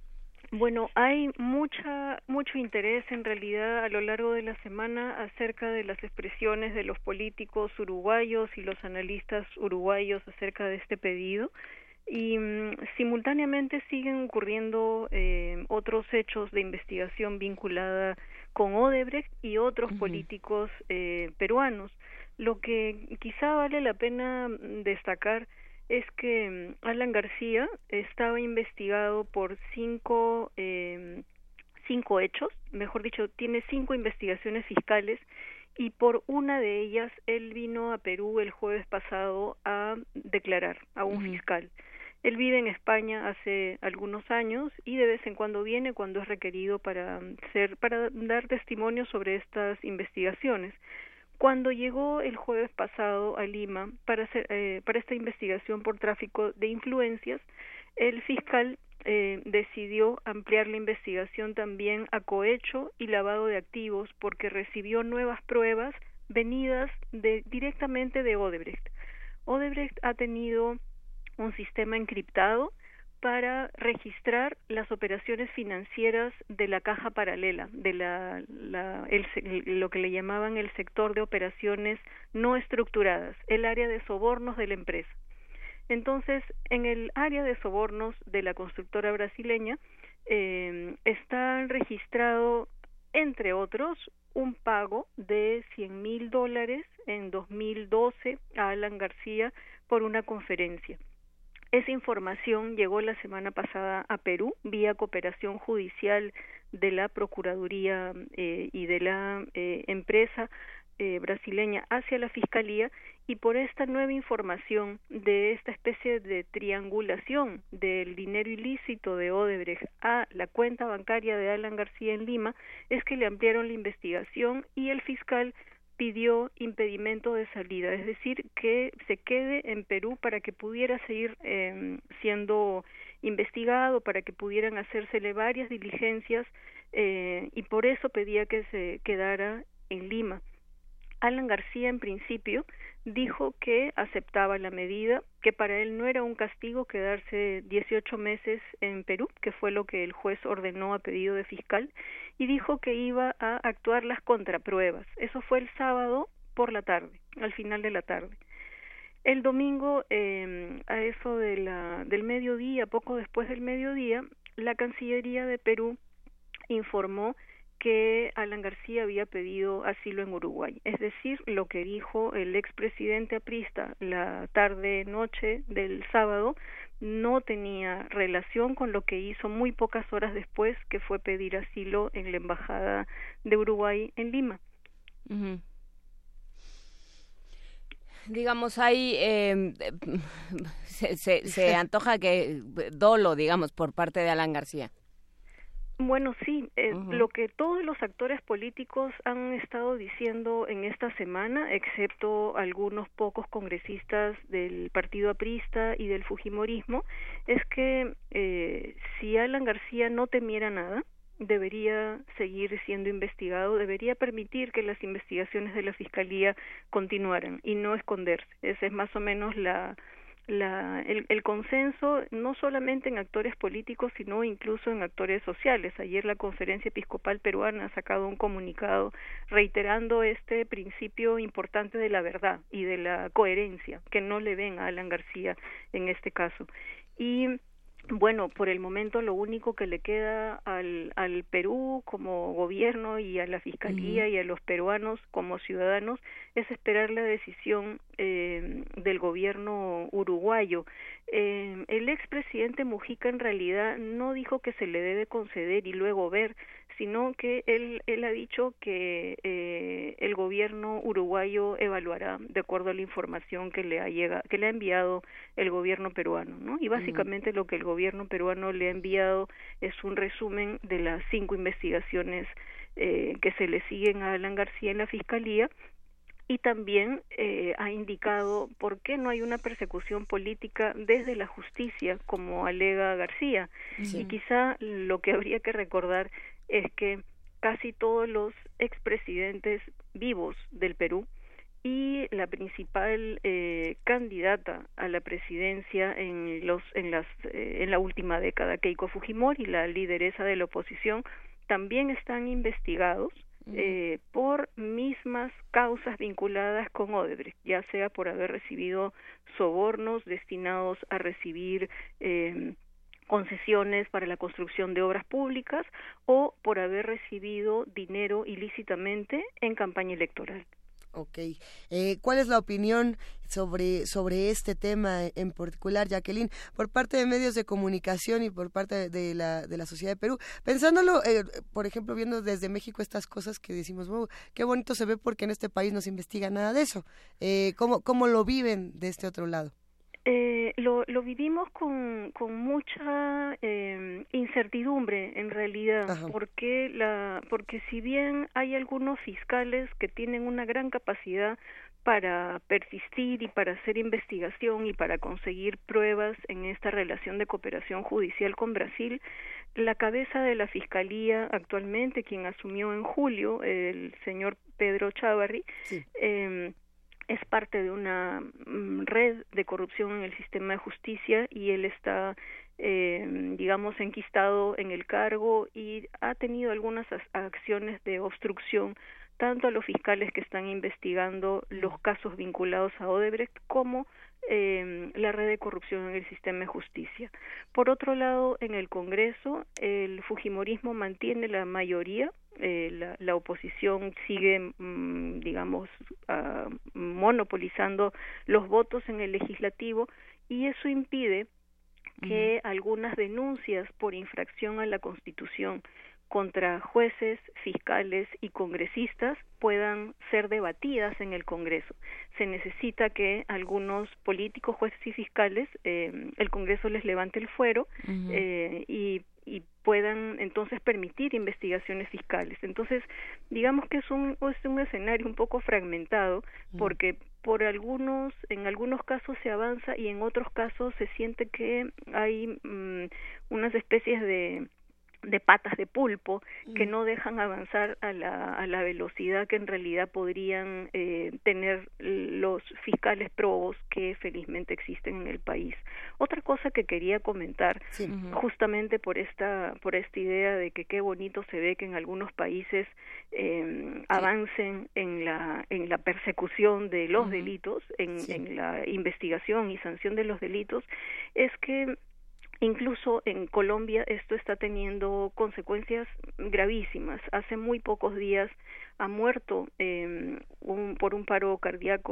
Bueno, hay mucha mucho interés en realidad a lo largo de la semana acerca de las expresiones de los políticos uruguayos y los analistas uruguayos acerca de este pedido. Y um, simultáneamente siguen ocurriendo eh, otros hechos de investigación vinculada con Odebrecht y otros uh-huh. políticos eh, peruanos. Lo que quizá vale la pena destacar es que um, Alan García estaba investigado por cinco eh, cinco hechos, mejor dicho, tiene cinco investigaciones fiscales y por una de ellas él vino a Perú el jueves pasado a declarar a un uh-huh. fiscal. Él vive en España hace algunos años y de vez en cuando viene cuando es requerido para ser para dar testimonio sobre estas investigaciones. Cuando llegó el jueves pasado a Lima para hacer eh, para esta investigación por tráfico de influencias, el fiscal eh, decidió ampliar la investigación también a cohecho y lavado de activos porque recibió nuevas pruebas venidas de directamente de Odebrecht. Odebrecht ha tenido un sistema encriptado para registrar las operaciones financieras de la caja paralela, de la, la el, lo que le llamaban el sector de operaciones no estructuradas, el área de sobornos de la empresa. Entonces, en el área de sobornos de la constructora brasileña eh, está registrado, entre otros, un pago de cien mil dólares en dos mil doce a Alan García por una conferencia. Esa información llegó la semana pasada a Perú vía cooperación judicial de la Procuraduría eh, y de la eh, empresa eh, brasileña hacia la Fiscalía y por esta nueva información de esta especie de triangulación del dinero ilícito de Odebrecht a la cuenta bancaria de Alan García en Lima es que le ampliaron la investigación y el fiscal pidió impedimento de salida, es decir, que se quede en Perú para que pudiera seguir eh, siendo investigado, para que pudieran hacérsele varias diligencias eh, y por eso pedía que se quedara en Lima. Alan García, en principio, dijo que aceptaba la medida, que para él no era un castigo quedarse dieciocho meses en Perú, que fue lo que el juez ordenó a pedido de fiscal, y dijo que iba a actuar las contrapruebas. Eso fue el sábado por la tarde, al final de la tarde. El domingo, eh, a eso de la, del mediodía, poco después del mediodía, la Cancillería de Perú informó que Alan García había pedido asilo en Uruguay, es decir, lo que dijo el expresidente aprista la tarde-noche del sábado no tenía relación con lo que hizo muy pocas horas después, que fue pedir asilo en la Embajada de Uruguay en Lima. Uh-huh. digamos, hay, eh, se, se, se antoja que dolo, digamos, por parte de Alan García. Bueno, sí, eh, Uh-huh. lo que todos los actores políticos han estado diciendo en esta semana, excepto algunos pocos congresistas del partido aprista y del fujimorismo, es que eh, si Alan García no temiera nada, debería seguir siendo investigado, debería permitir que las investigaciones de la Fiscalía continuaran y no esconderse. Esa es más o menos la... La, el, el consenso no solamente en actores políticos sino incluso en actores sociales. Ayer la Conferencia Episcopal Peruana ha sacado un comunicado reiterando este principio importante de la verdad y de la coherencia que no le ven a Alan García en este caso. Y bueno, por el momento lo único que le queda al, al Perú como gobierno y a la Fiscalía uh-huh. y a los peruanos como ciudadanos es esperar la decisión eh, del gobierno uruguayo. Eh, el expresidente Mujica en realidad no dijo que se le debe conceder y luego ver, sino que él, él ha dicho que eh, el gobierno uruguayo evaluará de acuerdo a la información que le ha llegado, que le ha enviado el gobierno peruano, ¿no? Y básicamente uh-huh. lo que el gobierno peruano le ha enviado es un resumen de las cinco investigaciones eh, que se le siguen a Alan García en la Fiscalía, y también eh, ha indicado por qué no hay una persecución política desde la justicia, como alega García. Sí. Y quizá lo que habría que recordar es que casi todos los expresidentes vivos del Perú y la principal eh, candidata a la presidencia en los en las eh, en la última década, Keiko Fujimori, la lideresa de la oposición, también están investigados eh, por mismas causas vinculadas con Odebrecht, ya sea por haber recibido sobornos destinados a recibir eh, concesiones para la construcción de obras públicas o por haber recibido dinero ilícitamente en campaña electoral. Ok. Eh, ¿Cuál es la opinión sobre, sobre este tema en particular, Jacqueline, por parte de medios de comunicación y por parte de la, de la sociedad de Perú? Pensándolo, eh, por ejemplo, viendo desde México estas cosas que decimos, wow, qué bonito se ve porque en este país no se investiga nada de eso. Eh, ¿cómo, ¿Cómo lo viven de este otro lado? Eh, lo, lo vivimos con, con mucha eh, incertidumbre en realidad, Ajá. porque la porque si bien hay algunos fiscales que tienen una gran capacidad para persistir y para hacer investigación y para conseguir pruebas en esta relación de cooperación judicial con Brasil, la cabeza de la Fiscalía actualmente, quien asumió en julio, el señor Pedro Chávarri, sí. eh, es parte de una mm, red de corrupción en el sistema de justicia y él está, eh, digamos, enquistado en el cargo y ha tenido algunas acciones de obstrucción tanto a los fiscales que están investigando los casos vinculados a Odebrecht como eh, la red de corrupción en el sistema de justicia. Por otro lado, en el Congreso, el fujimorismo mantiene la mayoría. Eh, la, la oposición sigue, mmm, digamos, uh, monopolizando los votos en el legislativo y eso impide que uh-huh. algunas denuncias por infracción a la Constitución contra jueces, fiscales y congresistas puedan ser debatidas en el Congreso. Se necesita que algunos políticos, jueces y fiscales, eh, el Congreso les levante el fuero uh-huh. eh, y y puedan entonces permitir investigaciones fiscales. Entonces, digamos que es un, es un escenario un poco fragmentado, porque por algunos, en algunos casos se avanza y en otros casos se siente que hay mmm, unas especies de de patas de pulpo que no dejan avanzar a la, a la velocidad que en realidad podrían eh, tener los fiscales probos que felizmente existen en el país. Otra cosa que quería comentar, sí. uh-huh. justamente por esta por esta idea de que qué bonito se ve que en algunos países eh, sí. avancen en la en la persecución de los uh-huh. delitos, en, sí. en la investigación y sanción de los delitos, es que incluso en Colombia esto está teniendo consecuencias gravísimas. Hace muy pocos días ha muerto eh, un, por un paro cardíaco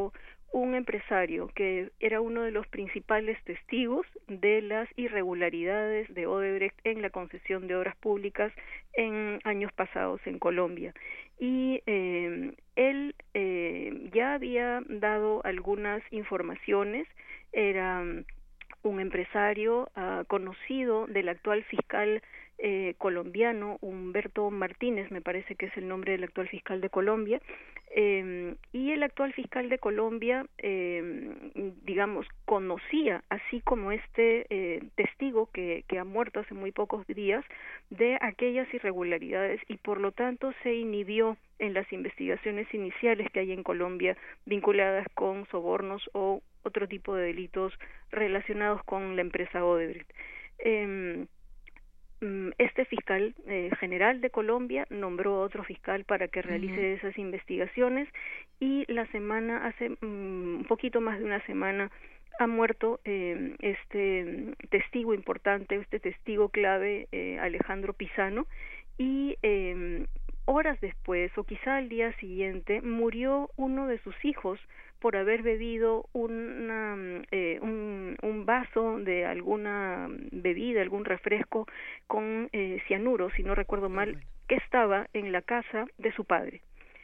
un empresario que era uno de los principales testigos de las irregularidades de Odebrecht en la concesión de obras públicas en años pasados en Colombia. Y eh, él eh, ya había dado algunas informaciones, era un empresario uh, conocido del actual fiscal eh, colombiano, Humberto Martínez, me parece que es el nombre del actual fiscal de Colombia, eh, y el actual fiscal de Colombia, eh, digamos, conocía, así como este eh, testigo que, que ha muerto hace muy pocos días, de aquellas irregularidades y por lo tanto se inhibió en las investigaciones iniciales que hay en Colombia vinculadas con sobornos o otro tipo de delitos relacionados con la empresa Odebrecht. Eh, Este fiscal eh, general de Colombia nombró a otro fiscal para que realice uh-huh. esas investigaciones y la semana, hace um, un poquito más de una semana, ha muerto eh, este testigo importante, este testigo clave, eh, Alejandro Pisano, y eh, horas después, o quizá al día siguiente, murió uno de sus hijos por haber bebido una, eh, un, un vaso de alguna bebida, algún refresco con eh, cianuro, si no recuerdo mal, que estaba en la casa de su padre.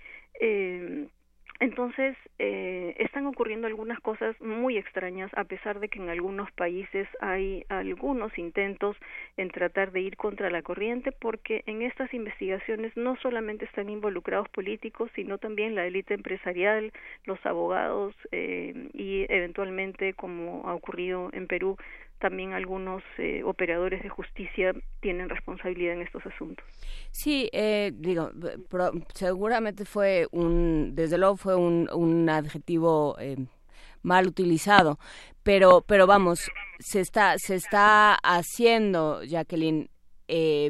Eh, Entonces, eh, están ocurriendo algunas cosas muy extrañas, a pesar de que en algunos países hay algunos intentos en tratar de ir contra la corriente, porque en estas investigaciones no solamente están involucrados políticos, sino también la élite empresarial, los abogados eh, y eventualmente, como ha ocurrido en Perú, también algunos eh, operadores de justicia tienen responsabilidad en estos asuntos. Sí, eh, digo, pro, seguramente fue un, desde luego fue un, un adjetivo eh, mal utilizado, pero, pero vamos, se está, se está haciendo, Jacqueline, eh,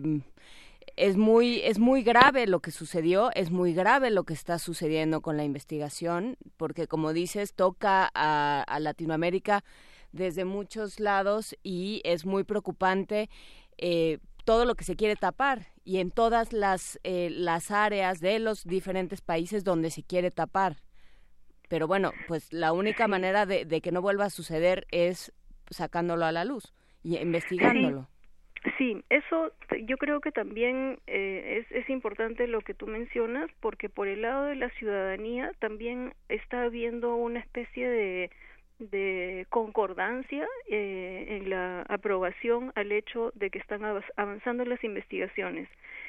es muy, es muy grave lo que sucedió, es muy grave lo que está sucediendo con la investigación, porque como dices, toca a, a Latinoamérica desde muchos lados y es muy preocupante eh, todo lo que se quiere tapar y en todas las eh, las áreas de los diferentes países donde se quiere tapar. Pero bueno, pues la única manera de, de que no vuelva a suceder es sacándolo a la luz y investigándolo. Sí, sí, eso yo creo que también eh, es, es importante lo que tú mencionas, porque por el lado de la ciudadanía también está habiendo una especie de de concordancia eh, en la aprobación al hecho de que están avanzando las investigaciones.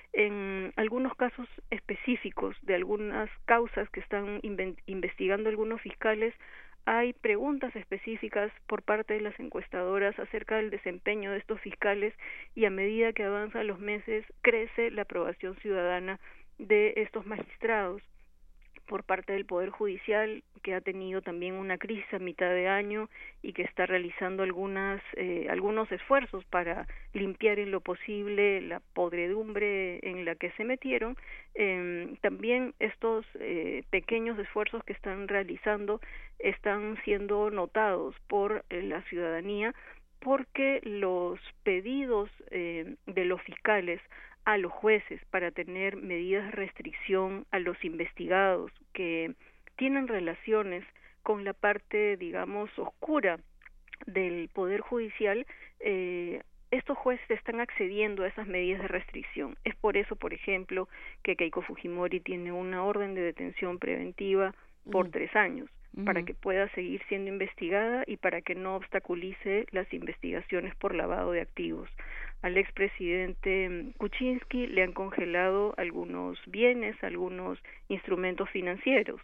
En algunos casos específicos de algunas causas que están investigando algunos fiscales, hay preguntas específicas por parte de las encuestadoras acerca del desempeño de estos fiscales y a medida que avanzan los meses crece la aprobación ciudadana de estos magistrados. Por parte del Poder Judicial, que ha tenido también una crisis a mitad de año y que está realizando algunas eh, algunos esfuerzos para limpiar en lo posible la podredumbre en la que se metieron, eh, también estos eh, pequeños esfuerzos que están realizando están siendo notados por eh, la ciudadanía, porque los pedidos eh, de los fiscales a los jueces para tener medidas de restricción a los investigados que tienen relaciones con la parte, digamos, oscura del Poder Judicial, eh, estos jueces están accediendo a esas medidas de restricción. Es por eso, por ejemplo, que Keiko Fujimori tiene una orden de detención preventiva por mm. tres años, mm. para que pueda seguir siendo investigada y para que no obstaculice las investigaciones por lavado de activos. Al expresidente Kuczynski le han congelado algunos bienes, algunos instrumentos financieros.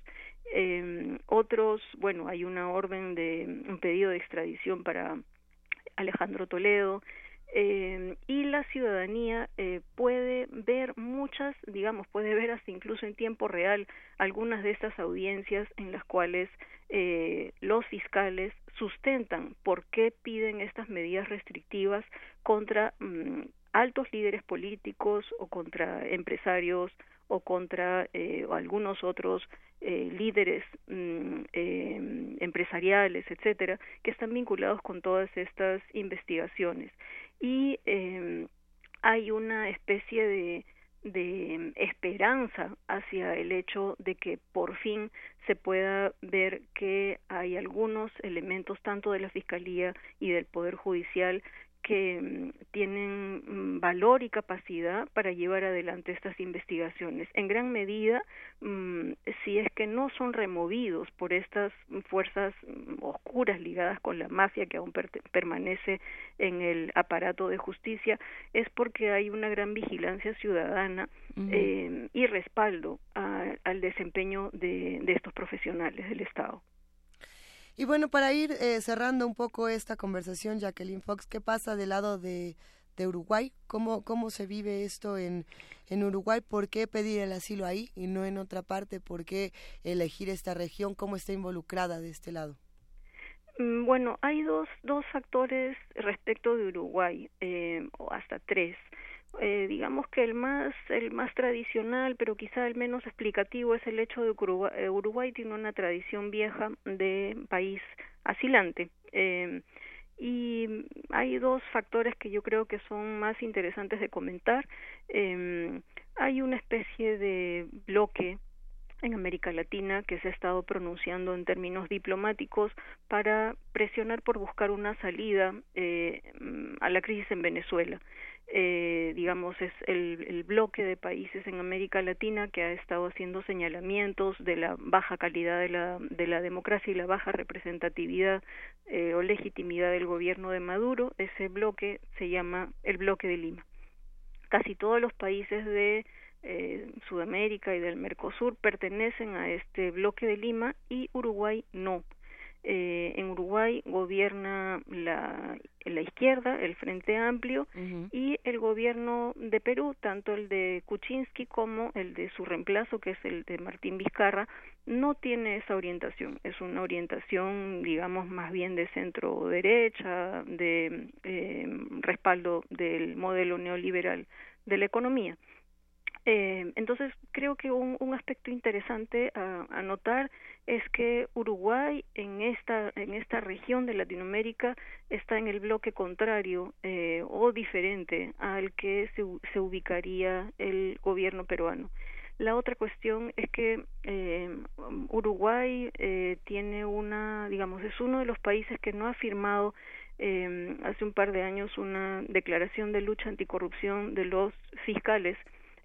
Eh, otros, bueno, hay una orden de un pedido de extradición para Alejandro Toledo, eh, y la ciudadanía eh, puede ver muchas, digamos, puede ver hasta incluso en tiempo real algunas de estas audiencias en las cuales eh, los fiscales sustentan por qué piden estas medidas restrictivas contra mm, altos líderes políticos o contra empresarios o contra eh, o algunos otros eh, líderes mm, eh, empresariales, etcétera, que están vinculados con todas estas investigaciones. Y eh, hay una especie de, de esperanza hacia el hecho de que por fin se pueda ver que hay algunos elementos tanto de la Fiscalía y del Poder Judicial que mm, tienen mm, valor y capacidad para llevar adelante estas investigaciones. En gran medida, mm, si es que no son removidos por estas fuerzas mm, oscuras ligadas con la mafia que aún per permanece en el aparato de justicia, es porque hay una gran vigilancia ciudadana uh-huh. eh, y respaldo a, al desempeño de, de estos profesionales del Estado. Y bueno, para ir eh, cerrando un poco esta conversación, Jacqueline Fox, ¿qué pasa del lado de, de Uruguay? ¿Cómo, cómo se vive esto en, en Uruguay? ¿Por qué pedir el asilo ahí y no en otra parte? ¿Por qué elegir esta región? ¿Cómo está involucrada de este lado? Bueno, hay dos, dos factores respecto de Uruguay, eh, o hasta tres. Eh, digamos que el más el más tradicional, pero quizá el menos explicativo, es el hecho de que Uruguay, Uruguay tiene una tradición vieja de país asilante. Eh, y hay dos factores que yo creo que son más interesantes de comentar. Eh, hay una especie de bloque en América Latina que se ha estado pronunciando en términos diplomáticos para presionar por buscar una salida eh, a la crisis en Venezuela. Eh, digamos, es el, el bloque de países en América Latina que ha estado haciendo señalamientos de la baja calidad de la, de la democracia y la baja representatividad eh, o legitimidad del gobierno de Maduro. Ese bloque se llama el Bloque de Lima. Casi todos los países de eh, Sudamérica y del Mercosur pertenecen a este Bloque de Lima y Uruguay no. Eh, en Uruguay gobierna la, la izquierda, el Frente Amplio, uh-huh. y el gobierno de Perú, tanto el de Kuczynski como el de su reemplazo, que es el de Martín Vizcarra, no tiene esa orientación. Es una orientación, digamos, más bien de centro-derecha, de eh, respaldo del modelo neoliberal de la economía. Eh, entonces, creo que un, un aspecto interesante a, a notar es que Uruguay en esta en esta región de Latinoamérica está en el bloque contrario eh, o diferente al que se, se ubicaría el gobierno peruano. La otra cuestión es que eh, Uruguay eh, tiene una, digamos, es uno de los países que no ha firmado eh, hace un par de años una declaración de lucha anticorrupción de los fiscales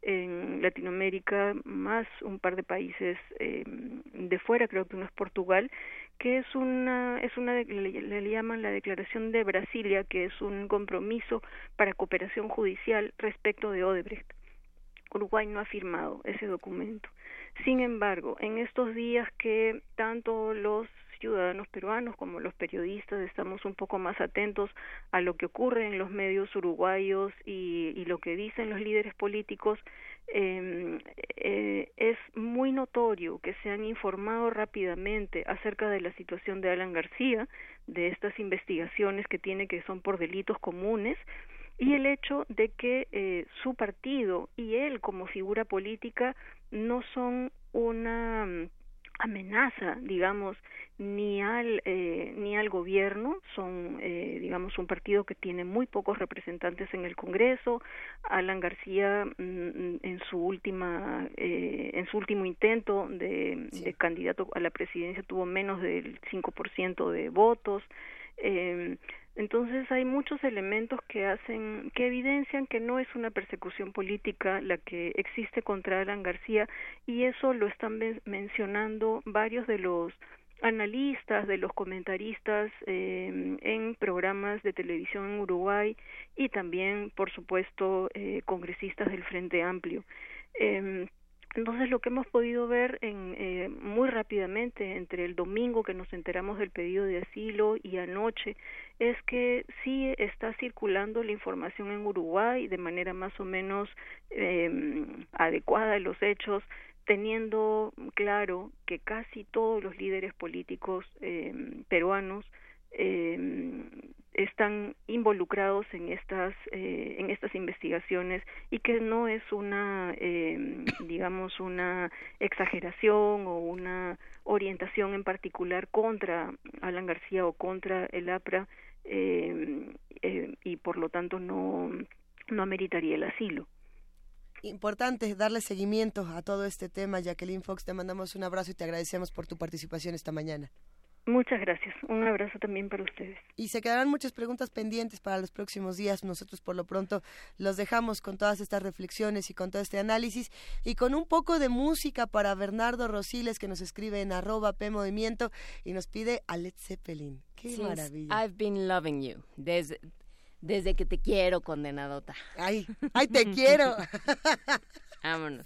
en Latinoamérica, más un par de países eh, de fuera, creo que uno es Portugal, que es una, es una le, le llaman la Declaración de Brasilia, que es un compromiso para cooperación judicial respecto de Odebrecht. Uruguay no ha firmado ese documento. Sin embargo, en estos días que tanto los ciudadanos peruanos como los periodistas estamos un poco más atentos a lo que ocurre en los medios uruguayos y, y lo que dicen los líderes políticos, eh, eh, es muy notorio que se han informado rápidamente acerca de la situación de Alan García, de estas investigaciones que tiene que son por delitos comunes, y el hecho de que eh, su partido y él como figura política no son una amenaza, digamos, ni al eh, ni al gobierno. Son, eh, digamos, un partido que tiene muy pocos representantes en el Congreso. Alan García, mm, en su última eh, en su último intento de, sí. de candidato a la presidencia tuvo menos del cinco por ciento de votos. Eh, Entonces hay muchos elementos que hacen, que evidencian que no es una persecución política la que existe contra Alan García, y eso lo están men- mencionando varios de los analistas, de los comentaristas eh, en programas de televisión en Uruguay y también, por supuesto, eh, congresistas del Frente Amplio. Eh, Entonces, lo que hemos podido ver en, eh, muy rápidamente entre el domingo que nos enteramos del pedido de asilo y anoche es que sí está circulando la información en Uruguay de manera más o menos eh, adecuada a los hechos, teniendo claro que casi todos los líderes políticos eh, peruanos eh, están involucrados en estas eh, en estas investigaciones y que no es una eh, digamos una exageración o una orientación en particular contra Alan García o contra el APRA eh, eh, y por lo tanto no no ameritaría el asilo. importante darle seguimiento a todo este tema. Jacqueline Fox, te mandamos un abrazo y te agradecemos por tu participación esta mañana. Muchas gracias. Un abrazo también para ustedes. Y se quedarán muchas preguntas pendientes para los próximos días. Nosotros por lo pronto los dejamos con todas estas reflexiones y con todo este análisis y con un poco de música para Bernardo Rosiles, que nos escribe en arroba P Movimiento y nos pide a Led Zeppelin. ¡Qué Since maravilla! I've been loving you. Desde, desde que te quiero, condenadota. ¡Ay, ay te quiero! Vámonos.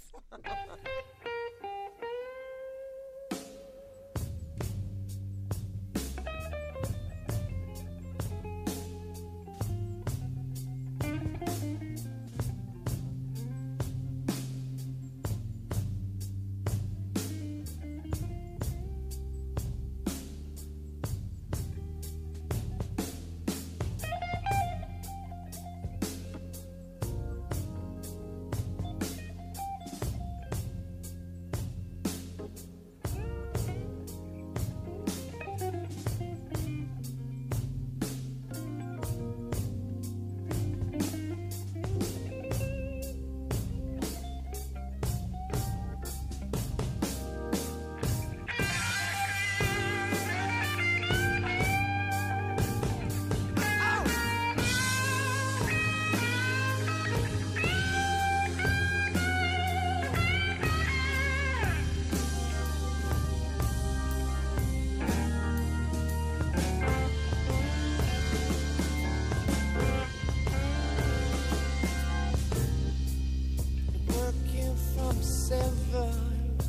Working from seven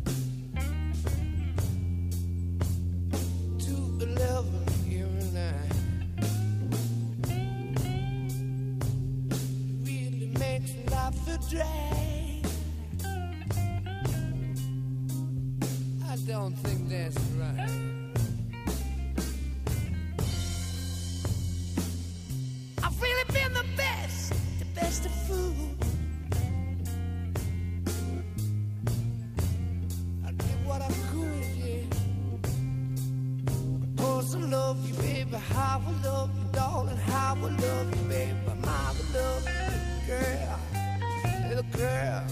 to eleven every night really makes life a drag. I don't think that's right. I've really been the best, the best of food. What I could, yeah. Of course I love you, baby. How I love you, darling. How I love you, baby. My love you, girl, little girl.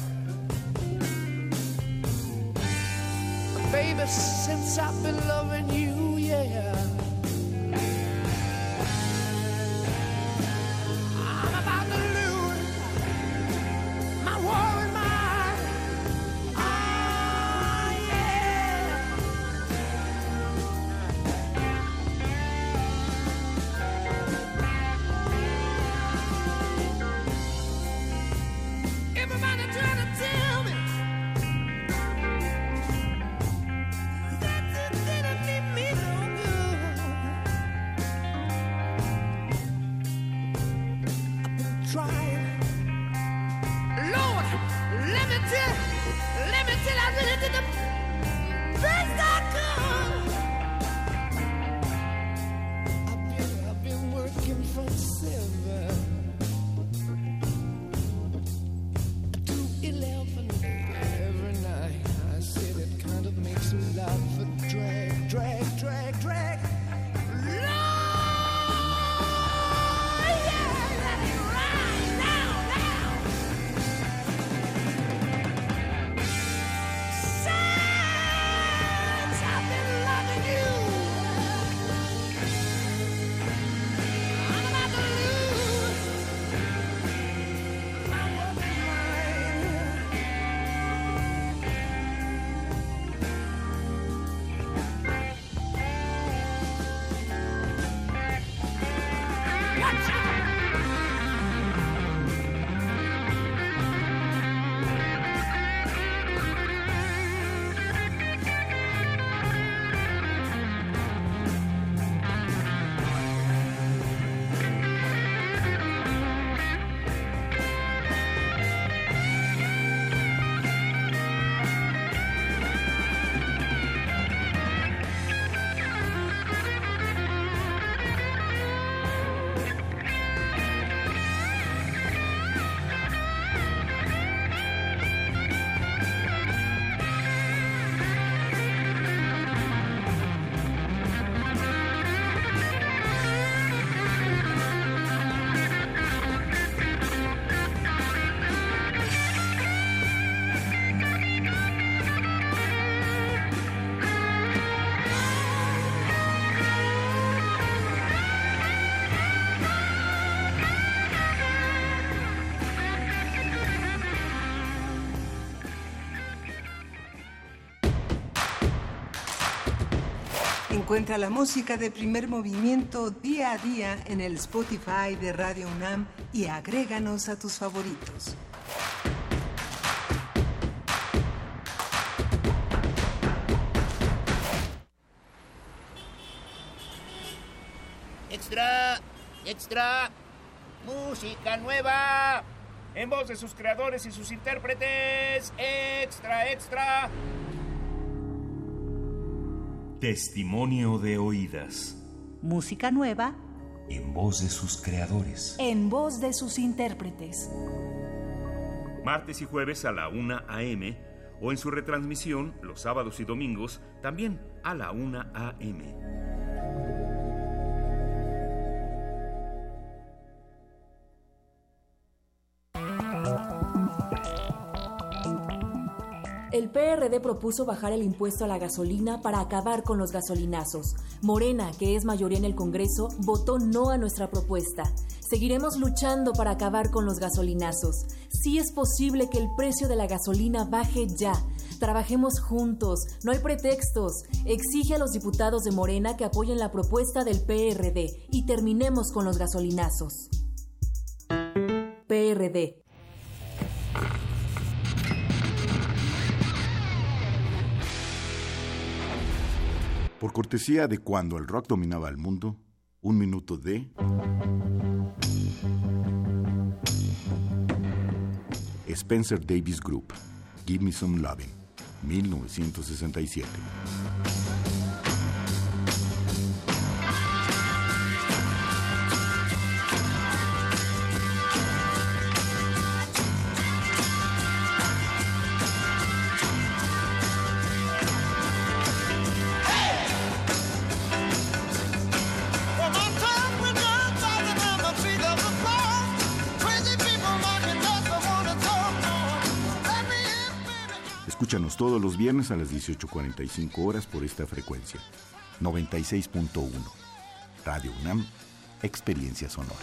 Baby, since I've been loving you, yeah. I'm about to lose my worry, my everybody trying to tell me that you didn't leave me no good. I've been trying. Lord, let me tell, let me tell, I really did the best I could. I've been, I've been working from seven eleven every night. I said it kind of makes life a drag, drag, drag, drag. Lord, yeah, let it ride now, now. Sad Encuentra la música de Primer Movimiento día a día en el Spotify de Radio UNAM y agréganos a tus favoritos. Extra, extra, música nueva. En voz de sus creadores y sus intérpretes. Extra, extra. Testimonio de oídas. Música nueva. En voz de sus creadores. En voz de sus intérpretes. Martes y jueves a la una a eme o en su retransmisión los sábados y domingos también a la una a eme. El P R D propuso bajar el impuesto a la gasolina para acabar con los gasolinazos. Morena, que es mayoría en el Congreso, votó no a nuestra propuesta. Seguiremos luchando para acabar con los gasolinazos. Sí es posible que el precio de la gasolina baje ya. Trabajemos juntos, no hay pretextos. Exige a los diputados de Morena que apoyen la propuesta del P R D y terminemos con los gasolinazos. P R D. Por cortesía de cuando el rock dominaba el mundo, un minuto de... Spencer Davis Group, Give Me Some Lovin', mil novecientos sesenta y siete. Escúchanos todos los viernes a las dieciocho cuarenta y cinco horas por esta frecuencia. noventa y seis punto uno. Radio UNAM, Experiencia Sonora.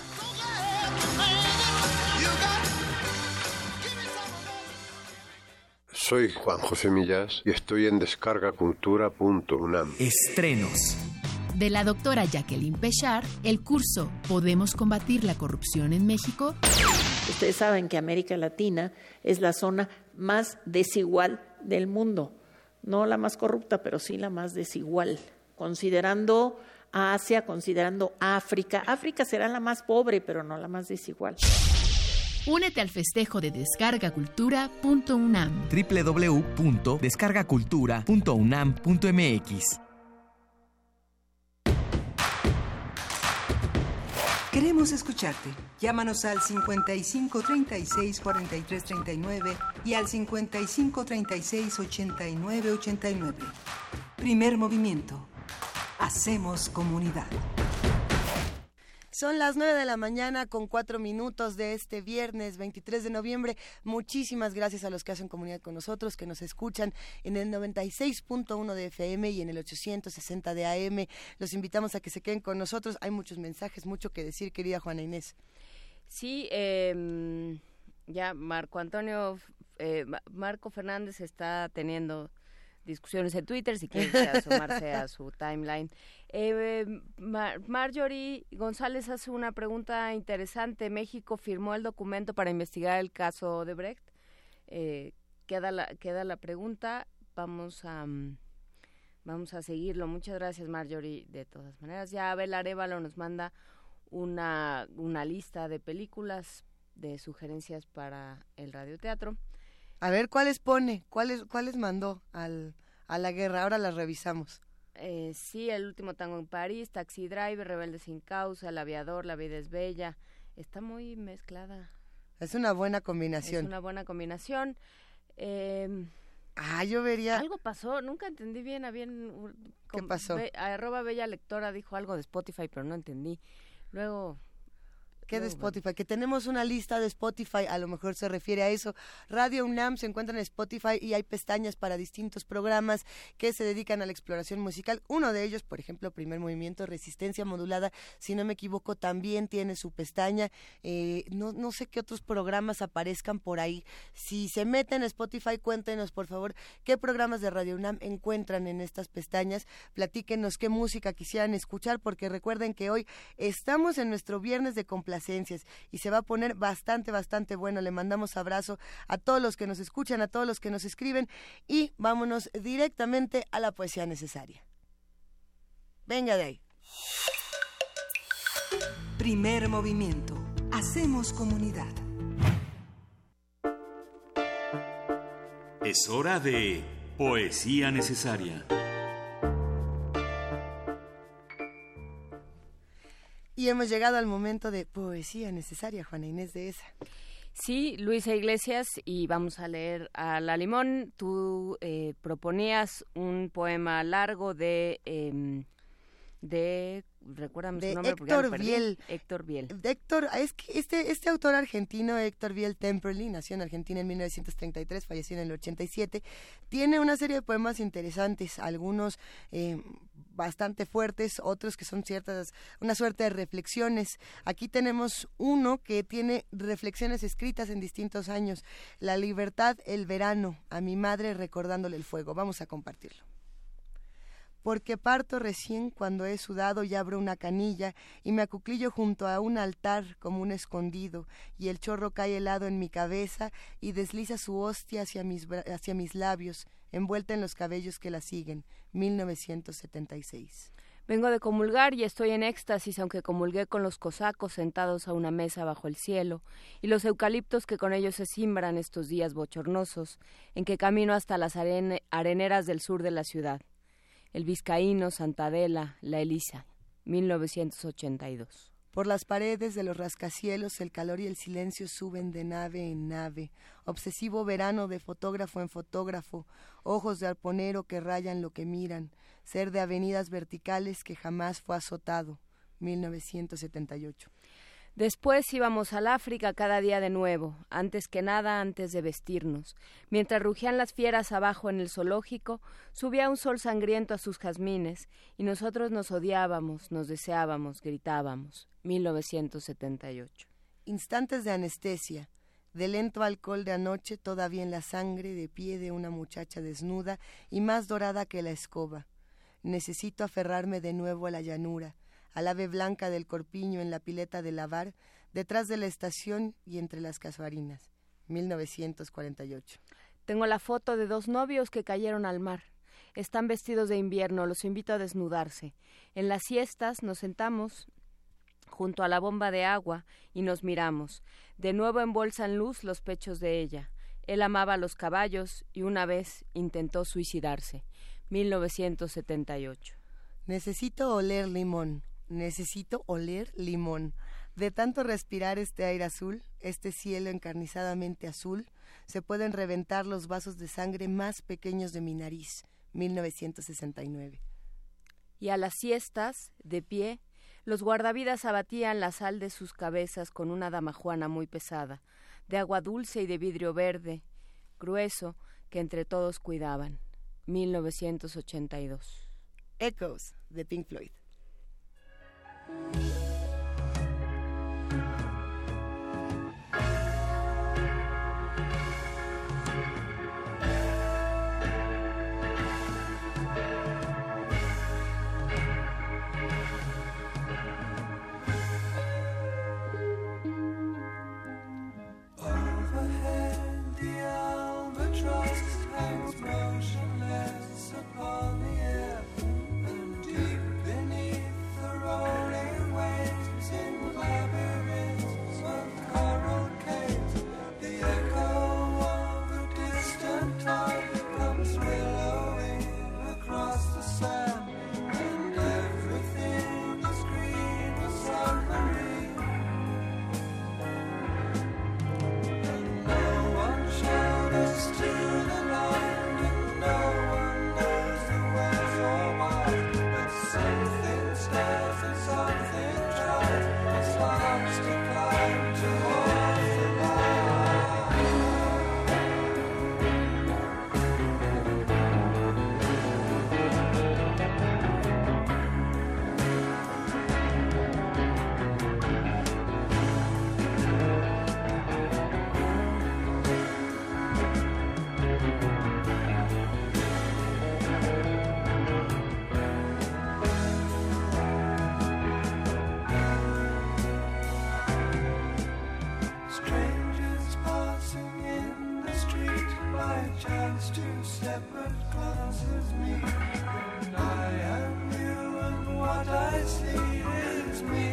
Soy Juan José Millás y estoy en descarga cultura punto unam. Estrenos. De la doctora Jacqueline Pechard, el curso ¿Podemos combatir la corrupción en México? Ustedes saben que América Latina es la zona más desigual del mundo. No la más corrupta, pero sí la más desigual. Considerando a Asia, considerando a África. África será la más pobre, pero no la más desigual. Únete al festejo de descarga cultura punto unam. doble u doble u doble u punto descarga cultura punto unam punto eme equis. Queremos escucharte. Llámanos al cincuenta y cinco treinta y seis cuarenta y tres treinta y nueve y al cincuenta y cinco treinta y seis ochenta y nueve ochenta y nueve. Primer movimiento. Hacemos comunidad. Son las nueve de la mañana con cuatro minutos de este viernes veintitrés de noviembre. Muchísimas gracias a los que hacen comunidad con nosotros, que nos escuchan en el noventa y seis punto uno de efe eme y en el ochocientos sesenta de a eme. Los invitamos a que se queden con nosotros. Hay muchos mensajes, mucho que decir, querida Juana Inés. Sí, eh, ya Marco Antonio, eh, Marco Fernández está teniendo discusiones en Twitter, si quieren asomarse a su timeline. Eh, Mar- Marjorie González hace una pregunta interesante. México firmó el documento para investigar el caso de Brecht. Eh, queda la queda la pregunta. Vamos a um, vamos a seguirlo. Muchas gracias, Marjorie. De todas maneras, ya Abel Arévalo nos manda una una lista de películas, de sugerencias para el radioteatro. A ver, ¿cuáles pone? ¿Cuáles cuáles mandó al, a la guerra? Ahora las revisamos. Eh, sí, El último tango en París, Taxi Driver, Rebelde sin causa, El aviador, La vida es bella. Está muy mezclada. Es una buena combinación. Es una buena combinación. Eh, ah, yo vería... Algo pasó, nunca entendí bien. Habían, ¿Qué pasó? Be, arroba Bella Lectora dijo algo de Spotify, pero no entendí. Luego... ¿Qué de Spotify? Que tenemos una lista de Spotify, a lo mejor se refiere a eso. Radio UNAM se encuentra en Spotify y hay pestañas para distintos programas que se dedican a la exploración musical. Uno de ellos, por ejemplo, Primer Movimiento, Resistencia Modulada, si no me equivoco, también tiene su pestaña. Eh, no, no sé qué otros programas aparezcan por ahí. Si se meten a Spotify, cuéntenos, por favor, qué programas de Radio UNAM encuentran en estas pestañas. Platíquenos qué música quisieran escuchar, porque recuerden que hoy estamos en nuestro viernes de complacencias y se va a poner bastante, bastante bueno. Le mandamos abrazo a todos los que nos escuchan, a todos los que nos escriben y vámonos directamente a la poesía necesaria. Venga de ahí. Primer movimiento. Hacemos comunidad. Es hora de poesía necesaria. Y hemos llegado al momento de poesía necesaria, Juana Inés de esa. Sí, Luisa Iglesias, y vamos a leer a La Limón. Tú eh, proponías un poema largo de... Eh, de recuérdame de su nombre Héctor porque Biel. Héctor Biel. De Héctor, es que este este autor argentino, Héctor Biel Temperley, nació en Argentina en mil novecientos treinta y tres, falleció en el ochenta y siete. Tiene una serie de poemas interesantes, algunos eh, bastante fuertes, otros que son ciertas, una suerte de reflexiones. Aquí tenemos uno que tiene reflexiones escritas en distintos años. La libertad, el verano, a mi madre recordándole el fuego. Vamos a compartirlo. Porque parto recién cuando he sudado y abro una canilla y me acuclillo junto a un altar como un escondido y el chorro cae helado en mi cabeza y desliza su hostia hacia mis, hacia mis labios, envuelta en los cabellos que la siguen. mil novecientos setenta y seis. Vengo de comulgar y estoy en éxtasis, aunque comulgué con los cosacos sentados a una mesa bajo el cielo, y los eucaliptos que con ellos se simbran estos días bochornosos, en que camino hasta las arene, areneras del sur de la ciudad. El vizcaíno, Santa Adela, La Elisa, mil novecientos ochenta y dos. Por las paredes de los rascacielos el calor y el silencio suben de nave en nave, obsesivo verano de fotógrafo en fotógrafo, ojos de arponero que rayan lo que miran, ser de avenidas verticales que jamás fue azotado, mil novecientos setenta y ocho. Después íbamos al África cada día de nuevo, antes que nada antes de vestirnos. Mientras rugían las fieras abajo en el zoológico, subía un sol sangriento a sus jazmines, y nosotros nos odiábamos, nos deseábamos, gritábamos. mil novecientos setenta y ocho. Instantes de anestesia, de lento alcohol de anoche, todavía en la sangre, de pie de una muchacha desnuda y más dorada que la escoba. Necesito aferrarme de nuevo a la llanura, al ave blanca del corpiño en la pileta de lavar, detrás de la estación y entre las casuarinas. mil novecientos cuarenta y ocho. Tengo la foto de dos novios que cayeron al mar. Están vestidos de invierno, los invito a desnudarse. En las siestas nos sentamos junto a la bomba de agua y nos miramos. De nuevo embolsan luz los pechos de ella. Él amaba los caballos y una vez intentó suicidarse. mil novecientos setenta y ocho. Necesito oler limón. Necesito oler limón. De tanto respirar este aire azul, este cielo encarnizadamente azul, se pueden reventar los vasos de sangre más pequeños de mi nariz. mil novecientos sesenta y nueve. Y a las siestas, de pie, los guardavidas abatían la sal de sus cabezas con una damajuana muy pesada, de agua dulce y de vidrio verde, grueso, que entre todos cuidaban. mil novecientos ochenta y dos. Echoes, de Pink Floyd. Overhead, the albatross hangs motionless upon the air, and deep beneath the rolling waves enchantment closes me, and I am you, and what I see is me.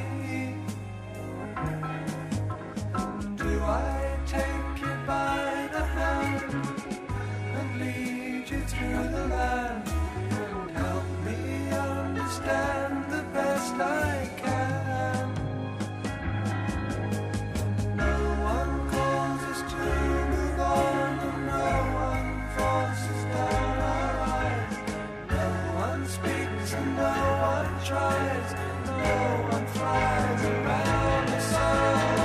Do I take you by the hand and lead you through the land and help me understand the best I can? No one calls us to move on, and no one forces down our eyes. No one speaks and no one tries, no one flies around the sun.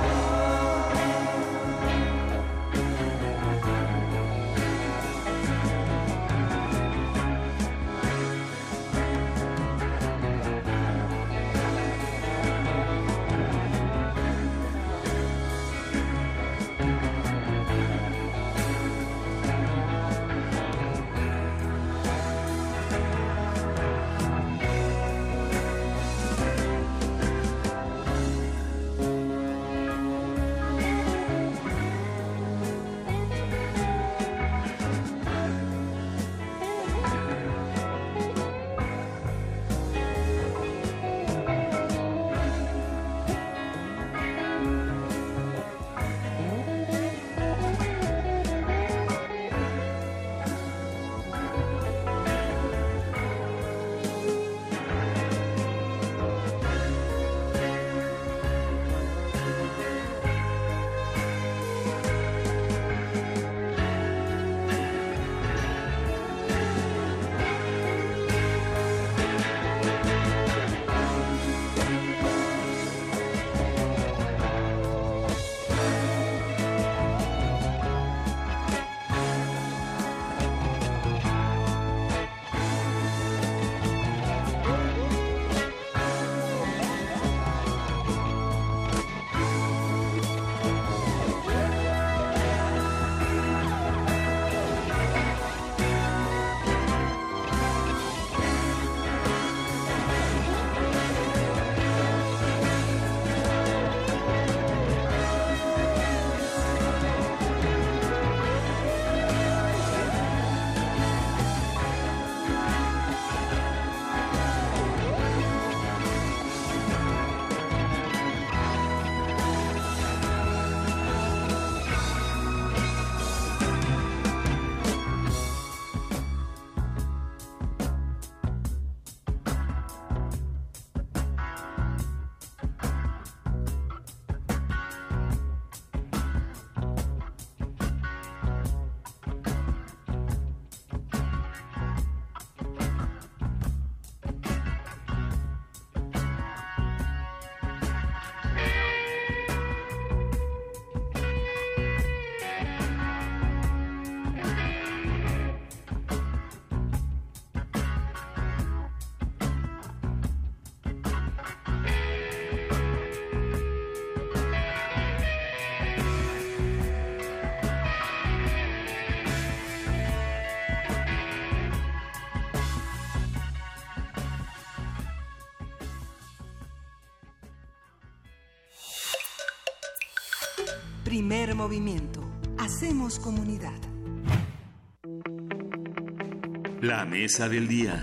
Primer movimiento. Hacemos comunidad. La mesa del día.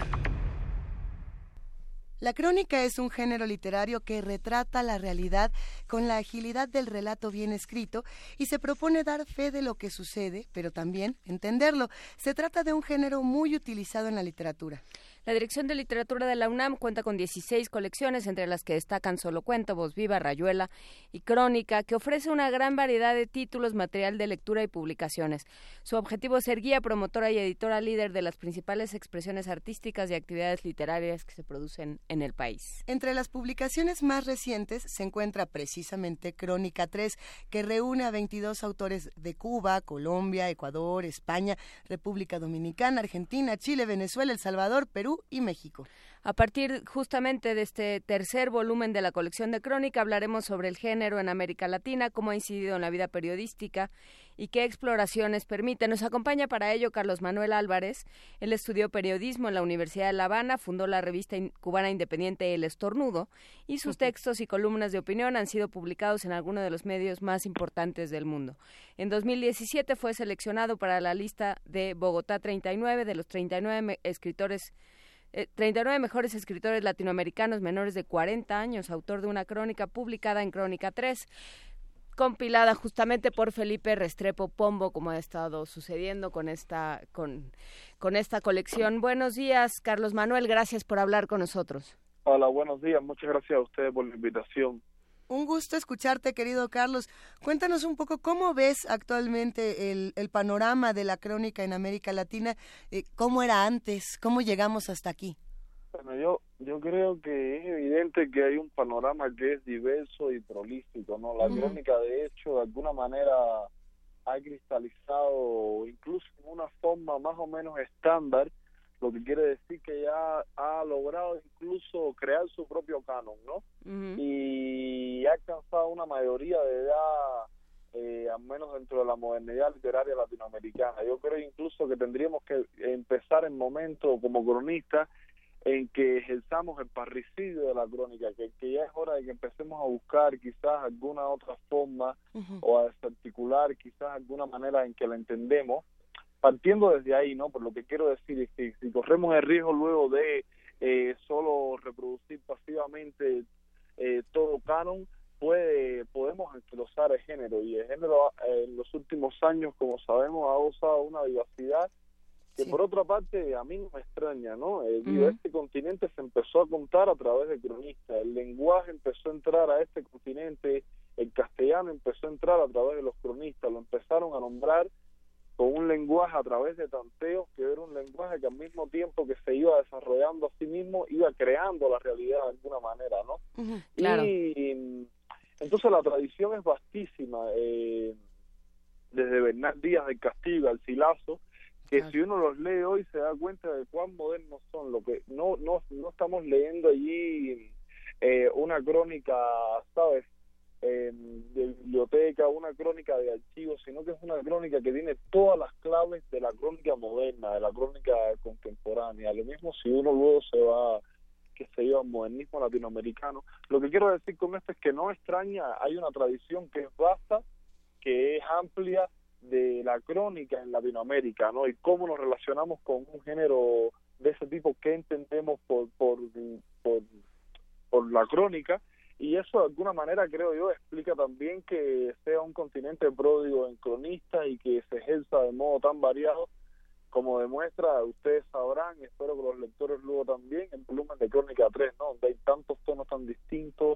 La crónica es un género literario que retrata la realidad con la agilidad del relato bien escrito y se propone dar fe de lo que sucede, pero también entenderlo. Se trata de un género muy utilizado en la literatura. La Dirección de Literatura de la UNAM cuenta con dieciséis colecciones, entre las que destacan Solo Cuento, Voz Viva, Rayuela y Crónica, que ofrece una gran variedad de títulos, material de lectura y publicaciones. Su objetivo es ser guía, promotora y editora líder de las principales expresiones artísticas y actividades literarias que se producen en el país. Entre las publicaciones más recientes se encuentra precisamente Crónica tres, que reúne a veintidós autores de Cuba, Colombia, Ecuador, España, República Dominicana, Argentina, Chile, Venezuela, El Salvador, Perú y México. A partir justamente de este tercer volumen de la colección de Crónica hablaremos sobre el género en América Latina, cómo ha incidido en la vida periodística y qué exploraciones permite. Nos acompaña para ello Carlos Manuel Álvarez. Él estudió periodismo en la Universidad de La Habana, fundó la revista cubana independiente El Estornudo y sus textos y columnas de opinión han sido publicados en algunos de los medios más importantes del mundo. En dos mil diecisiete fue seleccionado para la lista de Bogotá treinta y nueve de los treinta y nueve escritores Eh, treinta y nueve mejores escritores latinoamericanos menores de cuarenta años, autor de una crónica publicada en Crónica tres, compilada justamente por Felipe Restrepo Pombo, como ha estado sucediendo con esta, con, con esta colección. Buenos días, Carlos Manuel, gracias por hablar con nosotros. Hola, buenos días, muchas gracias a ustedes por la invitación. Un gusto escucharte, querido Carlos. Cuéntanos un poco cómo ves actualmente el, el panorama de la crónica en América Latina, eh, cómo era antes, cómo llegamos hasta aquí. Bueno, yo yo creo que es evidente que hay un panorama que es diverso y prolífico, ¿no? La uh-huh. crónica, de hecho, de alguna manera ha cristalizado incluso en una forma más o menos estándar, lo que quiere decir que ya ha logrado incluso crear su propio canon, ¿no? Uh-huh. Y ha alcanzado una mayoría de edad, eh, al menos dentro de la modernidad literaria latinoamericana. Yo creo incluso que tendríamos que empezar el momento como cronistas en que ejerzamos el parricidio de la crónica, que, que ya es hora de que empecemos a buscar quizás alguna otra forma uh-huh. o a desarticular quizás alguna manera en que la entendemos, partiendo desde ahí, ¿no? Por lo que quiero decir es que si corremos el riesgo luego de eh, solo reproducir pasivamente eh, todo canon, puede podemos englosar el género, y el género eh, en los últimos años, como sabemos, ha gozado una diversidad que sí. por otra parte a mí no me extraña, ¿no? Eh, uh-huh. Este continente se empezó a contar a través de cronistas, el lenguaje empezó a entrar a este continente, el castellano empezó a entrar a través de los cronistas, lo empezaron a nombrar con un lenguaje a través de tanteos, que era un lenguaje que al mismo tiempo que se iba desarrollando a sí mismo, iba creando la realidad de alguna manera, ¿no? Uh-huh, claro. Y entonces la tradición es vastísima, eh, desde Bernal Díaz del Castillo, Garcilaso, que claro. si uno los lee hoy se da cuenta de cuán modernos son, lo que no no no estamos leyendo allí eh, una crónica, ¿sabes?, Eh, de biblioteca, una crónica de archivos, sino que es una crónica que tiene todas las claves de la crónica moderna, de la crónica contemporánea. Lo mismo si uno luego se va, que se lleva al modernismo latinoamericano. Lo que quiero decir con esto es que no extraña, hay una tradición que es vasta, que es amplia, de la crónica en Latinoamérica, ¿no? Y cómo nos relacionamos con un género de ese tipo, que entendemos por por por, por la crónica. Y eso de alguna manera, creo yo, explica también que sea un continente pródigo en cronistas y que se ejerza de modo tan variado, como demuestra, ustedes sabrán, y espero que los lectores luego también, el volumen de Crónica tres, ¿no? Donde hay tantos tonos tan distintos,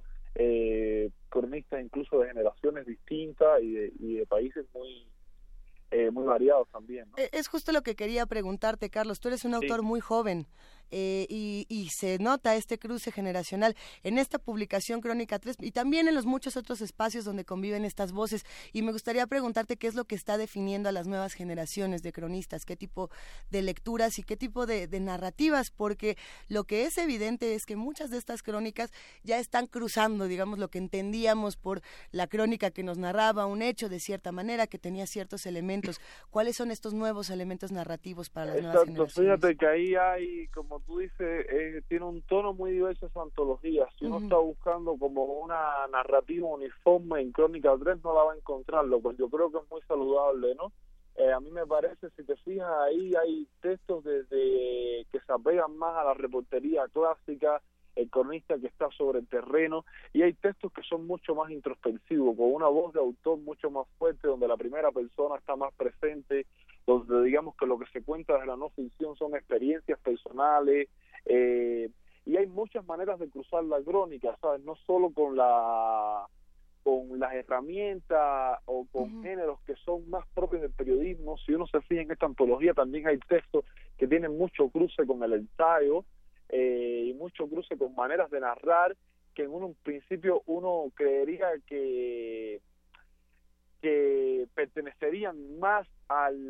eh, cronistas incluso de generaciones distintas y de, y de países muy eh, muy variados también, ¿no? Es justo lo que quería preguntarte, Carlos. Tú eres un autor sí. muy joven. Eh, y, y se nota este cruce generacional en esta publicación Crónica tres y también en los muchos otros espacios donde conviven estas voces, y me gustaría preguntarte qué es lo que está definiendo a las nuevas generaciones de cronistas, qué tipo de lecturas y qué tipo de, de narrativas, porque lo que es evidente es que muchas de estas crónicas ya están cruzando, digamos, lo que entendíamos por la crónica que nos narraba un hecho de cierta manera, que tenía ciertos elementos. ¿Cuáles son estos nuevos elementos narrativos para las Exacto, nuevas generaciones? Fíjate que ahí hay, como tú dices, eh, tiene un tono muy diverso esa antología. Si uno uh-huh. está buscando como una narrativa uniforme en Crónica tres, no la va a encontrar, lo cual yo creo que es muy saludable, ¿no? Eh, a mí me parece, si te fijas, ahí hay textos desde que se apegan más a la reportería clásica, el cronista que está sobre el terreno, y hay textos que son mucho más introspectivos, con una voz de autor mucho más fuerte, donde la primera persona está más presente, donde digamos que lo que se cuenta desde la no ficción son experiencias personales, eh, y hay muchas maneras de cruzar la crónica, ¿sabes? No solo con la con las herramientas o con uh-huh. géneros que son más propios del periodismo. Si uno se fija en esta antología, también hay textos que tienen mucho cruce con el ensayo, eh, y mucho cruce con maneras de narrar, que en un principio uno creería que que pertenecerían más al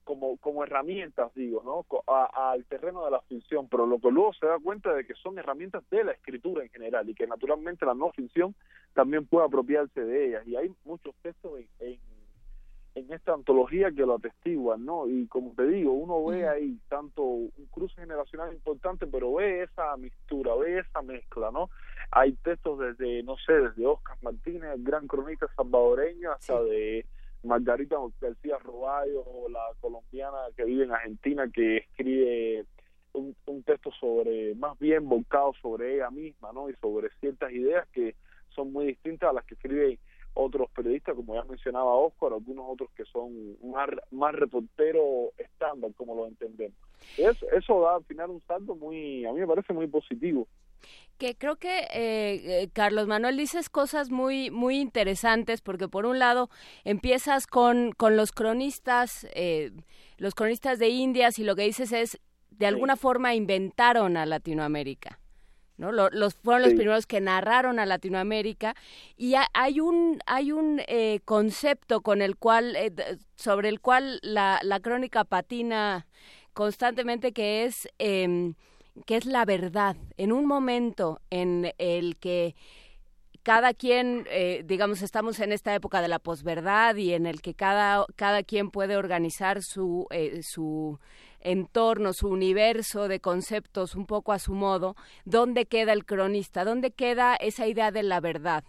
como como herramientas, digo, ¿no? A, al terreno de la ficción, pero lo que luego se da cuenta de que son herramientas de la escritura en general y que naturalmente la no ficción también puede apropiarse de ellas. Y hay muchos textos en, en, en esta antología que lo atestiguan, ¿no? Y como te digo, uno ve ahí tanto un cruce generacional importante, pero ve esa mixtura, ve esa mezcla, ¿no? Hay textos desde, no sé, desde Oscar Martínez, el gran cronista salvadoreño, hasta sí. de Margarita García Roballo, la colombiana que vive en Argentina, que escribe un, un texto sobre, más bien volcado sobre ella misma, ¿no? Y sobre ciertas ideas que son muy distintas a las que escriben otros periodistas, como ya mencionaba Oscar, algunos otros que son más, más reporteros estándar, como lo entendemos. Eso, eso da al final un salto muy, a mí me parece muy positivo. Que creo que, eh, eh, Carlos Manuel, dices cosas muy muy interesantes, porque por un lado empiezas con, con los cronistas, eh, los cronistas de Indias, y lo que dices es, de alguna sí. forma inventaron a Latinoamérica, ¿no? Los, los fueron sí. los primeros que narraron a Latinoamérica, y ha, hay un hay un eh, concepto con el cual eh, sobre el cual la, la crónica patina constantemente, que es eh, que es la verdad. En un momento en el que cada quien, eh, digamos, estamos en esta época de la posverdad y en el que cada cada quien puede organizar su eh, su entorno, su universo de conceptos un poco a su modo, ¿dónde queda el cronista? ¿Dónde queda esa idea de la verdad?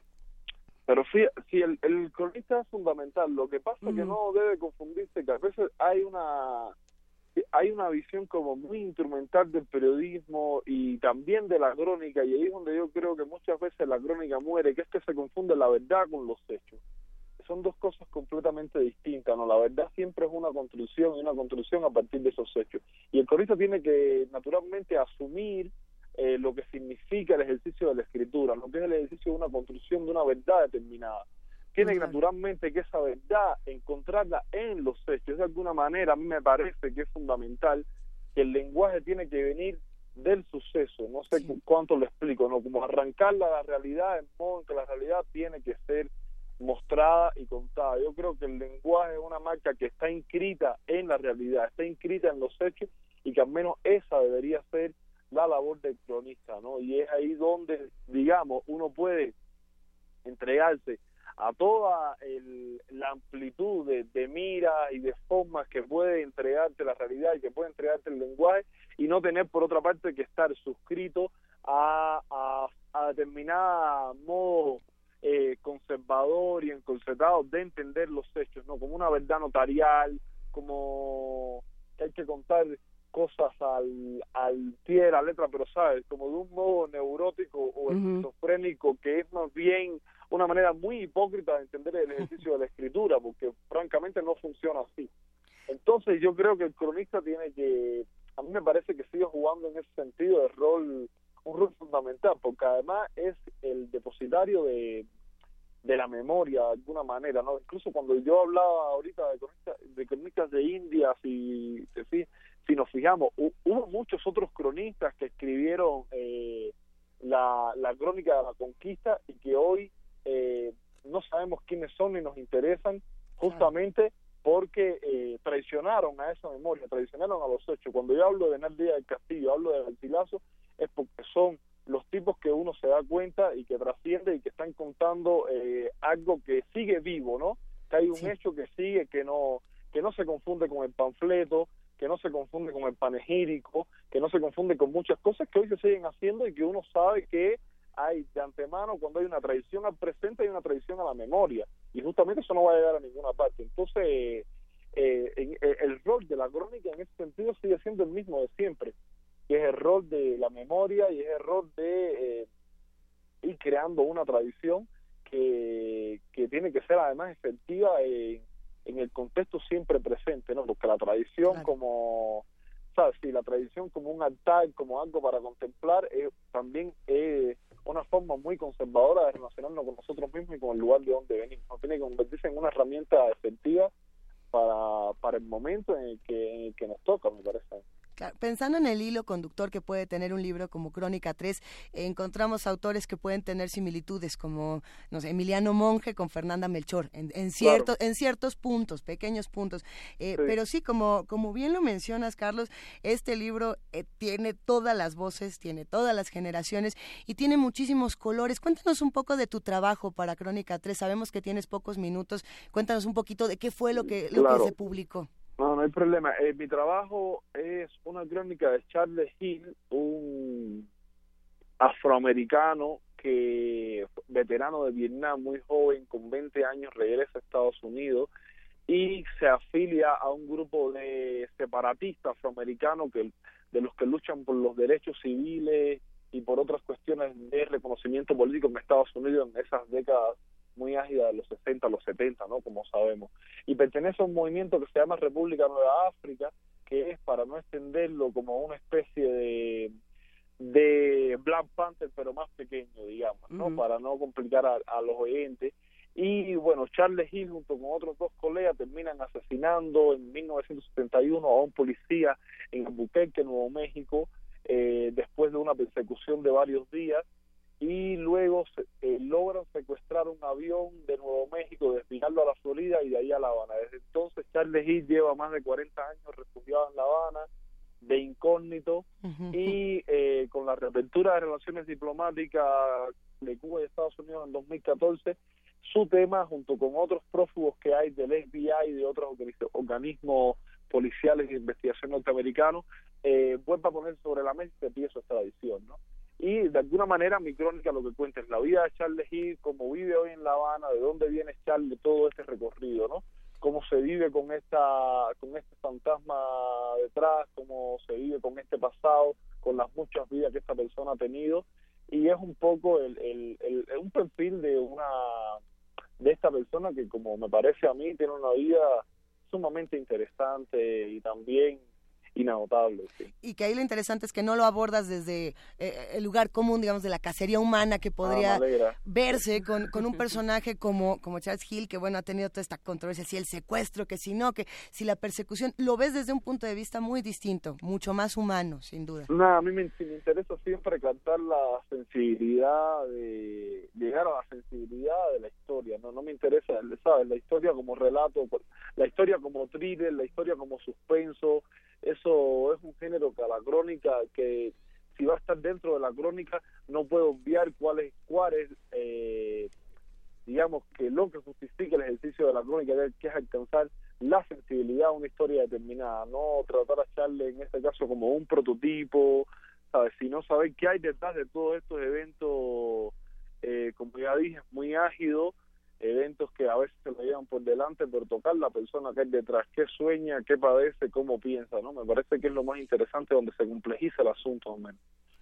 Pero sí, sí el, el cronista es fundamental. Lo que pasa es mm. que no debe confundirse, que a veces hay una hay una visión como muy instrumental del periodismo y también de la crónica, y ahí es donde yo creo que muchas veces la crónica muere, que es que se confunde la verdad con los hechos. Son dos cosas completamente distintas, ¿no? La verdad siempre es una construcción, y una construcción a partir de esos hechos. Y el cronista tiene que, naturalmente, asumir eh, lo que significa el ejercicio de la escritura, lo que es el ejercicio de una construcción de una verdad determinada. Tiene, uh-huh. naturalmente, que esa verdad encontrarla en los hechos. De alguna manera, a mí me parece que es fundamental que el lenguaje tiene que venir del suceso. No sé sí. cuánto lo explico, ¿no? Como arrancarla a la realidad, en modo en que la realidad tiene que ser mostrada y contada. Yo creo que el lenguaje es una marca que está inscrita en la realidad, está inscrita en los hechos, y que al menos esa debería ser la labor del cronista, ¿no? Y es ahí donde, digamos, uno puede entregarse a toda el, la amplitud de, de miras y de formas que puede entregarte la realidad y que puede entregarte el lenguaje, y no tener por otra parte que estar suscrito a, a, a determinada modo eh, conservador y encorsetado de entender los hechos, ¿no? Como una verdad notarial, como que hay que contar cosas al, al pie de la letra, pero sabes, como de un modo neurótico o esquizofrénico, uh-huh. que es más bien una manera muy hipócrita de entender el ejercicio de la escritura, porque francamente no funciona así. Entonces yo creo que el cronista tiene que, a mí me parece que sigue jugando en ese sentido de rol, un rol fundamental, porque además es el depositario de, de la memoria de alguna manera, ¿no? Incluso cuando yo hablaba ahorita de cronistas de, cronistas de Indias, y si, si nos fijamos, hubo muchos otros cronistas que escribieron eh, la, la crónica de la conquista, y que hoy eh, no sabemos quiénes son ni nos interesan, justamente porque eh, traicionaron a esa memoria, traicionaron a los hechos. Cuando yo hablo de Bernal Díaz del Castillo, hablo de Garcilaso, es porque son los tipos que uno se da cuenta y que trasciende y que están contando eh, algo que sigue vivo, ¿no? Que hay un sí. hecho que sigue, que no que no se confunde con el panfleto, que no se confunde con el panegírico, que no se confunde con muchas cosas que hoy se siguen haciendo, y que uno sabe que hay de antemano, cuando hay una traición al presente, hay una traición a la memoria, y justamente eso no va a llegar a ninguna parte. Entonces eh, eh, el rol de la crónica en ese sentido sigue siendo el mismo de siempre, que es el rol de la memoria, y es el rol de eh, ir creando una tradición que, que tiene que ser además efectiva en, en el contexto siempre presente, ¿no? Porque la tradición, claro. como, ¿sabes? Sí, la tradición como un altar, como algo para contemplar, eh, también es una forma muy conservadora de relacionarnos con nosotros mismos y con el lugar de donde venimos. No tiene que convertirse en una herramienta efectiva para, para el momento en el que, en el que nos toca, me parece. Claro, pensando en el hilo conductor que puede tener un libro como Crónica tres, eh, encontramos autores que pueden tener similitudes, como, no sé, Emiliano Monge con Fernanda Melchor, en, en, cierto, claro. en ciertos puntos, pequeños puntos. Eh, sí. Pero sí, como, como bien lo mencionas, Carlos, este libro eh, tiene todas las voces, tiene todas las generaciones y tiene muchísimos colores. Cuéntanos un poco de tu trabajo para Crónica tres. Sabemos que tienes pocos minutos. Cuéntanos un poquito de qué fue lo que, lo claro. que se publicó. No, no hay problema. Eh, mi trabajo es una crónica de Charles Hill, un afroamericano que, veterano de Vietnam, muy joven, con veinte años, regresa a Estados Unidos y se afilia a un grupo de separatistas afroamericanos que, de los que luchan por los derechos civiles y por otras cuestiones de reconocimiento político en Estados Unidos en esas décadas muy ágida de los sesenta a los setenta, ¿no? Como sabemos. Y pertenece a un movimiento que se llama República Nueva África, que es, para no extenderlo, como una especie de de Black Panther, pero más pequeño, digamos, ¿no? Uh-huh. Para no complicar a, a los oyentes. Y, bueno, Charles Hill, junto con otros dos colegas, terminan asesinando en mil novecientos setenta y uno a un policía en Albuquerque, Nuevo México, eh, después de una persecución de varios días. Y luego eh, logran secuestrar un avión de Nuevo México, desviarlo a la Florida y de ahí a La Habana. Desde entonces Charles Hill lleva más de cuarenta años refugiado en La Habana, de incógnito, uh-huh. y eh, con la reapertura de relaciones diplomáticas de Cuba y Estados Unidos en dos mil catorce, su tema, junto con otros prófugos que hay del F B I y de otros organismos policiales de investigación norteamericanos, eh, vuelve a poner sobre la mesa y se pide su extradición, ¿no? Y de alguna manera mi crónica lo que cuenta es la vida de Charles Hill, cómo vive hoy en La Habana, de dónde viene Charles, todo este recorrido, ¿no? Cómo se vive con esta con este fantasma detrás, cómo se vive con este pasado, con las muchas vidas que esta persona ha tenido, y es un poco el, el, el, un perfil de una de esta persona que, como me parece a mí, tiene una vida sumamente interesante y también inagotable, sí. Y que ahí lo interesante es que no lo abordas desde eh, el lugar común, digamos, de la cacería humana que podría ah, verse con, con un personaje como, como Charles Hill, que bueno, ha tenido toda esta controversia, si el secuestro, que si no, que si la persecución, lo ves desde un punto de vista muy distinto, mucho más humano, sin duda. No, a mí me, me interesa siempre captar la sensibilidad, de llegar a la sensibilidad de la historia, no, no me interesa, ¿sabes? La historia como relato, la historia como thriller, la historia como suspenso. Eso es un género que a la crónica, que si va a estar dentro de la crónica, no puedo obviar cuál es, cuál es eh, digamos, que lo que justifica el ejercicio de la crónica, que es alcanzar la sensibilidad a una historia determinada, no tratar a Charles en este caso como un prototipo, ¿sabes? Sino saber qué hay detrás de todos estos eventos, eh, como ya dije, muy ágidos, eventos que a veces se lo llevan por delante, pero tocar la persona que hay detrás, qué sueña, qué padece, cómo piensa, ¿no? Me parece que es lo más interesante, donde se complejiza el asunto, menos.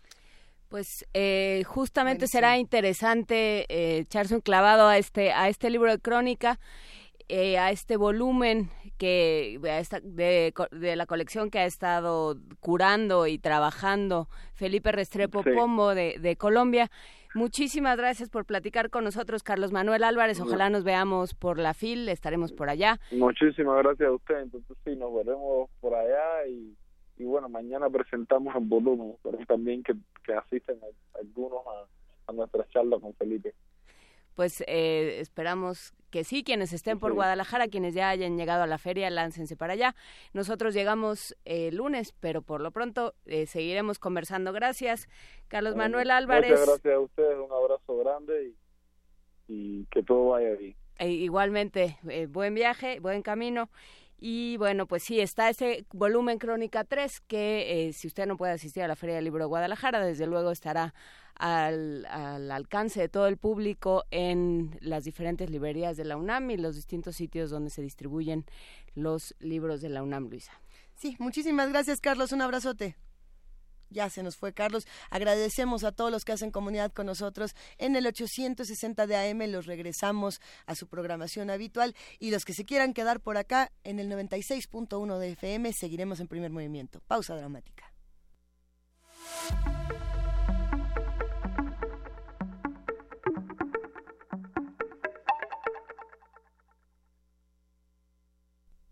Pues eh, justamente Buenísimo. será interesante eh, echarse un clavado a este a este libro de crónica, eh, a este volumen que a esta, de, de la colección que ha estado curando y trabajando Felipe Restrepo sí. Pombo de, de Colombia. Muchísimas gracias por platicar con nosotros, Carlos Manuel Álvarez. Ojalá nos veamos por la F I L, estaremos por allá. Muchísimas gracias a usted. Entonces sí, nos veremos por allá y, y bueno, mañana presentamos el volumen, pero también que, que asisten a, algunos a, a nuestra charla con Felipe. Pues eh, esperamos que sí, quienes estén por sí. Guadalajara, quienes ya hayan llegado a la feria, láncense para allá. Nosotros llegamos el eh, lunes, pero por lo pronto eh, seguiremos conversando. Gracias, Carlos bueno, Manuel Álvarez. Muchas gracias a ustedes, un abrazo grande y, y que todo vaya bien. E, igualmente, eh, buen viaje, buen camino. Y bueno, pues sí, está ese volumen Crónica tres que eh, si usted no puede asistir a la Feria del Libro de Guadalajara, desde luego estará al, al alcance de todo el público en las diferentes librerías de la UNAM y los distintos sitios donde se distribuyen los libros de la UNAM, Luisa. Sí, muchísimas gracias, Carlos, un abrazote. Ya se nos fue Carlos. Agradecemos a todos los que hacen comunidad con nosotros en el ochocientos sesenta de A M. Los regresamos a su programación habitual. Y los que se quieran quedar por acá en el noventa y seis punto uno de F M, seguiremos en Primer Movimiento. Pausa dramática.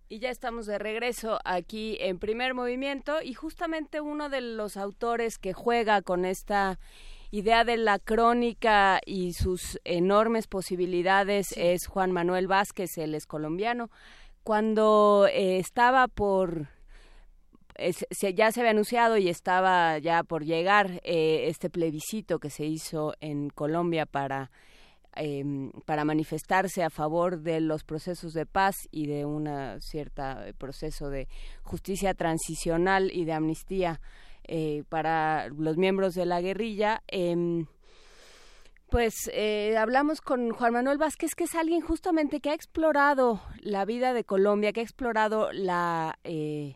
Y ya estamos de regreso aquí en Primer Movimiento y justamente uno de los autores que juega con esta idea de la crónica y sus enormes posibilidades sí. es Juan Manuel Vázquez, él es colombiano. Cuando eh, estaba por... Eh, se, ya se había anunciado y estaba ya por llegar eh, este plebiscito que se hizo en Colombia para... Eh, para manifestarse a favor de los procesos de paz y de un cierto proceso de justicia transicional y de amnistía eh, para los miembros de la guerrilla. Eh, pues eh, hablamos con Juan Manuel Vázquez, que es alguien justamente que ha explorado la vida de Colombia, que ha explorado la... Eh,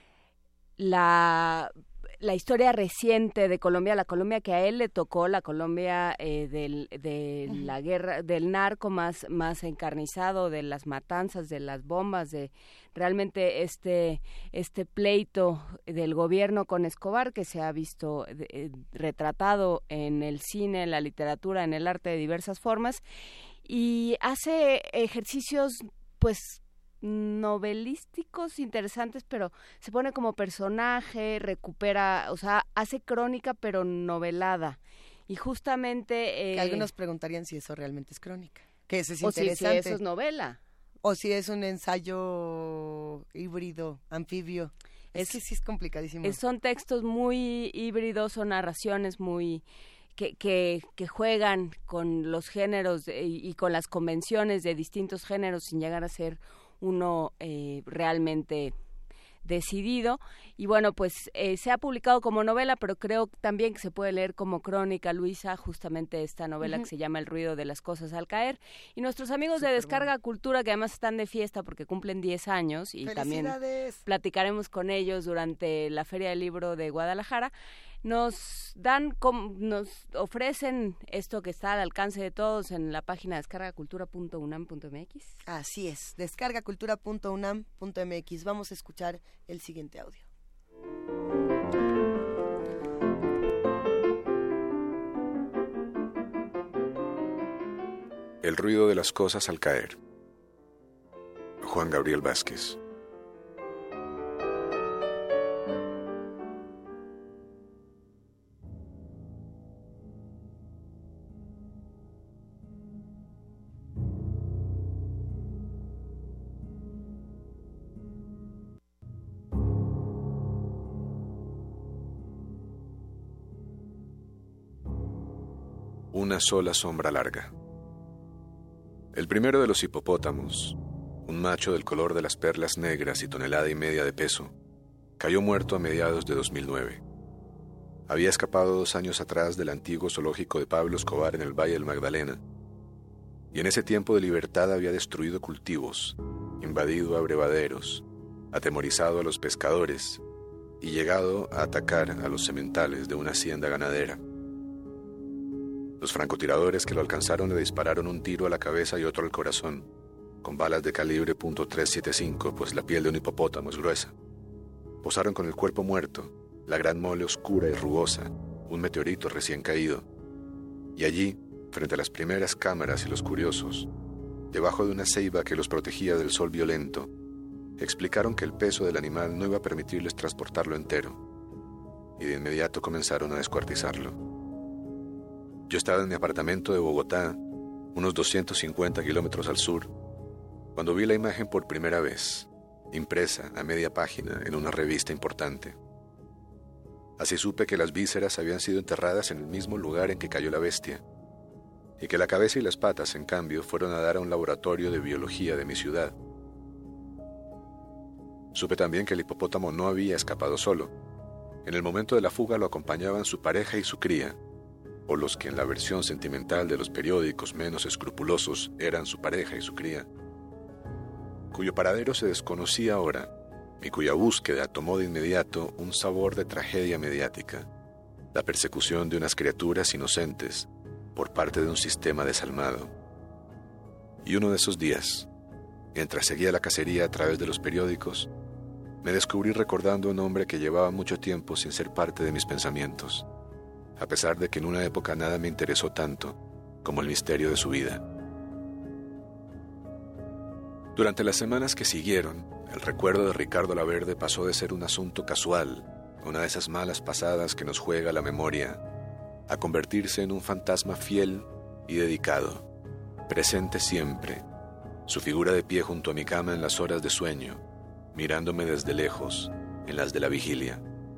la la historia reciente de Colombia, la Colombia que a él le tocó, la Colombia eh, del, de uh-huh. la guerra, del narco más, más encarnizado, de las matanzas, de las bombas, de realmente este, este pleito del gobierno con Escobar que se ha visto eh, retratado en el cine, en la literatura, en el arte de diversas formas, y hace ejercicios, pues, novelísticos interesantes, pero se pone como personaje, recupera, o sea, hace crónica pero novelada. Y justamente... Eh, que algunos preguntarían si eso realmente es crónica, que eso es o interesante. Si, si eso es novela. O si es un ensayo híbrido, anfibio. Es, es que sí es complicadísimo. Es, son textos muy híbridos, son narraciones muy... Que, que, que juegan con los géneros de, y, y con las convenciones de distintos géneros sin llegar a ser uno eh, realmente decidido. Y bueno, pues eh, se ha publicado como novela, pero creo también que se puede leer como crónica, Luisa, justamente esta novela uh-huh. que se llama El ruido de las cosas al caer. Y nuestros amigos Super de Descarga bueno. Cultura, que además están de fiesta porque cumplen diez años y también platicaremos con ellos durante la Feria del Libro de Guadalajara, nos dan, nos ofrecen esto que está al alcance de todos en la página descarga cultura punto unam punto m x. Así es, descarga cultura punto unam punto m x. Vamos a escuchar el siguiente audio. El ruido de las cosas al caer. Juan Gabriel Vázquez. Una sola sombra larga. El primero de los hipopótamos, un macho del color de las perlas negras y tonelada y media de peso, cayó muerto a mediados de dos mil nueve. Había escapado dos años atrás del antiguo zoológico de Pablo Escobar en el Valle del Magdalena, y en ese tiempo de libertad había destruido cultivos, invadido abrevaderos, atemorizado a los pescadores y llegado a atacar a los sementales de una hacienda ganadera. Los francotiradores que lo alcanzaron le dispararon un tiro a la cabeza y otro al corazón, con balas de calibre punto trescientos setenta y cinco, pues la piel de un hipopótamo es gruesa. Posaron con el cuerpo muerto, la gran mole oscura y rugosa, un meteorito recién caído. Y allí, frente a las primeras cámaras y los curiosos, debajo de una ceiba que los protegía del sol violento, explicaron que el peso del animal no iba a permitirles transportarlo entero, y de inmediato comenzaron a descuartizarlo. Yo estaba en mi apartamento de Bogotá, unos doscientos cincuenta kilómetros al sur, cuando vi la imagen por primera vez, impresa a media página en una revista importante. Así supe que las vísceras habían sido enterradas en el mismo lugar en que cayó la bestia, y que la cabeza y las patas, en cambio, fueron a dar a un laboratorio de biología de mi ciudad. Supe también que el hipopótamo no había escapado solo. En el momento de la fuga lo acompañaban su pareja y su cría, o los que en la versión sentimental de los periódicos menos escrupulosos eran su pareja y su cría, cuyo paradero se desconocía ahora y cuya búsqueda tomó de inmediato un sabor de tragedia mediática, la persecución de unas criaturas inocentes por parte de un sistema desalmado. Y uno de esos días, mientras seguía la cacería a través de los periódicos, me descubrí recordando a un hombre que llevaba mucho tiempo sin ser parte de mis pensamientos, a pesar de que en una época nada me interesó tanto como el misterio de su vida. Durante las semanas que siguieron, el recuerdo de Ricardo Laverde pasó de ser un asunto casual, una de esas malas pasadas que nos juega la memoria, a convertirse en un fantasma fiel y dedicado, presente siempre, su figura de pie junto a mi cama en las horas de sueño, mirándome desde lejos, en las de la vigilia.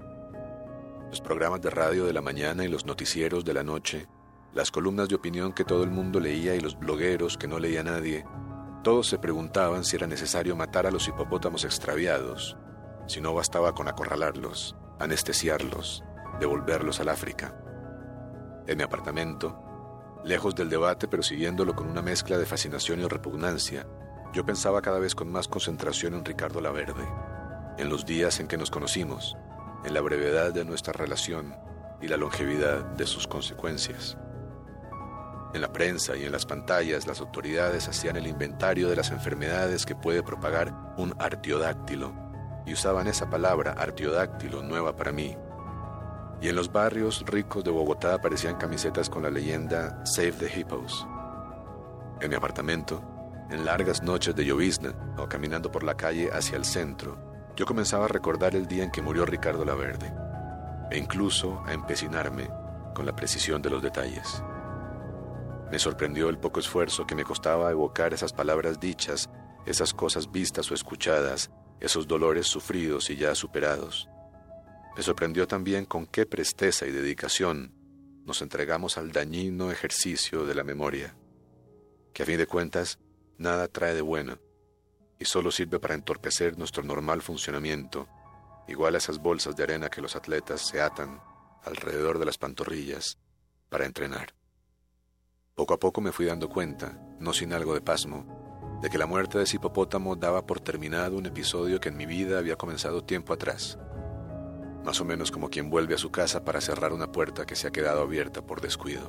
Los programas de radio de la mañana y los noticieros de la noche, las columnas de opinión que todo el mundo leía y los blogueros que no leía nadie, todos se preguntaban si era necesario matar a los hipopótamos extraviados, si no bastaba con acorralarlos, anestesiarlos, devolverlos al África. En mi apartamento, lejos del debate pero siguiéndolo con una mezcla de fascinación y repugnancia, yo pensaba cada vez con más concentración en Ricardo Laverde, en los días en que nos conocimos, en la brevedad de nuestra relación y la longevidad de sus consecuencias. En la prensa y en las pantallas, las autoridades hacían el inventario de las enfermedades que puede propagar un artiodáctilo, y usaban esa palabra, artiodáctilo, nueva para mí. Y en los barrios ricos de Bogotá aparecían camisetas con la leyenda Save the Hippos. En mi apartamento, en largas noches de llovizna o caminando por la calle hacia el centro, yo comenzaba a recordar el día en que murió Ricardo Laverde, e incluso a empecinarme con la precisión de los detalles. Me sorprendió el poco esfuerzo que me costaba evocar esas palabras dichas, esas cosas vistas o escuchadas, esos dolores sufridos y ya superados. Me sorprendió también con qué presteza y dedicación nos entregamos al dañino ejercicio de la memoria, que a fin de cuentas nada trae de bueno y solo sirve para entorpecer nuestro normal funcionamiento, igual a esas bolsas de arena que los atletas se atan alrededor de las pantorrillas para entrenar. Poco a poco me fui dando cuenta, no sin algo de pasmo, de que la muerte de ese hipopótamo daba por terminado un episodio que en mi vida había comenzado tiempo atrás, más o menos como quien vuelve a su casa para cerrar una puerta que se ha quedado abierta por descuido.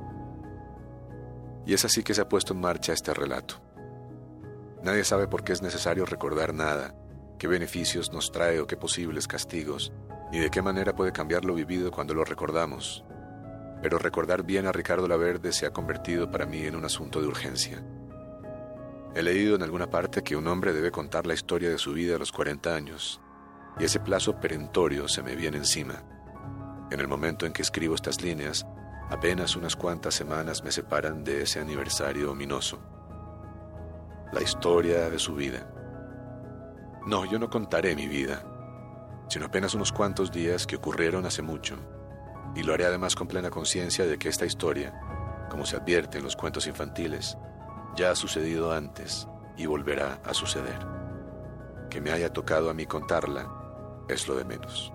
Y es así que se ha puesto en marcha este relato. Nadie sabe por qué es necesario recordar nada, qué beneficios nos trae o qué posibles castigos, ni de qué manera puede cambiar lo vivido cuando lo recordamos. Pero recordar bien a Ricardo Laverde se ha convertido para mí en un asunto de urgencia. He leído en alguna parte que un hombre debe contar la historia de su vida a los cuarenta años, y ese plazo perentorio se me viene encima. En el momento en que escribo estas líneas, apenas unas cuantas semanas me separan de ese aniversario ominoso. La historia de su vida. No, yo no contaré mi vida, sino apenas unos cuantos días que ocurrieron hace mucho, y lo haré además con plena conciencia de que esta historia, como se advierte en los cuentos infantiles, ya ha sucedido antes y volverá a suceder. Que me haya tocado a mí contarla es lo de menos.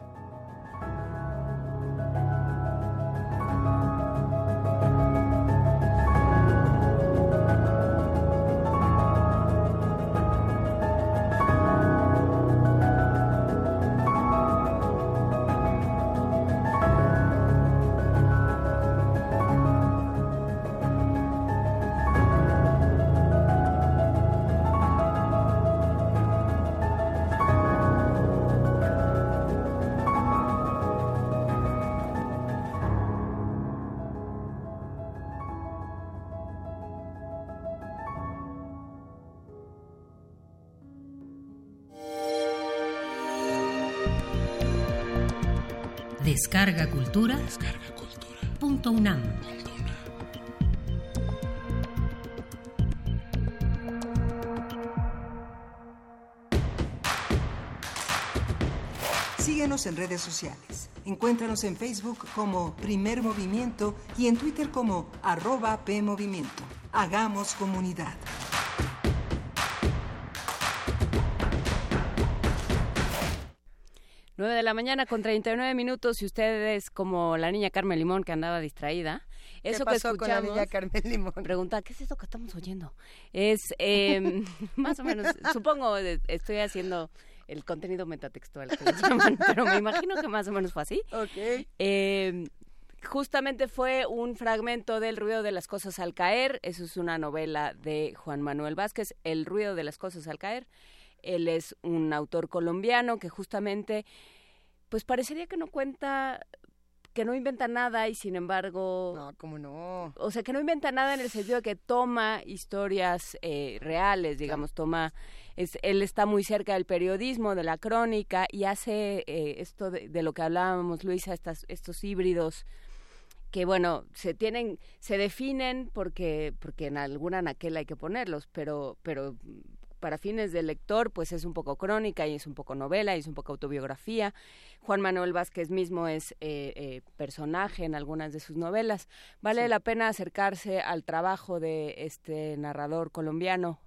Descarga Cultura. Descarga Cultura. Punto UNAM. Síguenos en redes sociales. Encuéntranos en Facebook como Primer Movimiento y en Twitter como arroba PMovimiento. Hagamos comunidad. nueve de la mañana con treinta y nueve minutos y ustedes como la niña Carmen Limón que andaba distraída. Eso ¿Qué pasó que escuchamos, con la niña Carmen Limón? Pregunta, ¿qué es esto que estamos oyendo? Es eh, más o menos, supongo, estoy haciendo el contenido metatextual que les llaman, pero me imagino que más o menos fue así. Ok. Eh, justamente fue un fragmento del Ruido de las cosas al caer. Eso es una novela de Juan Manuel Vázquez, El ruido de las cosas al caer. Él es un autor colombiano que justamente, pues parecería que no cuenta que no inventa nada y sin embargo... No, ¿cómo no? O sea, que no inventa nada en el sentido de que toma historias eh, reales, digamos, claro. toma... Es, él está muy cerca del periodismo, de la crónica, y hace eh, esto de, de lo que hablábamos, Luisa, estas, estos híbridos que, bueno, se tienen, se definen porque, porque en alguna anaquel hay que ponerlos, pero... pero para fines del lector, pues es un poco crónica y es un poco novela y es un poco autobiografía. Juan Manuel Vázquez mismo es eh, eh, personaje en algunas de sus novelas. Vale sí. la pena acercarse al trabajo de este narrador colombiano.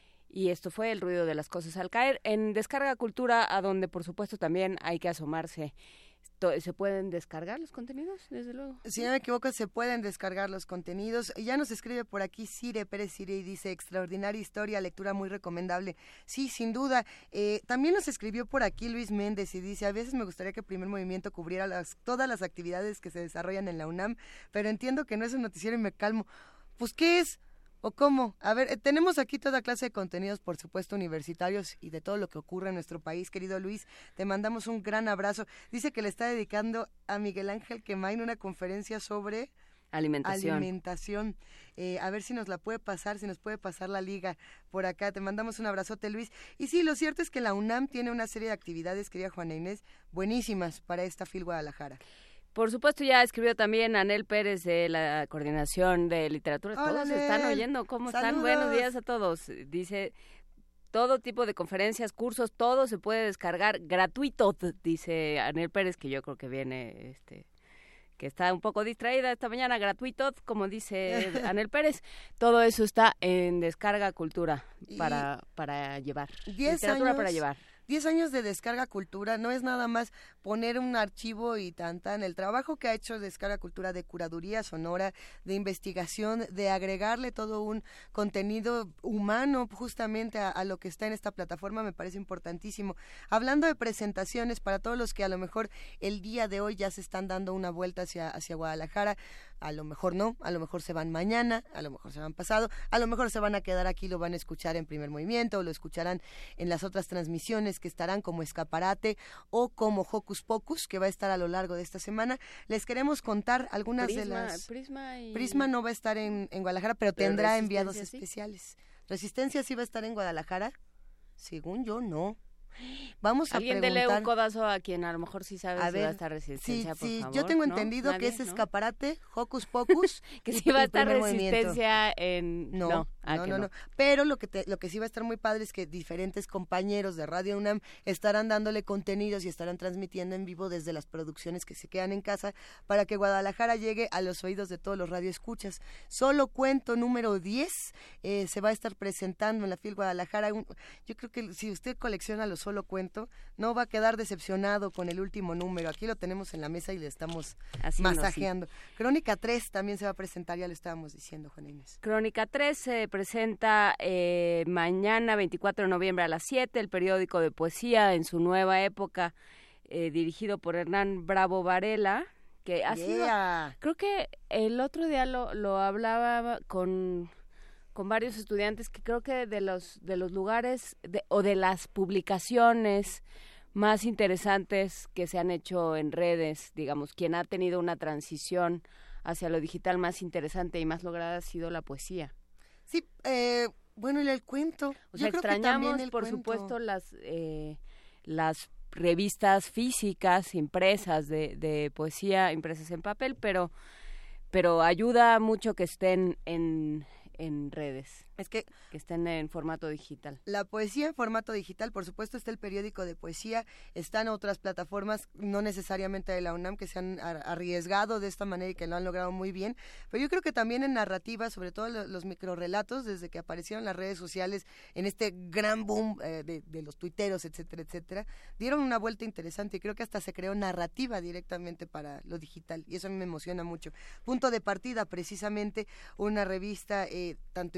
Y esto fue El ruido de las cosas al caer, en Descarga Cultura, a donde por supuesto también hay que asomarse. ¿Se pueden descargar los contenidos, desde luego? Si no me equivoco, se pueden descargar los contenidos. Ya nos escribe por aquí Cire Pérez Cire y dice, extraordinaria historia, lectura muy recomendable. Sí, sin duda. Eh, también nos escribió por aquí Luis Méndez y dice, a veces me gustaría que Primer Movimiento cubriera las, todas las actividades que se desarrollan en la UNAM, pero entiendo que no es un noticiero y me calmo. Pues, ¿qué es? ¿O cómo? A ver, eh, tenemos aquí toda clase de contenidos, por supuesto, universitarios y de todo lo que ocurre en nuestro país. Querido Luis, te mandamos un gran abrazo. Dice que le está dedicando a Miguel Ángel Quemain una conferencia sobre... Alimentación. Alimentación. Eh, a ver si nos la puede pasar, si nos puede pasar la liga por acá. Te mandamos un abrazote, Luis. Y sí, lo cierto es que la UNAM tiene una serie de actividades, querida Juana Inés, buenísimas para esta FIL Guadalajara. Por supuesto, ya escribió también Anel Pérez de la Coordinación de Literatura. Hola, todos Anel. Están oyendo. ¿Cómo Saludos. Están? Buenos días a todos. Dice, todo tipo de conferencias, cursos, todo se puede descargar gratuito, dice Anel Pérez, que yo creo que viene, este, que está un poco distraída esta mañana, gratuito, como dice Anel Pérez. Todo eso está en Descarga Cultura para, para llevar. Literatura años. para llevar. Diez años de Descarga Cultura, no es nada más poner un archivo y tan tan. El trabajo que ha hecho Descarga Cultura de curaduría sonora, de investigación, de agregarle todo un contenido humano justamente a, a lo que está en esta plataforma me parece importantísimo. Hablando de presentaciones, para todos los que a lo mejor el día de hoy ya se están dando una vuelta hacia, hacia Guadalajara, a lo mejor no, a lo mejor se van mañana, a lo mejor se van pasado, a lo mejor se van a quedar aquí, lo van a escuchar en Primer Movimiento, o lo escucharán en las otras transmisiones que estarán como Escaparate o como Hocus Pocus, que va a estar a lo largo de esta semana. Les queremos contar algunas Prisma, de las... Prisma, y... Prisma no va a estar en, en Guadalajara, pero, pero tendrá enviados ¿sí? especiales. ¿Resistencia sí va a estar en Guadalajara? Según yo, no. Vamos a Alguien preguntar. Dele un codazo a quien a lo mejor sí sabe a si ver, va a estar Resistencia, sí, por sí, favor. yo tengo ¿no? entendido Nadie, que es ¿no? Escaparate, Hocus Pocus. que sí va a estar Resistencia movimiento. en... No, no, ah, no, no, no, no. Pero lo que, te, lo que sí va a estar muy padre es que diferentes compañeros de Radio UNAM estarán dándole contenidos y estarán transmitiendo en vivo desde las producciones que se quedan en casa para que Guadalajara llegue a los oídos de todos los radioescuchas. Solo Cuento número diez eh, se va a estar presentando en la FIL Guadalajara. Un, yo creo que si usted colecciona los Solo Cuento, no va a quedar decepcionado con el último número. Aquí lo tenemos en la mesa y le estamos Así masajeando. No, sí. Crónica tres también se va a presentar, ya lo estábamos diciendo, Juana Inés. Crónica tres se presenta eh, mañana, veinticuatro de noviembre a las siete, el periódico de poesía en su nueva época, eh, dirigido por Hernán Bravo Varela, que ha yeah. sido... Creo que el otro día lo, lo hablaba con... con varios estudiantes, que creo que de los de los lugares de, o de las publicaciones más interesantes que se han hecho en redes, digamos, quien ha tenido una transición hacia lo digital más interesante y más lograda ha sido la poesía. Sí, eh, bueno, y el cuento. O sea, Yo creo extrañamos, que también el por cuento. supuesto, las eh, las revistas físicas impresas de, de poesía, impresas en papel, pero pero ayuda mucho que estén en en redes, es que, que estén en formato digital. La poesía en formato digital, por supuesto, está el periódico de poesía, están otras plataformas, no necesariamente de la UNAM, que se han arriesgado de esta manera y que lo han logrado muy bien, pero yo creo que también en narrativa, sobre todo los, los microrrelatos, desde que aparecieron las redes sociales, en este gran boom eh, de, de los tuiteros, etcétera, etcétera, dieron una vuelta interesante y creo que hasta se creó narrativa directamente para lo digital, y eso a mí me emociona mucho. Punto de partida, precisamente, una revista eh, tanto impresa como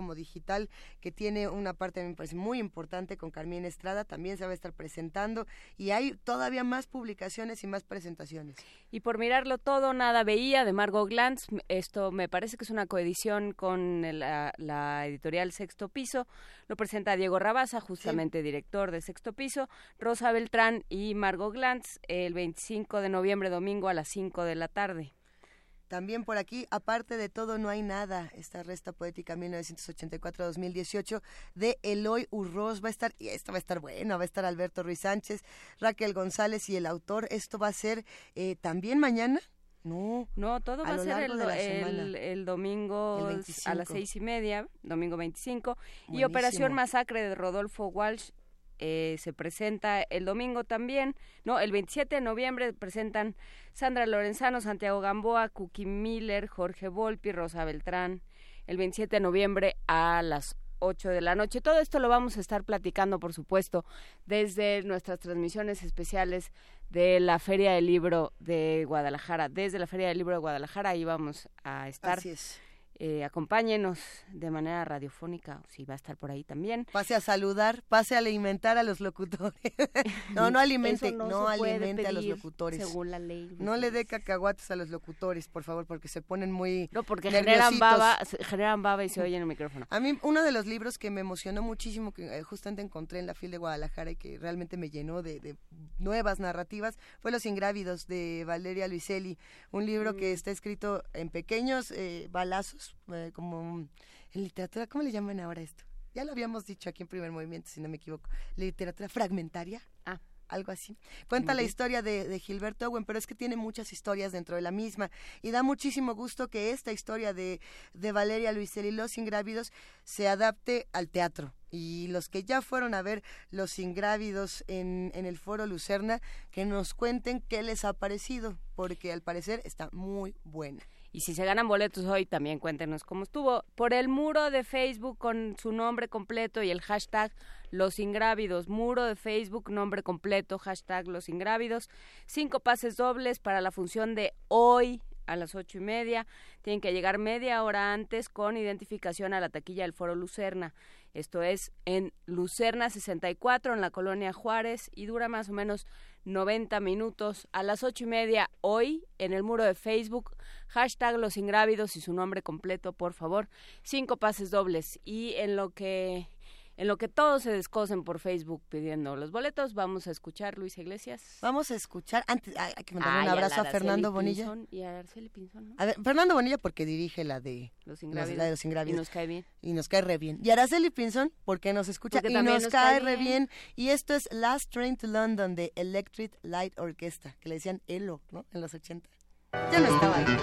como digital, que tiene una parte, me parece, muy importante con Carmín Estrada, también se va a estar presentando, y hay todavía más publicaciones y más presentaciones. Y por mirarlo todo, nada veía, de Margot Glantz. Esto me parece que es una coedición con la, la editorial Sexto Piso. Lo presenta Diego Rabasa, justamente sí. director de Sexto Piso, Rosa Beltrán y Margot Glantz, el veinticinco de noviembre, domingo a las cinco de la tarde. También por aquí, aparte de todo, no hay nada. Esta Resta Poética mil novecientos ochenta y cuatro a dos mil dieciocho de Eloy Urroz va a estar, y esta va a estar buena, va a estar Alberto Ruiz Sánchez, Raquel González y el autor. Esto va a ser eh, también mañana. No, no, todo va a, a ser el, el, el domingo el a las seis y media, domingo veinticinco. Buenísimo. Y Operación Masacre de Rodolfo Walsh eh, se presenta el domingo también, no, el veintisiete de noviembre presentan Sandra Lorenzano, Santiago Gamboa, Cookie Miller, Jorge Volpi, Rosa Beltrán, el veintisiete de noviembre a las ocho de la noche. Todo esto lo vamos a estar platicando, por supuesto, desde nuestras transmisiones especiales de la Feria del Libro de Guadalajara. Desde la Feria del Libro de Guadalajara, ahí vamos a estar. Así es. Eh, acompáñenos de manera radiofónica, si va a estar por ahí también. Pase a saludar, pase a alimentar a los locutores. no, no alimente, no, no alimente a los locutores. Según la ley. No le dé cacahuates a los locutores, por favor, porque se ponen muy No, porque generan baba, generan baba y se oye en el micrófono. A mí, uno de los libros que me emocionó muchísimo, que eh, justamente encontré en la F I L de Guadalajara y que realmente me llenó de, de nuevas narrativas, fue Los Ingrávidos, de Valeria Luiselli. Un libro mm. que está escrito en pequeños eh, balazos, Eh, como en literatura, ¿cómo le llaman ahora esto? Ya lo habíamos dicho aquí en Primer Movimiento, si no me equivoco, literatura fragmentaria, ah. algo así. Cuenta la historia de, de Gilberto Owen, pero es que tiene muchas historias dentro de la misma, y da muchísimo gusto que esta historia de, de Valeria Luiselli, Los Ingrávidos, se adapte al teatro. Y los que ya fueron a ver Los Ingrávidos en, en el Foro Lucerna, que nos cuenten qué les ha parecido, porque al parecer está muy buena. Y si se ganan boletos hoy, también cuéntenos cómo estuvo. Por el muro de Facebook con su nombre completo y el hashtag Los Ingrávidos. Muro de Facebook, nombre completo, hashtag Los Ingrávidos. Cinco pases dobles para la función de hoy a las ocho y media. Tienen que llegar media hora antes con identificación a la taquilla del Foro Lucerna. Esto es en Lucerna sesenta y cuatro, en la Colonia Juárez, y dura más o menos noventa minutos. A las ocho y media hoy, en el muro de Facebook, hashtag Los Ingrávidos y su nombre completo, por favor. Cinco pases dobles. Y en lo que... En lo que todos se descosen por Facebook pidiendo los boletos, vamos a escuchar Luisa Iglesias. Vamos a escuchar, antes hay que mandar un abrazo a, a Fernando Bonilla. Pinzón y a Araceli Pinzón, ¿no? A ver, Fernando Bonilla porque dirige la de Los Ingrávidos, la de Los Ingrávidos. Y nos cae bien. Y nos cae re bien. Y Araceli Pinzón porque nos escucha porque y nos, nos cae, cae re bien. bien. Y esto es Last Train to London de Electric Light Orchestra, que le decían E L O, ¿no? En los ochenta. Yo no estaba ahí.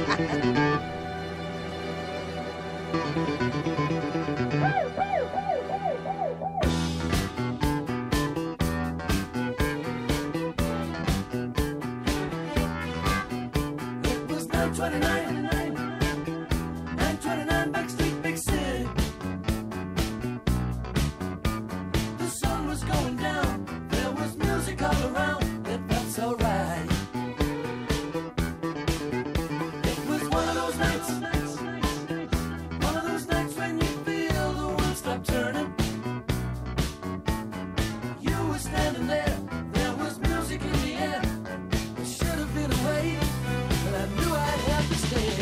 twenty-nine, nine twenty-nine, Backstreet, Big City. The sun was going down, there was music all around, it felt so right. It was one of those nights, one of those nights when you feel the world stop turning. You were standing there, there was music in the air. It should have been away, but I knew I'd have to stay.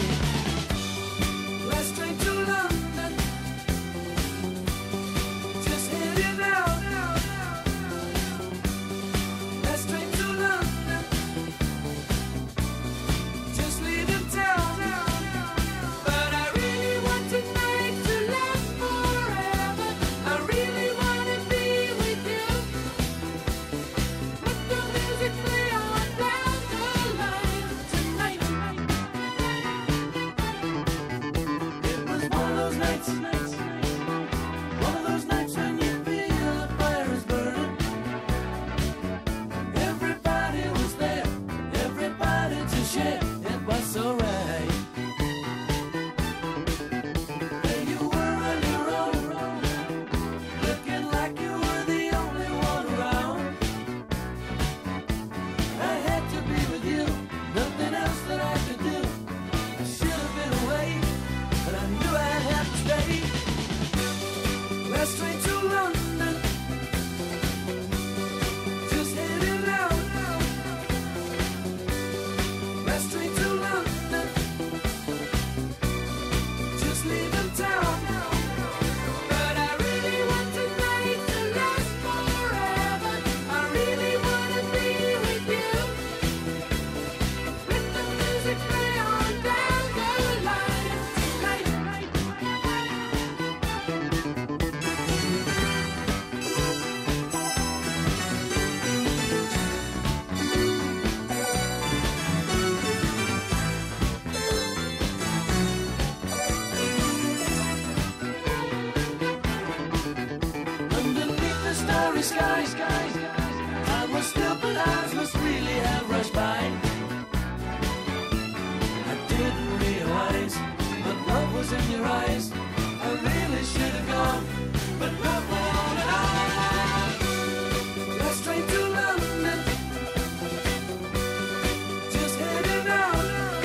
starry sky. Time was still, but ours must really have rushed by. I didn't realize what love was in your eyes. I really should have gone, but not on and on. Last train to London, just heading out.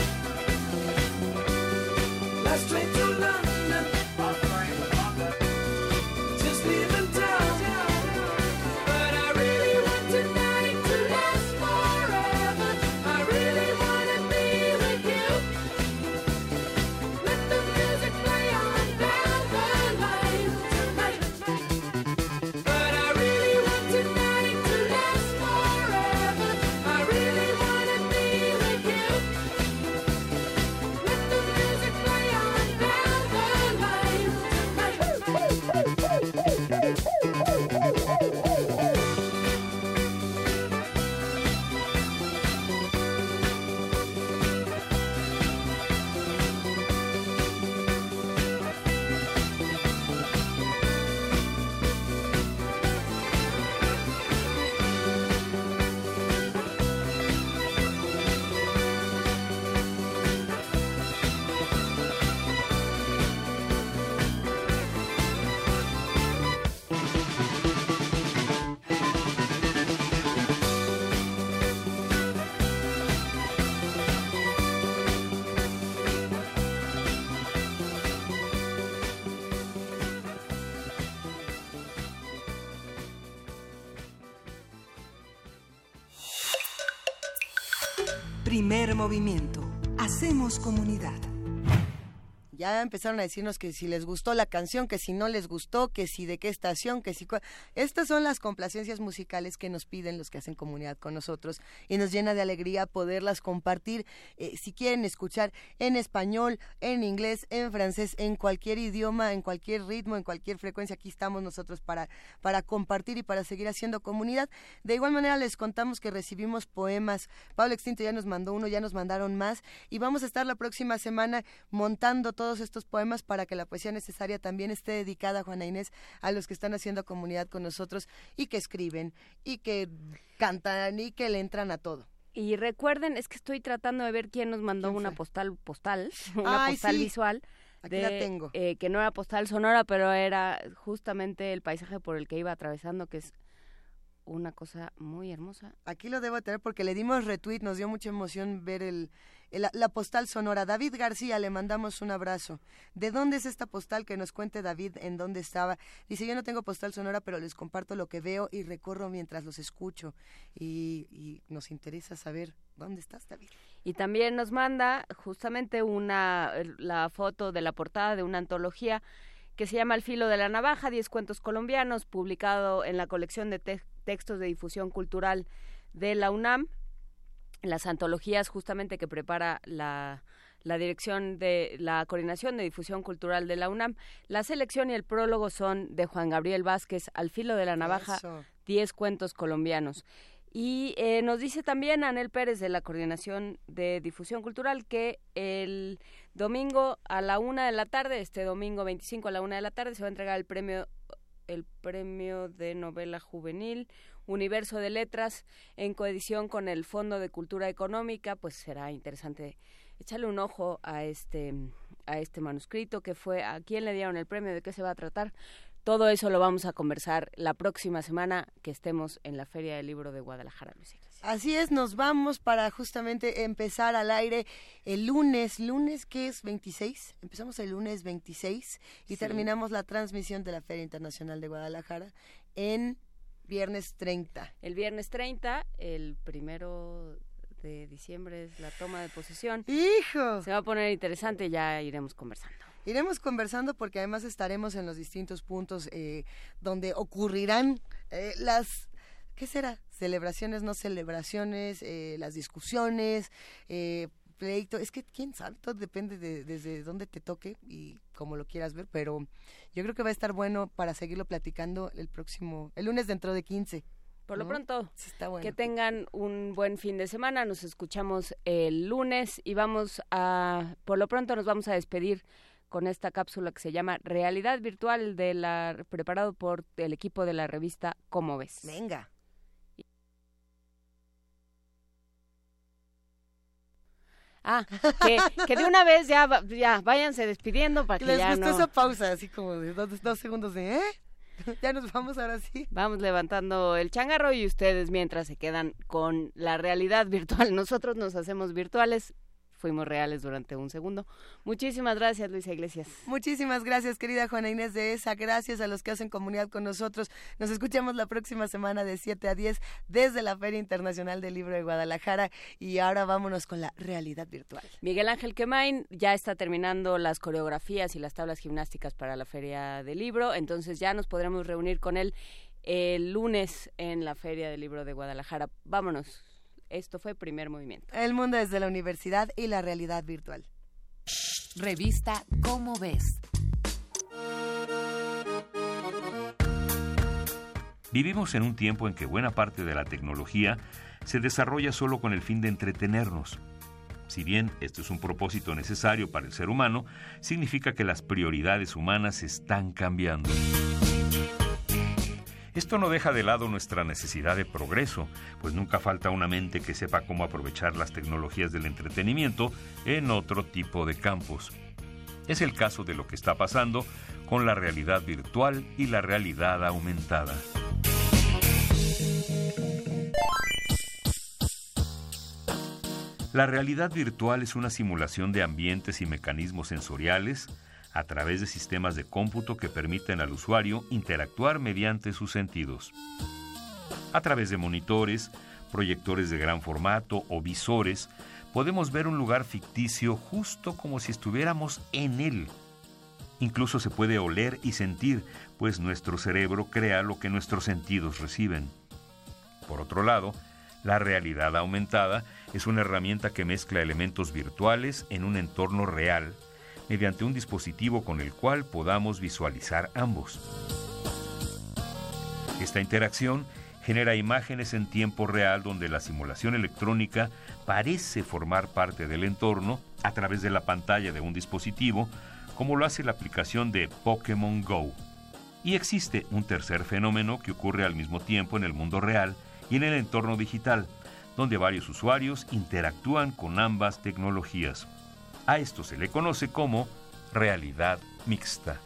Last train to London, just leaving town. But I really want tonight to last forever. I really want to be with you. Let the music play on down the line tonight. But I really want tonight to last forever. I really want to be with you. Let the music play on down the line tonight. Primer movimiento. Hacemos comunidad. Ya empezaron a decirnos que si les gustó la canción, que si no les gustó, que si de qué estación, que si... cua- Estas son las complacencias musicales que nos piden los que hacen comunidad con nosotros y nos llena de alegría poderlas compartir. Eh, si quieren escuchar en español, en inglés, en francés, en cualquier idioma, en cualquier ritmo, en cualquier frecuencia, aquí estamos nosotros para, para compartir y para seguir haciendo comunidad. De igual manera les contamos que recibimos poemas. Pablo Extinto ya nos mandó uno, ya nos mandaron más y vamos a estar la próxima semana montando todos estos poemas para que la poesía necesaria también esté dedicada, Juana Inés, a los que están haciendo comunidad con nosotros y que escriben y que cantan y que le entran a todo. Y recuerden, es que estoy tratando de ver quién nos mandó ¿Quién una fue? postal, postal, una Ay, postal sí. visual. Aquí de, la tengo. eh, que no era postal sonora, pero era justamente el paisaje por el que iba atravesando, que es una cosa muy hermosa. Aquí lo debo tener porque le dimos retweet, nos dio mucha emoción ver el, el- la postal sonora. David García, le mandamos un abrazo. ¿De dónde es esta postal? Que nos cuente David en dónde estaba. Dice, yo no tengo postal sonora, pero les comparto lo que veo y recorro mientras los escucho. Y, y nos interesa saber dónde estás, David. Y también nos manda justamente una la foto de la portada de una antología que se llama Al filo de la navaja, diez cuentos colombianos, publicado en la colección de te- textos de difusión cultural de la UNAM, las antologías justamente que prepara la, la dirección de la coordinación de difusión cultural de la UNAM. La selección y el prólogo son de Juan Gabriel Vázquez, Al filo de la navaja, Eso. diez cuentos colombianos. Y eh, nos dice también Anel Pérez de la Coordinación de Difusión Cultural que el domingo a la una de la tarde, este domingo veinticinco a la una de la tarde, se va a entregar el premio el premio de novela juvenil Universo de Letras en coedición con el Fondo de Cultura Económica. Pues será interesante echarle un ojo a este a este manuscrito, que fue a quién le dieron el premio, de qué se va a tratar. Todo eso lo vamos a conversar la próxima semana que estemos en la Feria del Libro de Guadalajara, Luis Iglesias. Así es, nos vamos para justamente empezar al aire el lunes, lunes que es veintiséis, empezamos el lunes veintiséis y Sí. terminamos la transmisión de la Feria Internacional de Guadalajara en viernes treinta. El viernes treinta, el primero de diciembre es la toma de posesión. ¡Hijo! Se va a poner interesante, ya iremos conversando. Iremos conversando porque además estaremos en los distintos puntos eh, donde ocurrirán eh, las, ¿qué será? Celebraciones, no celebraciones, eh, las discusiones, eh, pleito. Es que quién sabe, todo depende de desde dónde te toque y cómo lo quieras ver, pero yo creo que va a estar bueno para seguirlo platicando el próximo, el lunes dentro de quince. Por lo ¿no? pronto, Sí, está bueno. que tengan un buen fin de semana. Nos escuchamos el lunes y vamos a, por lo pronto nos vamos a despedir con esta cápsula que se llama Realidad Virtual, de la, preparado por el equipo de la revista ¿Cómo ves? Venga. Ah, que, que de una vez ya, ya váyanse despidiendo para que Les ya gustó no... esa pausa, así como de dos, dos segundos de, ¿eh? Ya nos vamos ahora sí. Vamos levantando el changarro y ustedes mientras se quedan con la realidad virtual. Nosotros nos hacemos virtuales, fuimos reales durante un segundo. Muchísimas gracias, Luisa Iglesias. Muchísimas gracias, querida Juana Inés de ESA. Gracias a los que hacen comunidad con nosotros. Nos escuchamos la próxima semana de siete a diez desde la Feria Internacional del Libro de Guadalajara. Y ahora vámonos con la realidad virtual. Miguel Ángel Quemain ya está terminando las coreografías y las tablas gimnásticas para la Feria del Libro. Entonces ya nos podremos reunir con él el lunes en la Feria del Libro de Guadalajara. Vámonos. Esto fue Primer Movimiento. El mundo desde la universidad y la realidad virtual. Revista ¿Cómo ves? Vivimos en un tiempo en que buena parte de la tecnología se desarrolla solo con el fin de entretenernos. Si bien esto es un propósito necesario para el ser humano, significa que las prioridades humanas están cambiando. Esto no deja de lado nuestra necesidad de progreso, pues nunca falta una mente que sepa cómo aprovechar las tecnologías del entretenimiento en otro tipo de campos. Es el caso de lo que está pasando con la realidad virtual y la realidad aumentada. La realidad virtual es una simulación de ambientes y mecanismos sensoriales a través de sistemas de cómputo que permiten al usuario interactuar mediante sus sentidos. A través de monitores, proyectores de gran formato o visores, podemos ver un lugar ficticio justo como si estuviéramos en él. Incluso se puede oler y sentir, pues nuestro cerebro crea lo que nuestros sentidos reciben. Por otro lado, la realidad aumentada es una herramienta que mezcla elementos virtuales en un entorno real, mediante un dispositivo con el cual podamos visualizar ambos. Esta interacción genera imágenes en tiempo real donde la simulación electrónica parece formar parte del entorno a través de la pantalla de un dispositivo, como lo hace la aplicación de Pokémon Go. Y existe un tercer fenómeno que ocurre al mismo tiempo en el mundo real y en el entorno digital, donde varios usuarios interactúan con ambas tecnologías. A esto se le conoce como realidad mixta.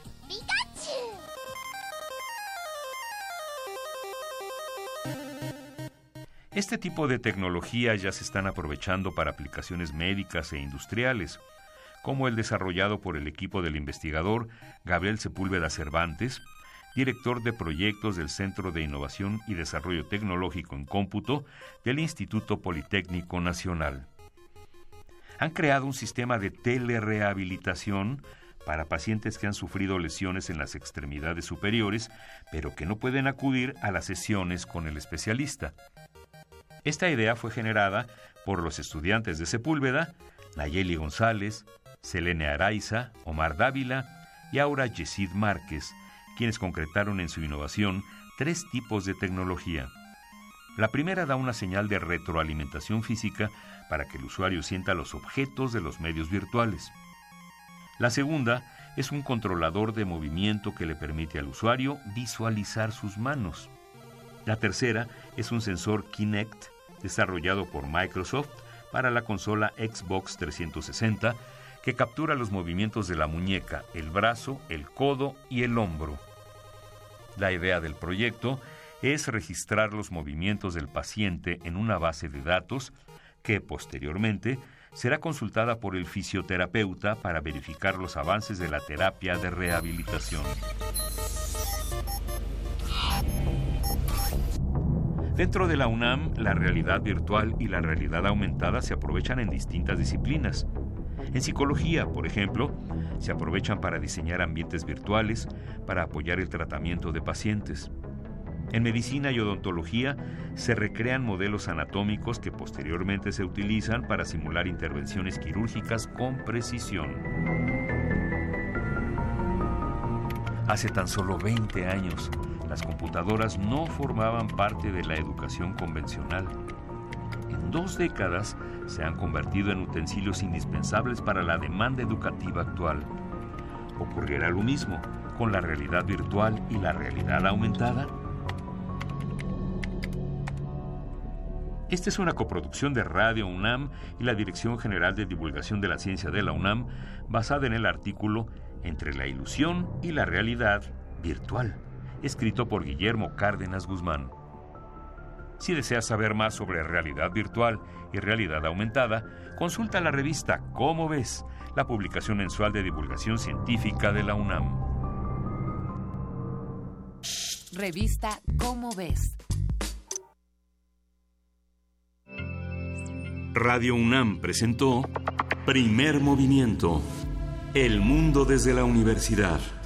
Este tipo de tecnología ya se están aprovechando para aplicaciones médicas e industriales, como el desarrollado por el equipo del investigador Gabriel Sepúlveda Cervantes, director de proyectos del Centro de Innovación y Desarrollo Tecnológico en Cómputo del Instituto Politécnico Nacional. Han creado un sistema de telerehabilitación para pacientes que han sufrido lesiones en las extremidades superiores, pero que no pueden acudir a las sesiones con el especialista. Esta idea fue generada por los estudiantes de Sepúlveda, Nayeli González, Selene Araiza, Omar Dávila y Aura Yesid Márquez, quienes concretaron en su innovación tres tipos de tecnología. La primera da una señal de retroalimentación física para que el usuario sienta los objetos de los medios virtuales. La segunda es un controlador de movimiento que le permite al usuario visualizar sus manos. La tercera es un sensor Kinect desarrollado por Microsoft para la consola Xbox trescientos sesenta que captura los movimientos de la muñeca, el brazo, el codo y el hombro. La idea del proyecto es registrar los movimientos del paciente en una base de datos que posteriormente será consultada por el fisioterapeuta para verificar los avances de la terapia de rehabilitación. Dentro de la UNAM, la realidad virtual y la realidad aumentada se aprovechan en distintas disciplinas. En psicología, por ejemplo, se aprovechan para diseñar ambientes virtuales para apoyar el tratamiento de pacientes. En medicina y odontología se recrean modelos anatómicos que posteriormente se utilizan para simular intervenciones quirúrgicas con precisión. Hace tan solo veinte años, las computadoras no formaban parte de la educación convencional. En dos décadas se han convertido en utensilios indispensables para la demanda educativa actual. ¿Ocurrirá lo mismo con la realidad virtual y la realidad aumentada? Esta es una coproducción de Radio UNAM y la Dirección General de Divulgación de la Ciencia de la UNAM, basada en el artículo Entre la ilusión y la realidad virtual, escrito por Guillermo Cárdenas Guzmán. Si deseas saber más sobre realidad virtual y realidad aumentada, consulta la revista ¿Cómo ves?, la publicación mensual de divulgación científica de la UNAM. Revista ¿Cómo ves? Radio UNAM presentó Primer Movimiento. El mundo desde la universidad.